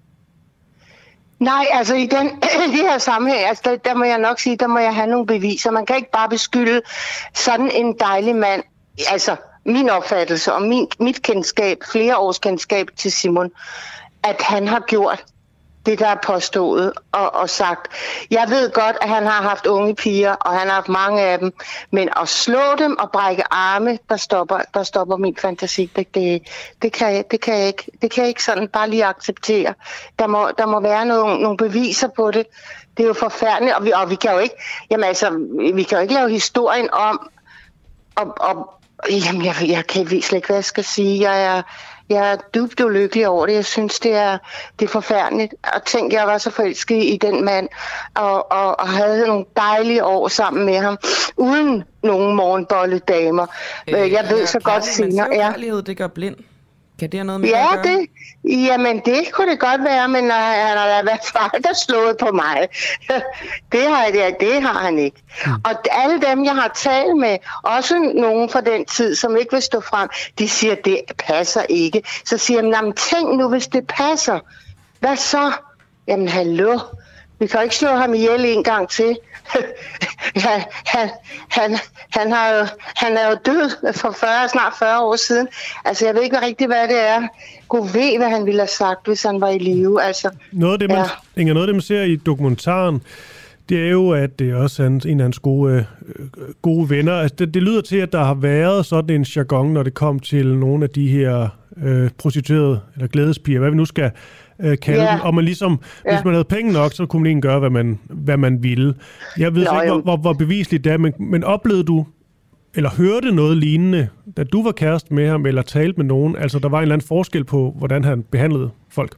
Nej, altså i den, det her sammenhæng, altså der, der må jeg nok sige, der må jeg have nogle beviser. Man kan ikke bare beskylde sådan en dejlig mand, altså min opfattelse og min, mit kendskab, flere års kendskab til Simon, at han har gjort det, der er påstået og, og sagt. Jeg ved godt, at han har haft unge piger, og han har haft mange af dem, men at slå dem og brække arme, der stopper, der stopper min fantasi. Det, det, det, kan jeg, det, kan jeg ikke, det kan jeg ikke sådan bare lige acceptere. Der må, der må være nogle, nogle beviser på det. Det er jo forfærdeligt, og vi, og vi kan jo ikke, jamen altså, vi kan jo ikke lave historien om, og, og Jamen, jeg, jeg kan slet ikke, hvad jeg skal sige. Jeg er, jeg er dybt ulykkelig over det. Jeg synes, det er, det er forfærdeligt. Og tænk, jeg var så forelsket i den mand, og, og, og havde nogle dejlige år sammen med ham, uden nogen morgenbolledamer. Øh, jeg ved så godt senere. Ja. Kærlighed, det gør blind. Kan det have noget med ja, at gøre? Det, jamen, det kunne det godt være, men uh, han har da været aldrig slået på mig. det, har, det, det har han ikke. Mm. Og alle dem, jeg har talt med, også nogen fra den tid, som ikke vil stå frem, de siger, at det passer ikke. Så siger jeg, jamen tænk nu, hvis det passer. Hvad så? Jamen, hallo. Vi kan jo ikke slå ham ihjel en gang til. ja, han, han, han, har jo, han er jo død for fyrre, snart fyrre år siden. Altså, jeg ved ikke rigtig, hvad det er. Gud ved, hvad han ville have sagt, hvis han var i live. Altså, noget af det, man, ja. Inger, noget af det, man ser i dokumentaren, det er jo, at det er også en, en af hans gode, øh, gode venner. Altså, det, det lyder til, at der har været sådan en jargon, når det kom til nogle af de her øh, prostituerede, eller glædespiger, hvad vi nu skal øh, kalde yeah. dem. Og man ligesom, yeah. hvis man havde penge nok, så kunne man ikke gøre, hvad man, hvad man ville. Jeg ved Nå, ikke, hvor, hvor, hvor bevisligt det er, men, men oplevede du, eller hørte noget lignende, da du var kæreste med ham, eller talte med nogen? Altså, der var en eller anden forskel på, hvordan han behandlede folk?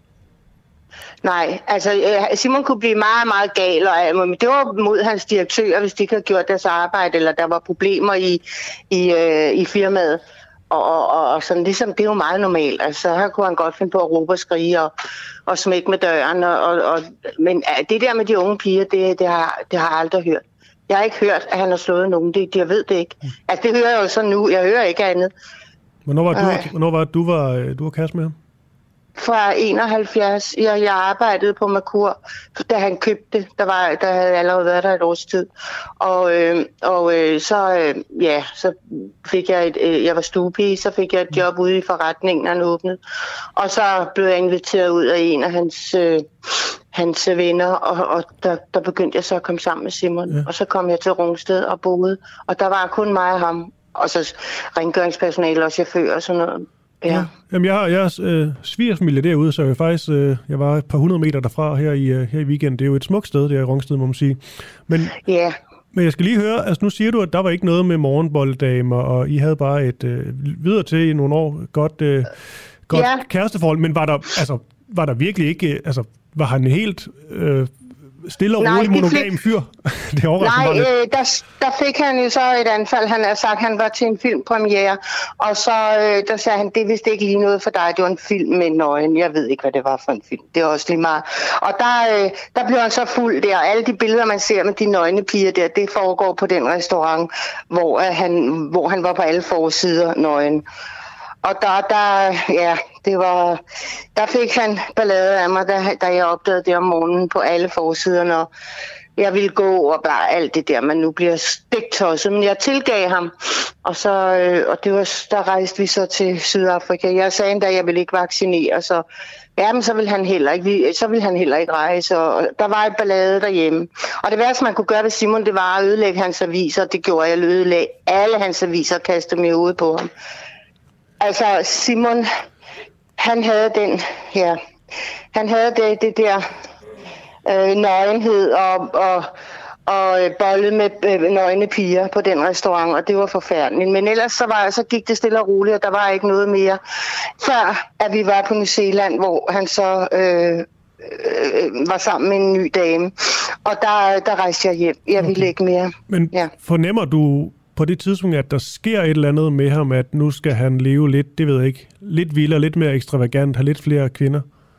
Nej, altså Simon kunne blive meget, meget gal, og, men det var mod hans direktør, hvis de ikke havde gjort deres arbejde, eller der var problemer i, i, øh, i firmaet. Og, og, og sådan, ligesom, det er jo meget normalt. Altså, her kunne han godt finde på at råbe og skrige og, og smække med døren. Og, og, og, men det der med de unge piger, det, det, har, det har jeg aldrig hørt. Jeg har ikke hørt, at han har slået nogen. Det, jeg ved det ikke. Altså, det hører jeg jo så nu. Jeg hører ikke andet. Hvornår var du, hvornår var du var, du var kæreste med ham? Fra enoghalvfjerds. Jeg, jeg arbejdede på Merkur, da han købte det. Der, var, der havde allerede været der et års tid. Og, øh, og øh, så, øh, ja, så fik jeg et, øh, jeg var stuepige, så fik jeg et job ude i forretningen, han åbnede. Og så blev jeg inviteret ud af en af hans, øh, hans venner, og, og der, der begyndte jeg så at komme sammen med Simon. Ja. Og så kom jeg til Rungsted og boede, og der var kun mig og ham. Og så rengøringspersonale og chauffør og sådan noget. Ja. Jamen, jeg har jeres øh, svigerfamilie derude, så jeg faktisk øh, jeg var et par hundrede meter derfra her i, øh, her i weekenden. Det er jo et smukt sted, det er i Rungsted, må man sige. Men, ja. men jeg skal lige høre, altså nu siger du, at der var ikke noget med morgenbolddamer, og I havde bare et øh, videre til i nogle år godt, øh, godt ja. kæresteforhold, men var der, altså, var der virkelig ikke, altså, var han helt... Øh, stille og rolig monogam fyr. Det Nej, øh, der, der fik han jo så et anfald. Han har sagt, at han var til en filmpremiere, og så øh, der sagde han, det er vist ikke lige noget for dig. Det var en film med nøgen. Jeg ved ikke, hvad det var for en film. Det er også lige meget. Og der, øh, der blev han så fuld der. Alle de billeder, man ser med de nøgne piger der, det foregår på den restaurant, hvor, øh, han, hvor han var på alle forsider nøgen. Og der, der, ja, det var, der fik han ballade af mig, da, da jeg opdagede det om morgenen på alle forsiderne, og jeg ville gå og bare alt det der, men nu bliver stiktosset, men jeg tilgav ham, og så, øh, og det var, der rejste vi så til Sydafrika. Jeg sagde endda, at jeg ville ikke vaccinere, så, ja, men så ville han heller ikke, så ville han heller ikke rejse, og der var et ballade derhjemme. Og det værste, man kunne gøre ved Simon, det var at ødelægge hans aviser, det gjorde jeg, ødelægge alle hans aviser, kastede mig i hovedet på ham. Altså, Simon, han havde den her, han havde det, det der øh, nøgenhed og, og, og bollet med øh, nøgne piger på den restaurant, og det var forfærdeligt. Men ellers så, var, så gik det stille og roligt, og der var ikke noget mere, før at vi var på New Zealand, hvor han så øh, øh, var sammen med en ny dame. Og der, der rejste jeg hjem. Jeg ville okay. ikke mere. Men ja. Fornemmer du på det tidspunkt, at der sker et eller andet med ham, at nu skal han leve lidt, det ved jeg ikke, lidt vildere, lidt mere ekstravagant, have lidt flere kvinder?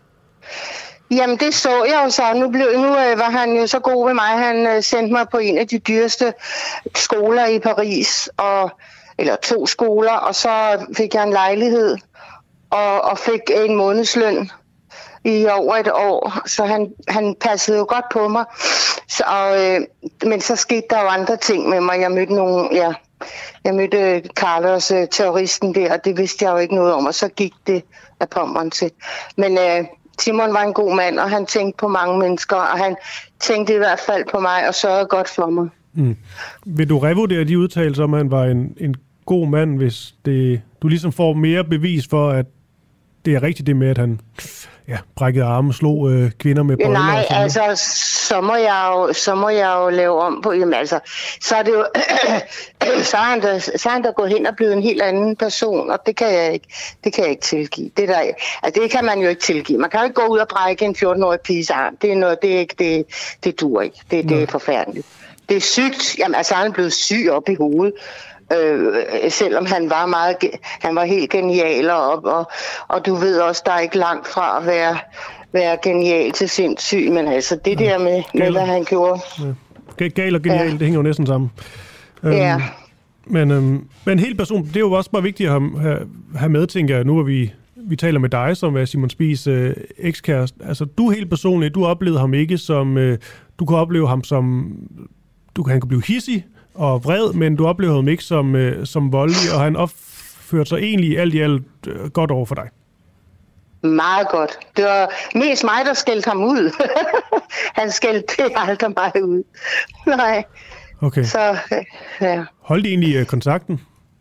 Jamen, det så jeg jo så. Nu, blev, nu øh, var han jo så god ved mig. Han øh, sendte mig på en af de dyreste skoler i Paris, og, eller to skoler, og så fik jeg en lejlighed, og, og fik en månedsløn i over et år. Så han, han passede jo godt på mig. Så, øh, men så skete der jo andre ting med mig. Jeg mødte nogle, ja, jeg mødte Carlos, øh, terroristen der, og det vidste jeg jo ikke noget om, og så gik det af pommeren til. Men øh, Simon var en god mand, og han tænkte på mange mennesker, og han tænkte i hvert fald på mig og sørgede godt for mig. Mm. Vil du revurdere de udtalelser om, at han var en, en god mand, hvis det, du ligesom får mere bevis for, at det er rigtigt det med, at han ja, brækkede arme og slog øh, kvinder med boller? Nej, altså, så må, jeg jo, så må jeg jo lave om på, jamen altså, så er det jo, så er han da, så er han da gået hen og blevet en helt anden person, og det kan jeg ikke, det kan jeg ikke tilgive. Det, der, altså, det kan man jo ikke tilgive. Man kan jo ikke gå ud og brække en fjorten-årig piges arm. Det er noget, det er ikke, det, det dur ikke. Det, det er forfærdeligt. Det er sygt. Jamen altså, han er blevet syg op i hovedet. Øh, selvom han var meget, han var helt genial, og, og, og du ved også, der er ikke langt fra at være, være genial til sindssyg, men altså det ja. der med, med hvad han gjorde. Ja. Gal og genial, ja. Det hænger jo næsten sammen. Ja. Øhm, men, øhm, men helt person, det er jo også bare vigtigt at have, have med, tænker jeg, nu hvor vi, vi taler med dig, som er Simon Spies øh, ekskæreste. Altså du helt personligt, du oplevede ham ikke som, øh, du kan opleve ham som, du kan, han kan blive hissig og vred, men du oplevede ham ikke som, øh, som voldelig, og han opførte sig egentlig alt i alt øh, godt over for dig. Meget godt. Det var mest mig, der skældte ham ud. Han skældte aldrig mig ud. Nej. Okay. Så, ja. Holdt I egentlig øh, kontakten?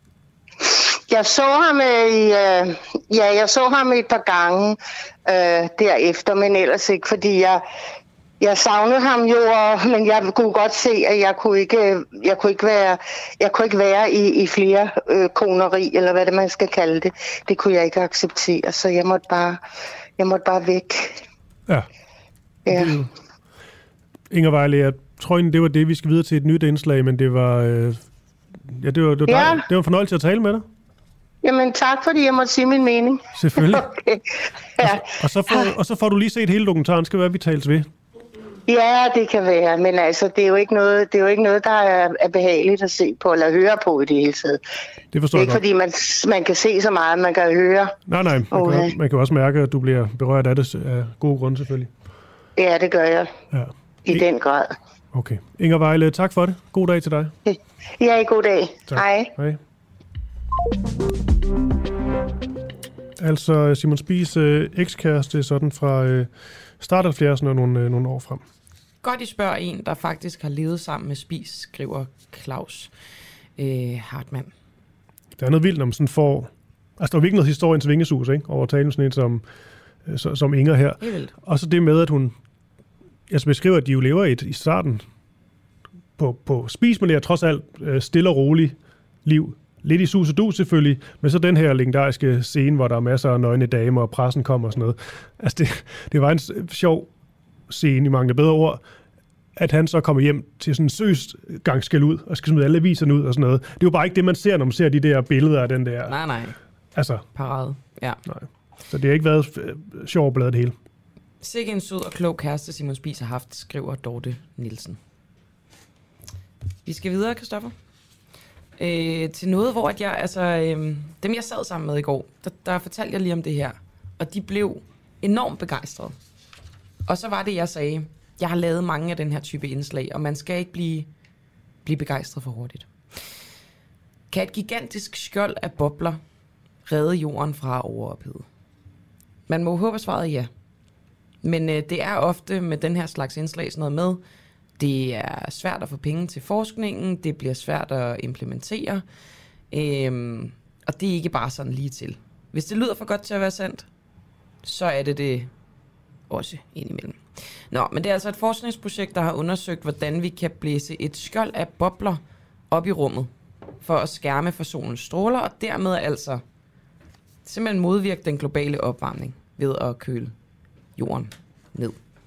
Jeg så ham øh, i, øh, ja, jeg så ham et par gange øh, derefter, men ellers ikke, fordi jeg Jeg savnede ham jo, men jeg kunne godt se, at jeg kunne ikke, jeg kunne ikke være, jeg kunne ikke være i, i flere øh, koneri, eller hvad det man skal kalde det. Det kunne jeg ikke acceptere, så jeg måtte bare, jeg måtte bare væk. Ja. Ja. Inger Vejle, jeg tror egentlig, det var det, vi skal videre til et nyt indslag, men det var, øh, ja, det var, det var, ja. det var en fornøjelse at tale med dig. Jamen tak, fordi jeg måtte sige min mening. Selvfølgelig. Okay. Ja. Og, og, så får, og så får du lige set hele dokumentaren, skal være, vi tales ved. Ja, det kan være, men altså, det er jo ikke noget, det er jo ikke noget, der er, er behageligt at se på, eller høre på i det hele taget. Det forstår det er jeg ikke, godt. fordi man, man kan se så meget, man kan høre. Nej, nej, man, okay. kan, man kan også mærke, at du bliver berørt af det af gode grunde, selvfølgelig. Ja, det gør jeg. Ja. I den grad. Okay. Inger Vejle, tak for det. God dag til dig. Ja, god dag. Tak. Hej. Hej. Altså Simon Spies øh, ekskæreste, sådan fra øh, start af halvfjerdserne og nogle, øh, nogle år frem. Godt, I spørger en, der faktisk har levet sammen med Spies, skriver Claus øh, Hartmann. Der er noget vildt, når man sådan får Altså, der var virkelig noget historiens vingesus, ikke? Over at tale med sådan en som, som, som Inger her. Og så det med, at hun... Altså, beskriver, at de jo lever et, i starten på, på spismanér, trods alt øh, stille og roligt liv. Lidt i sus og dus selvfølgelig, men så den her legendariske scene, hvor der er masser af nøgne damer, og pressen kommer og sådan noget. Altså, det, det var en sjov scene, i mange bedre ord, at han så kommer hjem til sådan en søs gang skal ud, og skal smide alle aviserne ud og sådan noget. Det er jo bare ikke det, man ser, når man ser de der billeder af den der... Nej, nej. Altså... Parade, ja. Nej. Så det har ikke været sjovt bladet det hele. Sikke en sød og klog kæreste, Simon Spies har haft, skriver Dorte Nielsen. Vi skal videre, Christoffer. Øh, til noget, hvor at jeg, altså, øh, dem jeg sad sammen med i går, der, der fortalte jeg lige om det her, og de blev enormt begejstrede. Og så var det, jeg sagde, jeg har lavet mange af den her type indslag, og man skal ikke blive, blive begejstret for hurtigt. Kan et gigantisk skjold af bobler redde jorden fra at overophede? Man må håbe, svaret er ja. Men øh, det er ofte med den her slags indslag sådan noget med, det er svært at få penge til forskningen, det bliver svært at implementere, øhm, og det er ikke bare sådan lige til. Hvis det lyder for godt til at være sandt, så er det det også indimellem. Nå, men det er altså et forskningsprojekt, der har undersøgt, hvordan vi kan blæse et skjold af bobler op i rummet, for at skærme for solens stråler, og dermed altså simpelthen modvirke den globale opvarmning ved at køle jorden ned.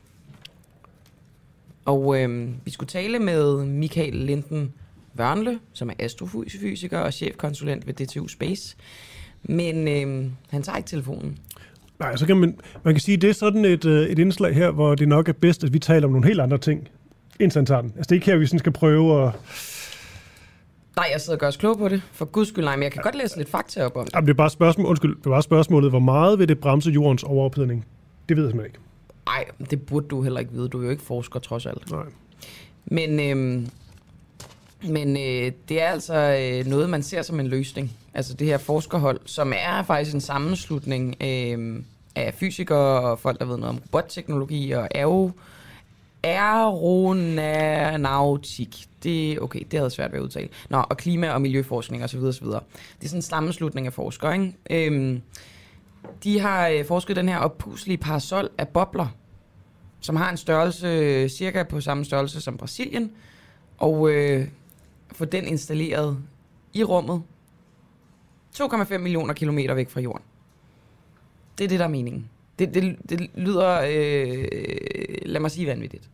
Og øh, vi skulle tale med Michael Linden Wørnle, som er astrofysiker og chefkonsulent ved D T U Space. Men øh, han tager ikke telefonen. Nej, så kan man, man kan sige, at det er sådan et, et indslag her, hvor det nok er bedst, at vi taler om nogle helt andre ting, indtil han tager den. Altså det er ikke her, vi sådan skal prøve at... Nej, jeg sidder og gør os klog på det. For guds skyld, nej, men jeg kan godt læse lidt fakta op om det. Jamen, det er bare spørgsmål, undskyld, det er bare spørgsmålet, hvor meget vil det bremse jordens overophedning? Det ved jeg simpelthen ikke. Nej, det burde du heller ikke vide. Du er jo ikke forsker, trods alt. Nej. Men, øhm, men øh, det er altså øh, noget, man ser som en løsning. Altså det her forskerhold, som er faktisk en sammenslutning øh, af fysikere og folk, der ved noget om robotteknologi og aero, aeronautik. Det, okay, det havde svært ved at udtale. Nå, og klima- og miljøforskning osv. osv. Det er sådan en sammenslutning af forskere, ikke? Øhm, de har øh, forsket den her oppuslige parasol af bobler, som har en størrelse cirka på samme størrelse som Brasilien, og øh, få den installeret i rummet to komma fem millioner kilometer væk fra jorden. Det er det, der er meningen. Det, det, det lyder, øh, lad mig sige, vanvittigt.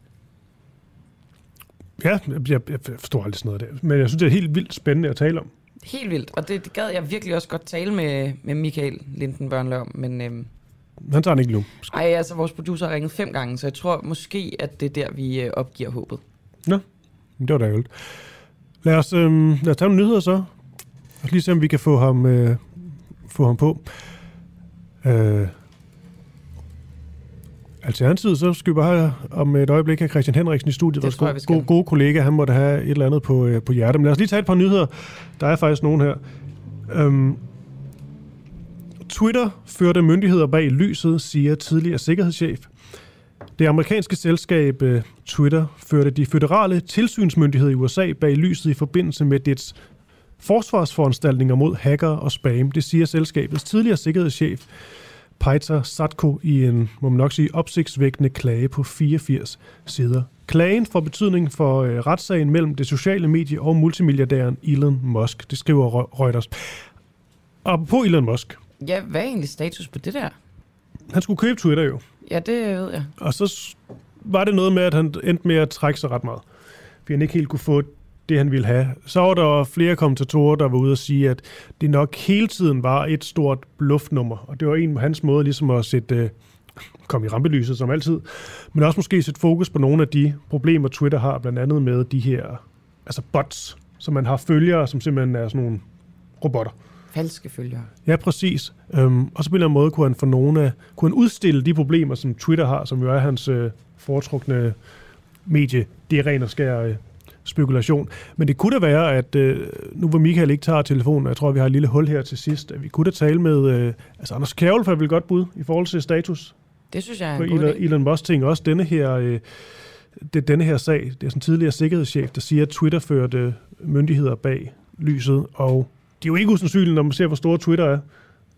Ja, jeg, jeg forstår aldrig sådan noget der. Men jeg synes, det er helt vildt spændende at tale om. Helt vildt, og det, det gad jeg virkelig også godt tale med, med Michael Linden Wørnle om, men... Øhm, han tager den ikke nu. Ej, altså vores producer har ringet fem gange, så jeg tror måske, at det er der, vi øh, opgiver håbet. Nå, det var da ærgerligt. Lad os, øh, lad os tage nogle nyheder så. Og lige se, om vi kan få ham, øh, få ham på. Øh, Alternativet, så skal vi bare have om et øjeblik have Christian Henriksen i studiet. Vores gode, gode, gode kollega, han måtte have et eller andet på, øh, på hjertet. Men lad os lige tage et par nyheder. Der er faktisk nogen her. Øhm, Twitter førte myndigheder bag lyset, siger tidligere sikkerhedschef. Det amerikanske selskab øh, Twitter førte de føderale tilsynsmyndigheder i U S A bag lyset i forbindelse med dets forsvarsforanstaltninger mod hacker og spam. Det siger selskabets tidligere sikkerhedschef Peter Satko i en, må man nok sige, opsigtsvækkende klage på fireogfirs sider. Klagen får betydning for øh, retssagen mellem det sociale medie og multimilliardæren Elon Musk. Det skriver Reuters. Og på Elon Musk. Ja, hvad er egentlig status på det der? Han skulle købe Twitter jo. Ja, det ved jeg. Og så var det noget med, at han endte med at trække sig ret meget. Fordi han ikke helt kunne få det, han ville have. Så var der flere kommentatorer, der var ude og sige, at det nok hele tiden var et stort bluffnummer. Og det var en af hans måder ligesom at sætte, komme i rampelyset som altid. Men også måske sætte fokus på nogle af de problemer, Twitter har, blandt andet med de her altså bots, som man har følgere, som simpelthen er sådan nogle robotter. Falske følgere. Ja, præcis. Øhm, og så på en eller anden måde kunne han, for nogle af, kunne han udstille de problemer, som Twitter har, som jo er hans øh, foretrukne medie. Det er ren og skær øh, spekulation. Men det kunne da være, at øh, nu hvor Michael ikke tager telefonen, jeg tror, vi har et lille hul her til sidst, at vi kunne da tale med øh, altså Anders Kjærulff er vel godt bud i forhold til status. Det synes jeg er en for god Elon, idé. Elon Musk ting også denne her, øh, det, denne her sag. Det er sådan en tidligere sikkerhedschef, der siger, at Twitter førte myndigheder bag lyset, og det er jo ikke usandsynligt, når man ser, hvor stor Twitter er.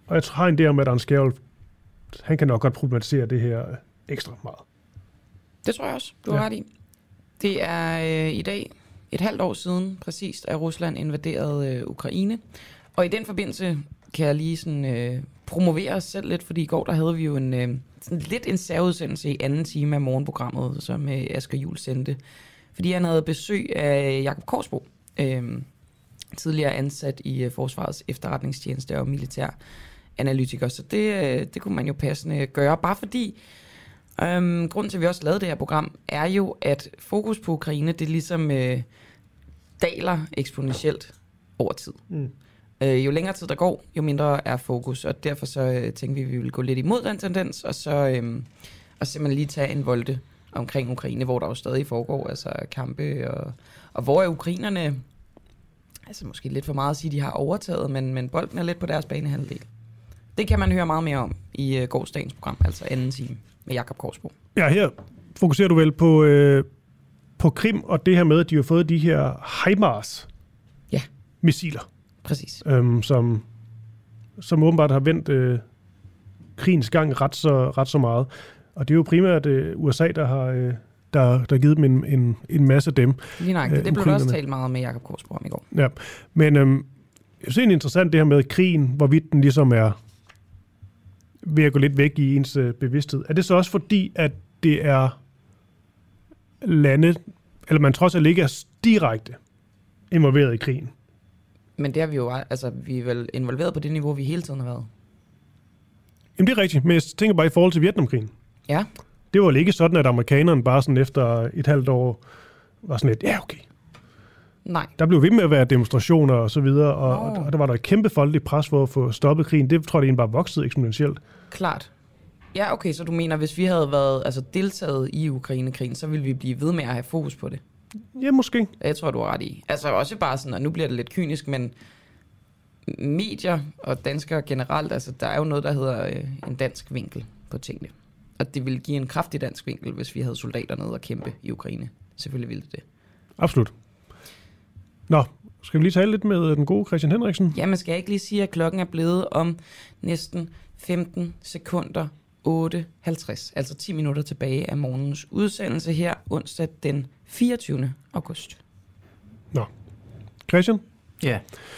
Og jeg har en idé om, at Anders Skærulf, han kan nok godt problematisere det her ekstra meget. Det tror jeg også, du har ja. ret i. Det er øh, i dag et halvt år siden præcist, at Rusland invaderede øh, Ukraine. Og i den forbindelse kan jeg lige sådan, øh, promovere os selv lidt, fordi i går der havde vi jo en, øh, sådan lidt en særudsendelse i anden time af morgenprogrammet, som øh, Asger Juhl sendte. Fordi han havde besøg af Jakob Korsbo, øh, tidligere ansat i øh, Forsvarets efterretningstjeneste og militær analytiker. Så det, øh, det kunne man jo passende gøre, bare fordi Øhm, grunden til, at vi også lavede det her program, er jo, at fokus på Ukraine, det ligesom øh, daler eksponentielt over tid. Mm. Øh, jo længere tid der går, jo mindre er fokus, og derfor så øh, tænkte vi, at vi ville gå lidt imod den tendens, og så øh, og simpelthen lige tage en volde omkring Ukraine, hvor der jo stadig foregår altså kampe, og, og hvor er ukrainerne, altså måske lidt for meget at sige, de har overtaget, men, men bolden er lidt på deres banehalvdel. Det kan man høre meget mere om i øh, gårsdagens program, altså anden time med Jakob Korsbo. Ja, her fokuserer du vel på, øh, på Krim, og det her med, at de har fået de her HIMARS-missiler. Ja, præcis. Øhm, som, som åbenbart har vendt øh, krigens gang ret så, ret så meget. Og det er jo primært øh, U S A, der har, øh, der, der har givet dem en, en, en masse af dem. Lige nok, øh, det blev også talt meget med Jakob Korsbo om i går. Ja, men øh, jeg synes, det er interessant det her med krigen, hvorvidt den ligesom er ved at gå lidt væk i ens øh, bevidsthed. Er det så også fordi, at det er lande, eller man trods alt ikke er direkte involveret i krigen? Men det er vi jo, altså vi er vel involveret på det niveau, vi hele tiden har været. Jamen det er rigtigt, men jeg tænker bare i forhold til Vietnamkrigen. Ja. Det var ikke sådan, at amerikanerne bare sådan efter et halvt år var sådan lidt, ja okay. Nej. Der blev ved med at være demonstrationer og så videre, og, oh. og der var der et kæmpe folkeligt pres for at få stoppet krigen. Det tror jeg egentlig bare voksede eksponentielt. Klart. Ja, okay, så du mener, hvis vi havde været altså, deltaget i Ukraine-krigen, så ville vi blive ved med at have fokus på det? Ja, måske. Jeg tror, du har ret i. Altså også bare sådan, og nu bliver det lidt kynisk, men medier og danskere generelt, altså der er jo noget, der hedder øh, en dansk vinkel på tingene. Og det ville give en kraftig dansk vinkel, hvis vi havde soldater nede og kæmpe i Ukraine. Selvfølgelig ville det det. Absolut. Nå, skal vi lige tale lidt med den gode Christian Henriksen? Jamen, skal jeg ikke lige sige, at klokken er blevet om næsten femten sekunder otte halvtreds. Altså ti minutter tilbage af morgens udsendelse her onsdag den fireogtyvende august. Nå, Christian? Ja.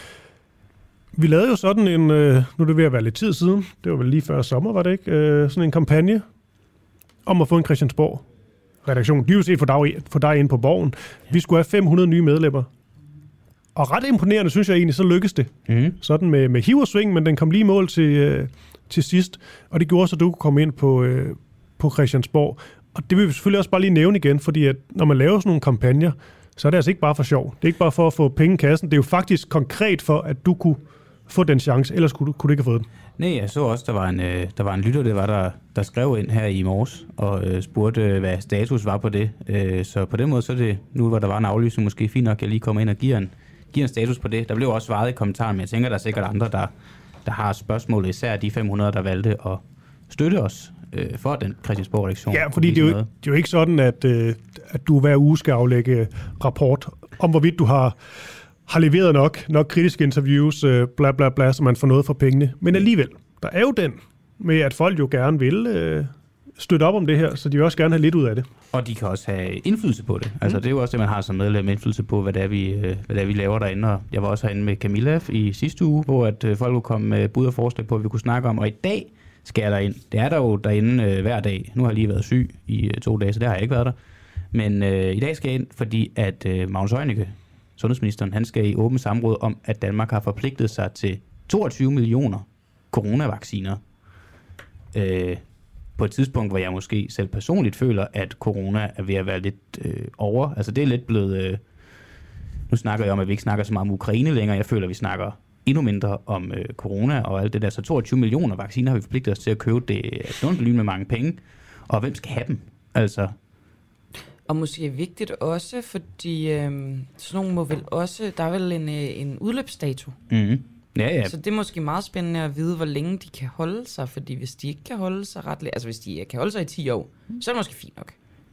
Vi lavede jo sådan en, øh, nu er det ved at være lidt tid siden, det var vel lige før sommer, var det ikke? Øh, sådan en kampagne om at få en Christiansborg-redaktion. Dybest set for dig, for dig ind på Borgen. Vi skulle have fem hundrede nye medlemmer. Og ret imponerende, synes jeg egentlig, så lykkedes det. Mm. Sådan med, med hiv og sving, men den kom lige i mål til, øh, til sidst. Og det gjorde så, at du kunne komme ind på, øh, på Christiansborg. Og det vil vi selvfølgelig også bare lige nævne igen, fordi at når man laver sådan nogle kampagner, så er det altså ikke bare for sjov. Det er ikke bare for at få penge i kassen. Det er jo faktisk konkret for, at du kunne få den chance, ellers kunne du, kunne du ikke have fået den. Nej, jeg så også, der var en, øh, der var en lytter, det var der, der skrev ind her i morges, og øh, spurgte, øh, hvad status var på det. Øh, så på den måde, så er det, nu hvor der var en aflysning, måske fint nok, at jeg lige kommer ind og giver en, giver en status på det. Der blev også svaret i kommentaren, men jeg tænker, der er sikkert andre, der, der har spørgsmål, især de fem hundrede, der valgte at støtte os øh, for den Christiansborg-redaktion. Ja, fordi det er, jo, det er jo ikke sådan, at, øh, at du hver uge skal aflægge rapport om, hvorvidt du har, har leveret nok, nok kritiske interviews, øh, bla bla bla, så man får noget for pengene. Men alligevel, der er jo den med, at folk jo gerne vil øh, støtte op om det her, så de vil også gerne have lidt ud af det. Og de kan også have indflydelse på det. Altså, mm. det er jo også det, man har som medlem, indflydelse på, hvad det er, vi, hvad det er, vi laver derinde. Og jeg var også herinde med Camilla i sidste uge, hvor at folk kunne komme med bud og forslag på, hvad vi kunne snakke om. Og i dag skal jeg derind. Det er der jo derinde øh, hver dag. Nu har jeg lige været syg i øh, to dage, så der har jeg ikke været der. Men øh, i dag skal jeg ind, fordi at øh, Magnus Heunicke, sundhedsministeren, han skal i åben samråd om, at Danmark har forpligtet sig til toogtyve millioner coronavacciner. Øh, på et tidspunkt, hvor jeg måske selv personligt føler, at corona er ved at være lidt øh, over. Altså det er lidt blevet... Øh, nu snakker jeg om, at vi ikke snakker så meget om Ukraine længere. Jeg føler, at vi snakker endnu mindre om øh, corona og alt det der. Så toogtyve millioner vacciner har vi forpligtet os til at købe. Det er et med mange penge. Og hvem skal have dem? Altså... Og måske vigtigt også, fordi øh, sådan nogle må vel også... Der er vel en, øh, en udløbsdato. Mm-hmm. Ja, ja. Så det er måske meget spændende at vide, hvor længe de kan holde sig, fordi hvis de ikke kan holde sig ret... Altså hvis de kan holde sig i ti år, så er det måske fint nok.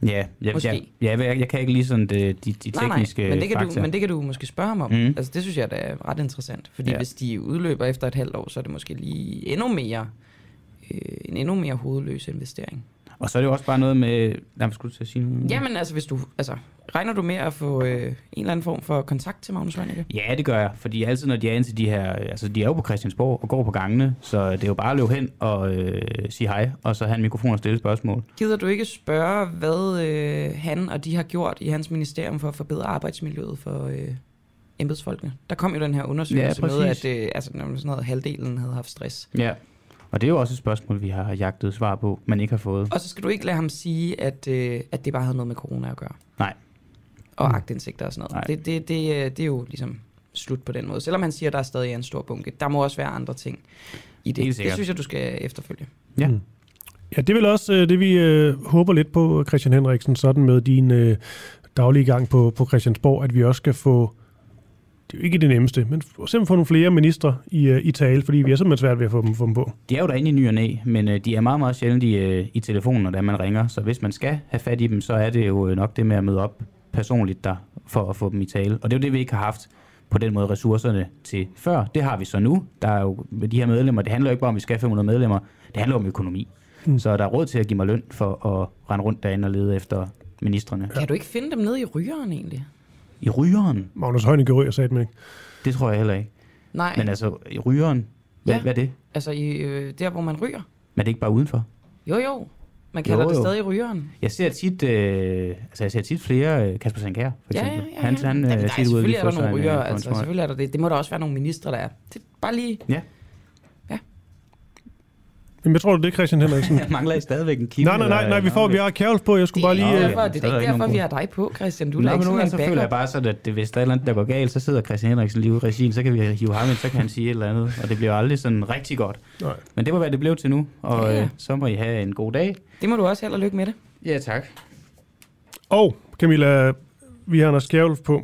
Ja, jeg, jeg, jeg, jeg, jeg kan ikke lige sådan de, de, de nej, tekniske nej, men det kan fakta. Du, men det kan du måske spørge ham om. Mm. Altså det synes jeg da er ret interessant. Fordi ja. hvis de udløber efter et halvt år, så er det måske lige endnu mere, øh, en endnu mere hovedløs investering. Og så er det jo også bare noget med... Hvad skulle du til at sige? Jamen altså, hvis du, altså, regner du med at få øh, en eller anden form for kontakt til Magnus Heunicke? Ja, det gør jeg. Fordi altid, når de er inde til de her... Altså, de er jo på Christiansborg og går på gangene, så det er jo bare at løbe hen og øh, sige hej, og så have en mikrofon og stille spørgsmål. Gider du ikke spørge, hvad øh, han og de har gjort i hans ministerium for at forbedre arbejdsmiljøet for øh, embedsfolkene? Der kom jo den her undersøgelse ja, med, at øh, altså, sådan noget, halvdelen havde haft stress. Ja. Og det er jo også et spørgsmål, vi har jagtet svar på, men ikke har fået. Og så skal du ikke lade ham sige, at, øh, at det bare havde noget med corona at gøre. Nej. Og mm. aktindsigter og sådan noget. Det, det, det, det er jo ligesom slut på den måde. Selvom han siger, at der er stadig en stor bunke. Der må også være andre ting i det. Det synes jeg, du skal efterfølge. Ja. Mm. Ja, det er vel også øh, det, vi øh, håber lidt på, Christian Henriksen, sådan med din øh, daglige gang på, på Christiansborg, at vi også skal få... Det er jo ikke det nemmeste, men simpelthen få nogle flere ministre i, i tale, fordi vi er simpelthen svært ved at få dem, få dem på. De er jo derinde i ny og næ, men øh, de er meget, meget sjældent i, øh, i telefonen, når man ringer. Så hvis man skal have fat i dem, så er det jo nok det med at møde op personligt der, for at få dem i tale. Og det er jo det, vi ikke har haft på den måde ressourcerne til før. Det har vi så nu. Der er jo med de her medlemmer, det handler jo ikke bare om, at vi skal have fem hundrede medlemmer. Det handler om økonomi. Mm. Så der er råd til at give mig løn for at rende rundt derinde og lede efter ministrene. Kan du ikke finde dem nede i rygeren egentlig? I rygeren? Magnus Heunicke ryger, sagde det ikke. Det tror jeg heller ikke. Nej. Men altså, i rygeren, hvad, ja. hvad er det? Altså, i, øh, der hvor man ryger. Men er det ikke bare udenfor? Jo, jo. Man kalder jo, jo. det stadig rygeren. Jeg ser tit, øh, altså jeg ser tit flere øh, Kasper Sankær, for eksempel. Ja, ja, ja. Han, han, ja, øh, nej, tit selvfølgelig ud, er der nogle ryger, en, altså, selvfølgelig er der det. Det må der også være nogle ministre, der er. Det er bare lige... Ja. Men jeg tror, det er Christian Henriksen. Jeg mangler I stadigvæk en kim. Nej, nej, nej, nej, vi får, vi har Kjærls på. Jeg skulle det bare lige... Derfor, det er, det er ikke derfor, vi har dig på, Christian. Du er ikke sådan en så føler jeg bare sådan, at det, hvis der er noget, der går galt, så sidder Christian Henriksen lige ude i regien, så kan vi hive ham ind, så kan han sige et eller andet, og det bliver aldrig sådan rigtig godt. Nej. Men det var, hvad det blev til nu, og ja, ja. Øh, så må I have en god dag. Det må du også held og lykke med det. Ja, tak. Og Camilla, vi har Anders Kjærulf på.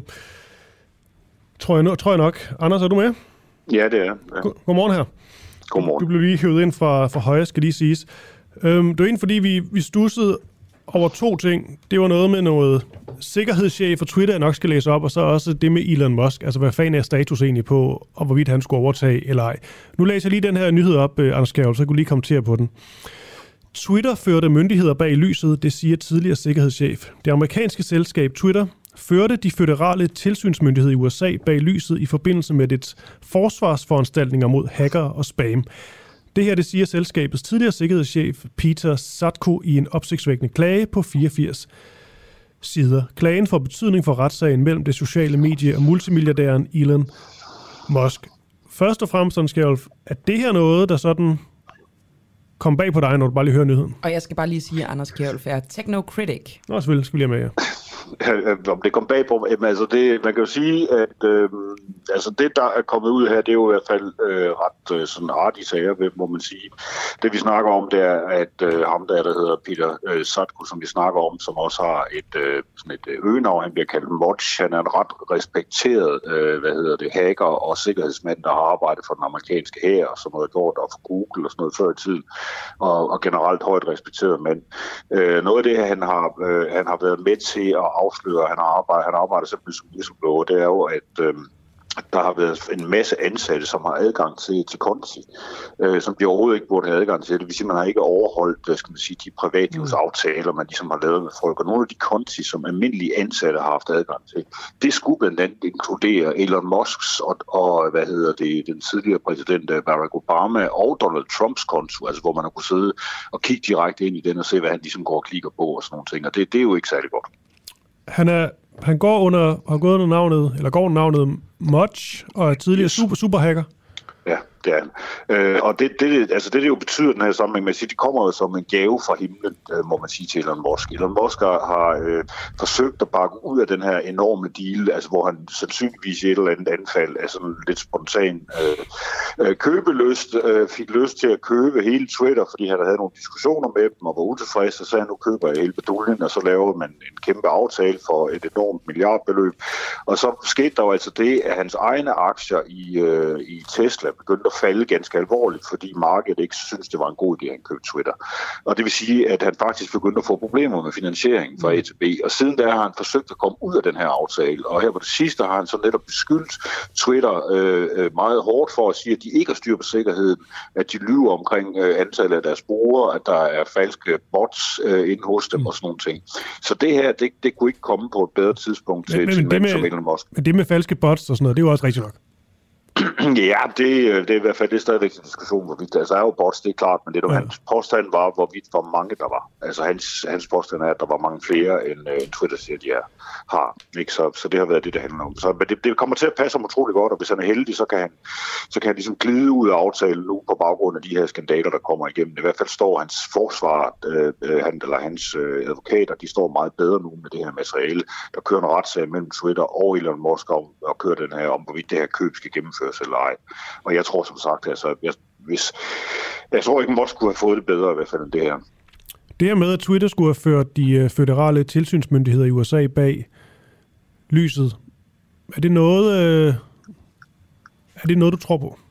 Tror jeg, tror jeg nok. Anders, er du med? Ja, det er. Ja. God, godmorgen her. Godmorgen. Du blev lige hævet ind fra, fra højre, skal lige siges. Øhm, det var ind, fordi vi, vi stussede over to ting. Det var noget med noget sikkerhedschef for Twitter, jeg nok skal læse op, og så også det med Elon Musk. Altså, hvad fanden er status egentlig på, og hvorvidt han skulle overtage eller ej. Nu læser jeg lige den her nyhed op, Anders Kjærulf, så jeg kunne lige kommentere på den. Twitter førte myndigheder bag lyset, det siger tidligere sikkerhedschef. Det amerikanske selskab Twitter førte de føderale tilsynsmyndigheder i U S A bag lyset i forbindelse med dets forsvarsforanstaltninger mod hacker og spam. Det her, det siger selskabets tidligere sikkerhedschef Peter Satko i en opsigtsvækkende klage på fireogfirs sider. Klagen får betydning for retssagen mellem det sociale medie og multimilliardæren Elon Musk. Først og fremmest, Skjærulf, er det her noget, der sådan kom bag på dig, når du bare lige hører nyheden? Og jeg skal bare lige sige, at Anders Kjærulf er technocritic. Nå, selvfølgelig skal vi lige have med, ja. Om det kom bag på, altså det, man kan jo sige, at øh, altså det, der er kommet ud her, det er jo i hvert fald øh, ret øh, sådan artige sager, må man sige. Det vi snakker om, det er, at øh, ham der, der hedder Peter øh, Satko, som vi snakker om, som også har et, øh, sådan et øgenavn, han bliver kaldt Watch. Han er en ret respekteret, øh, hvad hedder det, hacker og sikkerhedsmand, der har arbejdet for den amerikanske hær, og som har gjort og for Google og sådan noget før i tiden, og, og generelt højt respekteret mand. Øh, noget af det, han har, øh, han har været med til at afsløre, han arbejder, han arbejder simpelthen som whistleblower, det er jo, at øh, der har været en masse ansatte, som har adgang til, til konti, øh, som de overhovedet ikke burde have adgang til. Det vil sige, at man har ikke overholdt, hvad skal man sige, de privatlivsaftaler, man ligesom har lavet med folk. Og nogle af de konti, som almindelige ansatte har haft adgang til, det skulle blandt andet inkludere Elon Musks og, og hvad hedder det, den tidligere præsident Barack Obama og Donald Trumps konto, altså hvor man har kunnet sidde og kigge direkte ind i den og se, hvad han ligesom går og klikker på og sådan nogle ting. Og det, det er jo ikke særlig godt. Han er han går under har gået under navnet eller går under navnet Mudge og er tidligere super superhacker. Ja, det er han. Øh, og det, det, altså det, det jo betyder den her sammenhæng med at sige, det kommer jo som en gave fra himlen, øh, må man sige, til Elon Musk. Elon Musk har øh, forsøgt at bakke ud af den her enorme deal, altså hvor han sandsynligvis i et eller andet anfald af sådan lidt spontan øh, øh, købelyst, øh, fik lyst til at købe hele Twitter, fordi han havde nogle diskussioner med dem og var utilfreds, og så nu køber jeg hele beduljen, og så laver man en kæmpe aftale for et enormt milliardbeløb. Og så skete der jo altså det, at hans egne aktier i, øh, i Tesla begyndte at falde ganske alvorligt, fordi markedet ikke synes, det var en god idé, at han købte Twitter. Og det vil sige, at han faktisk begyndte at få problemer med finansieringen fra A til B, og siden da har han forsøgt at komme ud af den her aftale, og her på det sidste har han så netop beskyldt Twitter øh, meget hårdt for at sige, at de ikke har styr på sikkerheden, at de lyver omkring øh, antallet af deres brugere, at der er falske bots øh, inde hos dem mm. og sådan nogle ting. Så det her, det, det kunne ikke komme på et bedre tidspunkt til, men, til men mænd som Elon Musk. Men det med falske bots og sådan noget, det er jo også rigtigt nok. Ja, det, det er i hvert fald det er stadigvæk en diskussion, hvorvidt der altså er jo bots, det er klart, men det der ja. hans påstand var, hvorvidt hvor mange der var. Altså hans, hans påstand er, at der var mange flere, end, uh, end Twitter siger, de er, har. Ikke? Så, så det har været det, det handler om. Så, men det, det kommer til at passe ham utrolig godt, og hvis han er heldig, så kan han, så kan han ligesom glide ud af aftalen nu på baggrund af de her skandaler, der kommer igennem. I hvert fald står hans forsvar, øh, han, eller hans øh, advokater, de står meget bedre nu med det her materiale. Der kører en retssag mellem Twitter og Elon Musk om, og kører den her om, hvorvidt det her køb skal gennemføres eller ej. Og jeg tror som sagt, altså, jeg, hvis, jeg tror ikke, Musk kunne have fået det bedre i hvert fald end det her. Det her med, at Twitter skulle have ført de føderale tilsynsmyndigheder i U S A bag lyset, er det noget, øh, er det noget du tror på?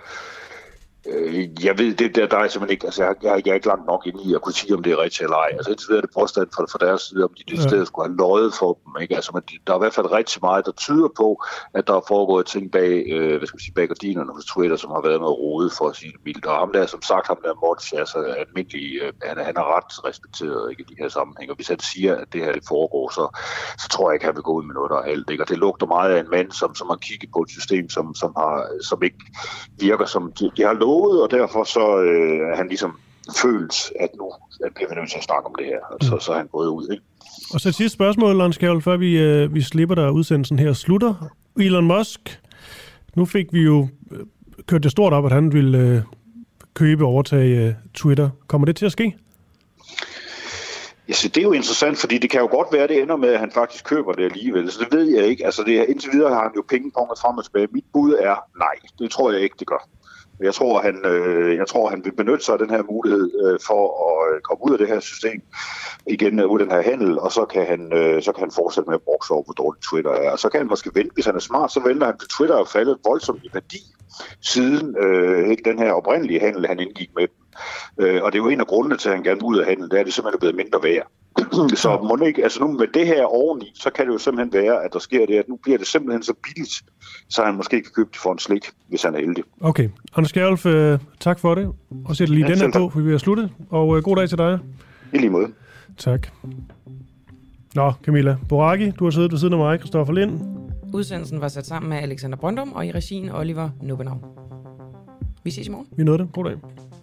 Jeg ved, det der, der er simpelthen ikke, altså jeg, jeg, jeg er ikke langt nok inde i at kunne sige, om det er rigtigt eller ej. Altså indtil videre er det påstand fra, fra deres side, om de det ja. stedet skulle have løjet for dem. Ikke? Altså, men der er i hvert fald rigtig meget, der tyder på, at der er foregået ting bag, øh, hvad skal man sige, bag gardinerne hos Twitter, som har været noget rodet for at sige det mildt. Og ham der, som sagt, ham der Mods, altså almindelig, øh, han, han er ret respekteret ikke, i de her sammenhæng. Og hvis han siger, at det her det foregår, så, så tror jeg ikke, at han vil gå ud med noget, der er alt. Ikke? Og det lugter meget af en mand, som, som har kigget på et system, som, som, har, som ikke virker, som de, de har lovet, og derfor så øh, er han ligesom følt, at nu at bliver vi nødt til at snakke om det her, og så, så er han gået ud, ikke? Og så et sidste spørgsmål, Lars Kjærl, før vi, øh, vi slipper der udsendelsen her slutter. Elon Musk, nu fik vi jo øh, kørt det stort op, at han ville øh, købe og overtage øh, Twitter. Kommer det til at ske? Ja, så det er jo interessant, fordi det kan jo godt være, at det ender med, at han faktisk køber det alligevel. Så det ved jeg ikke. Altså det, indtil videre har han jo pengeponget frem og tilbage. Mit bud er nej. Det tror jeg ikke, det gør. Jeg tror, han, øh, jeg tror, han vil benytte sig af den her mulighed øh, for at komme ud af det her system igen, ud af den her handel, og så kan han, øh, så kan han fortsætte med at brokse over, hvor dårligt Twitter er. Og så kan han måske vente, hvis han er smart, så venter han til Twitter er faldet voldsomt i værdi siden øh, ikke den her oprindelige handel, han indgik med dem. Øh, og det er jo en af grundene til, at han gerne vil ud af handel, det er, at det simpelthen er blevet mindre værd. Så må ikke, altså nu med det her oveni, så kan det jo simpelthen være, at der sker det, at nu bliver det simpelthen så billigt, så han måske kan købe det for en slik, hvis han er heldig. Okay. Anders Kjærulf, øh, tak for det. Og sæt lige ja, den her på, for vi er slutte. Og øh, god dag til dig. I lige måde. Tak. Nå, Camilla Boracchi, du har siddet ved siden af mig, Christoffer Lind. Udsendelsen var sat sammen med Alexander Brøndum og i regien Oliver Nubenau. Vi ses i morgen. Vi nåede det. God dag.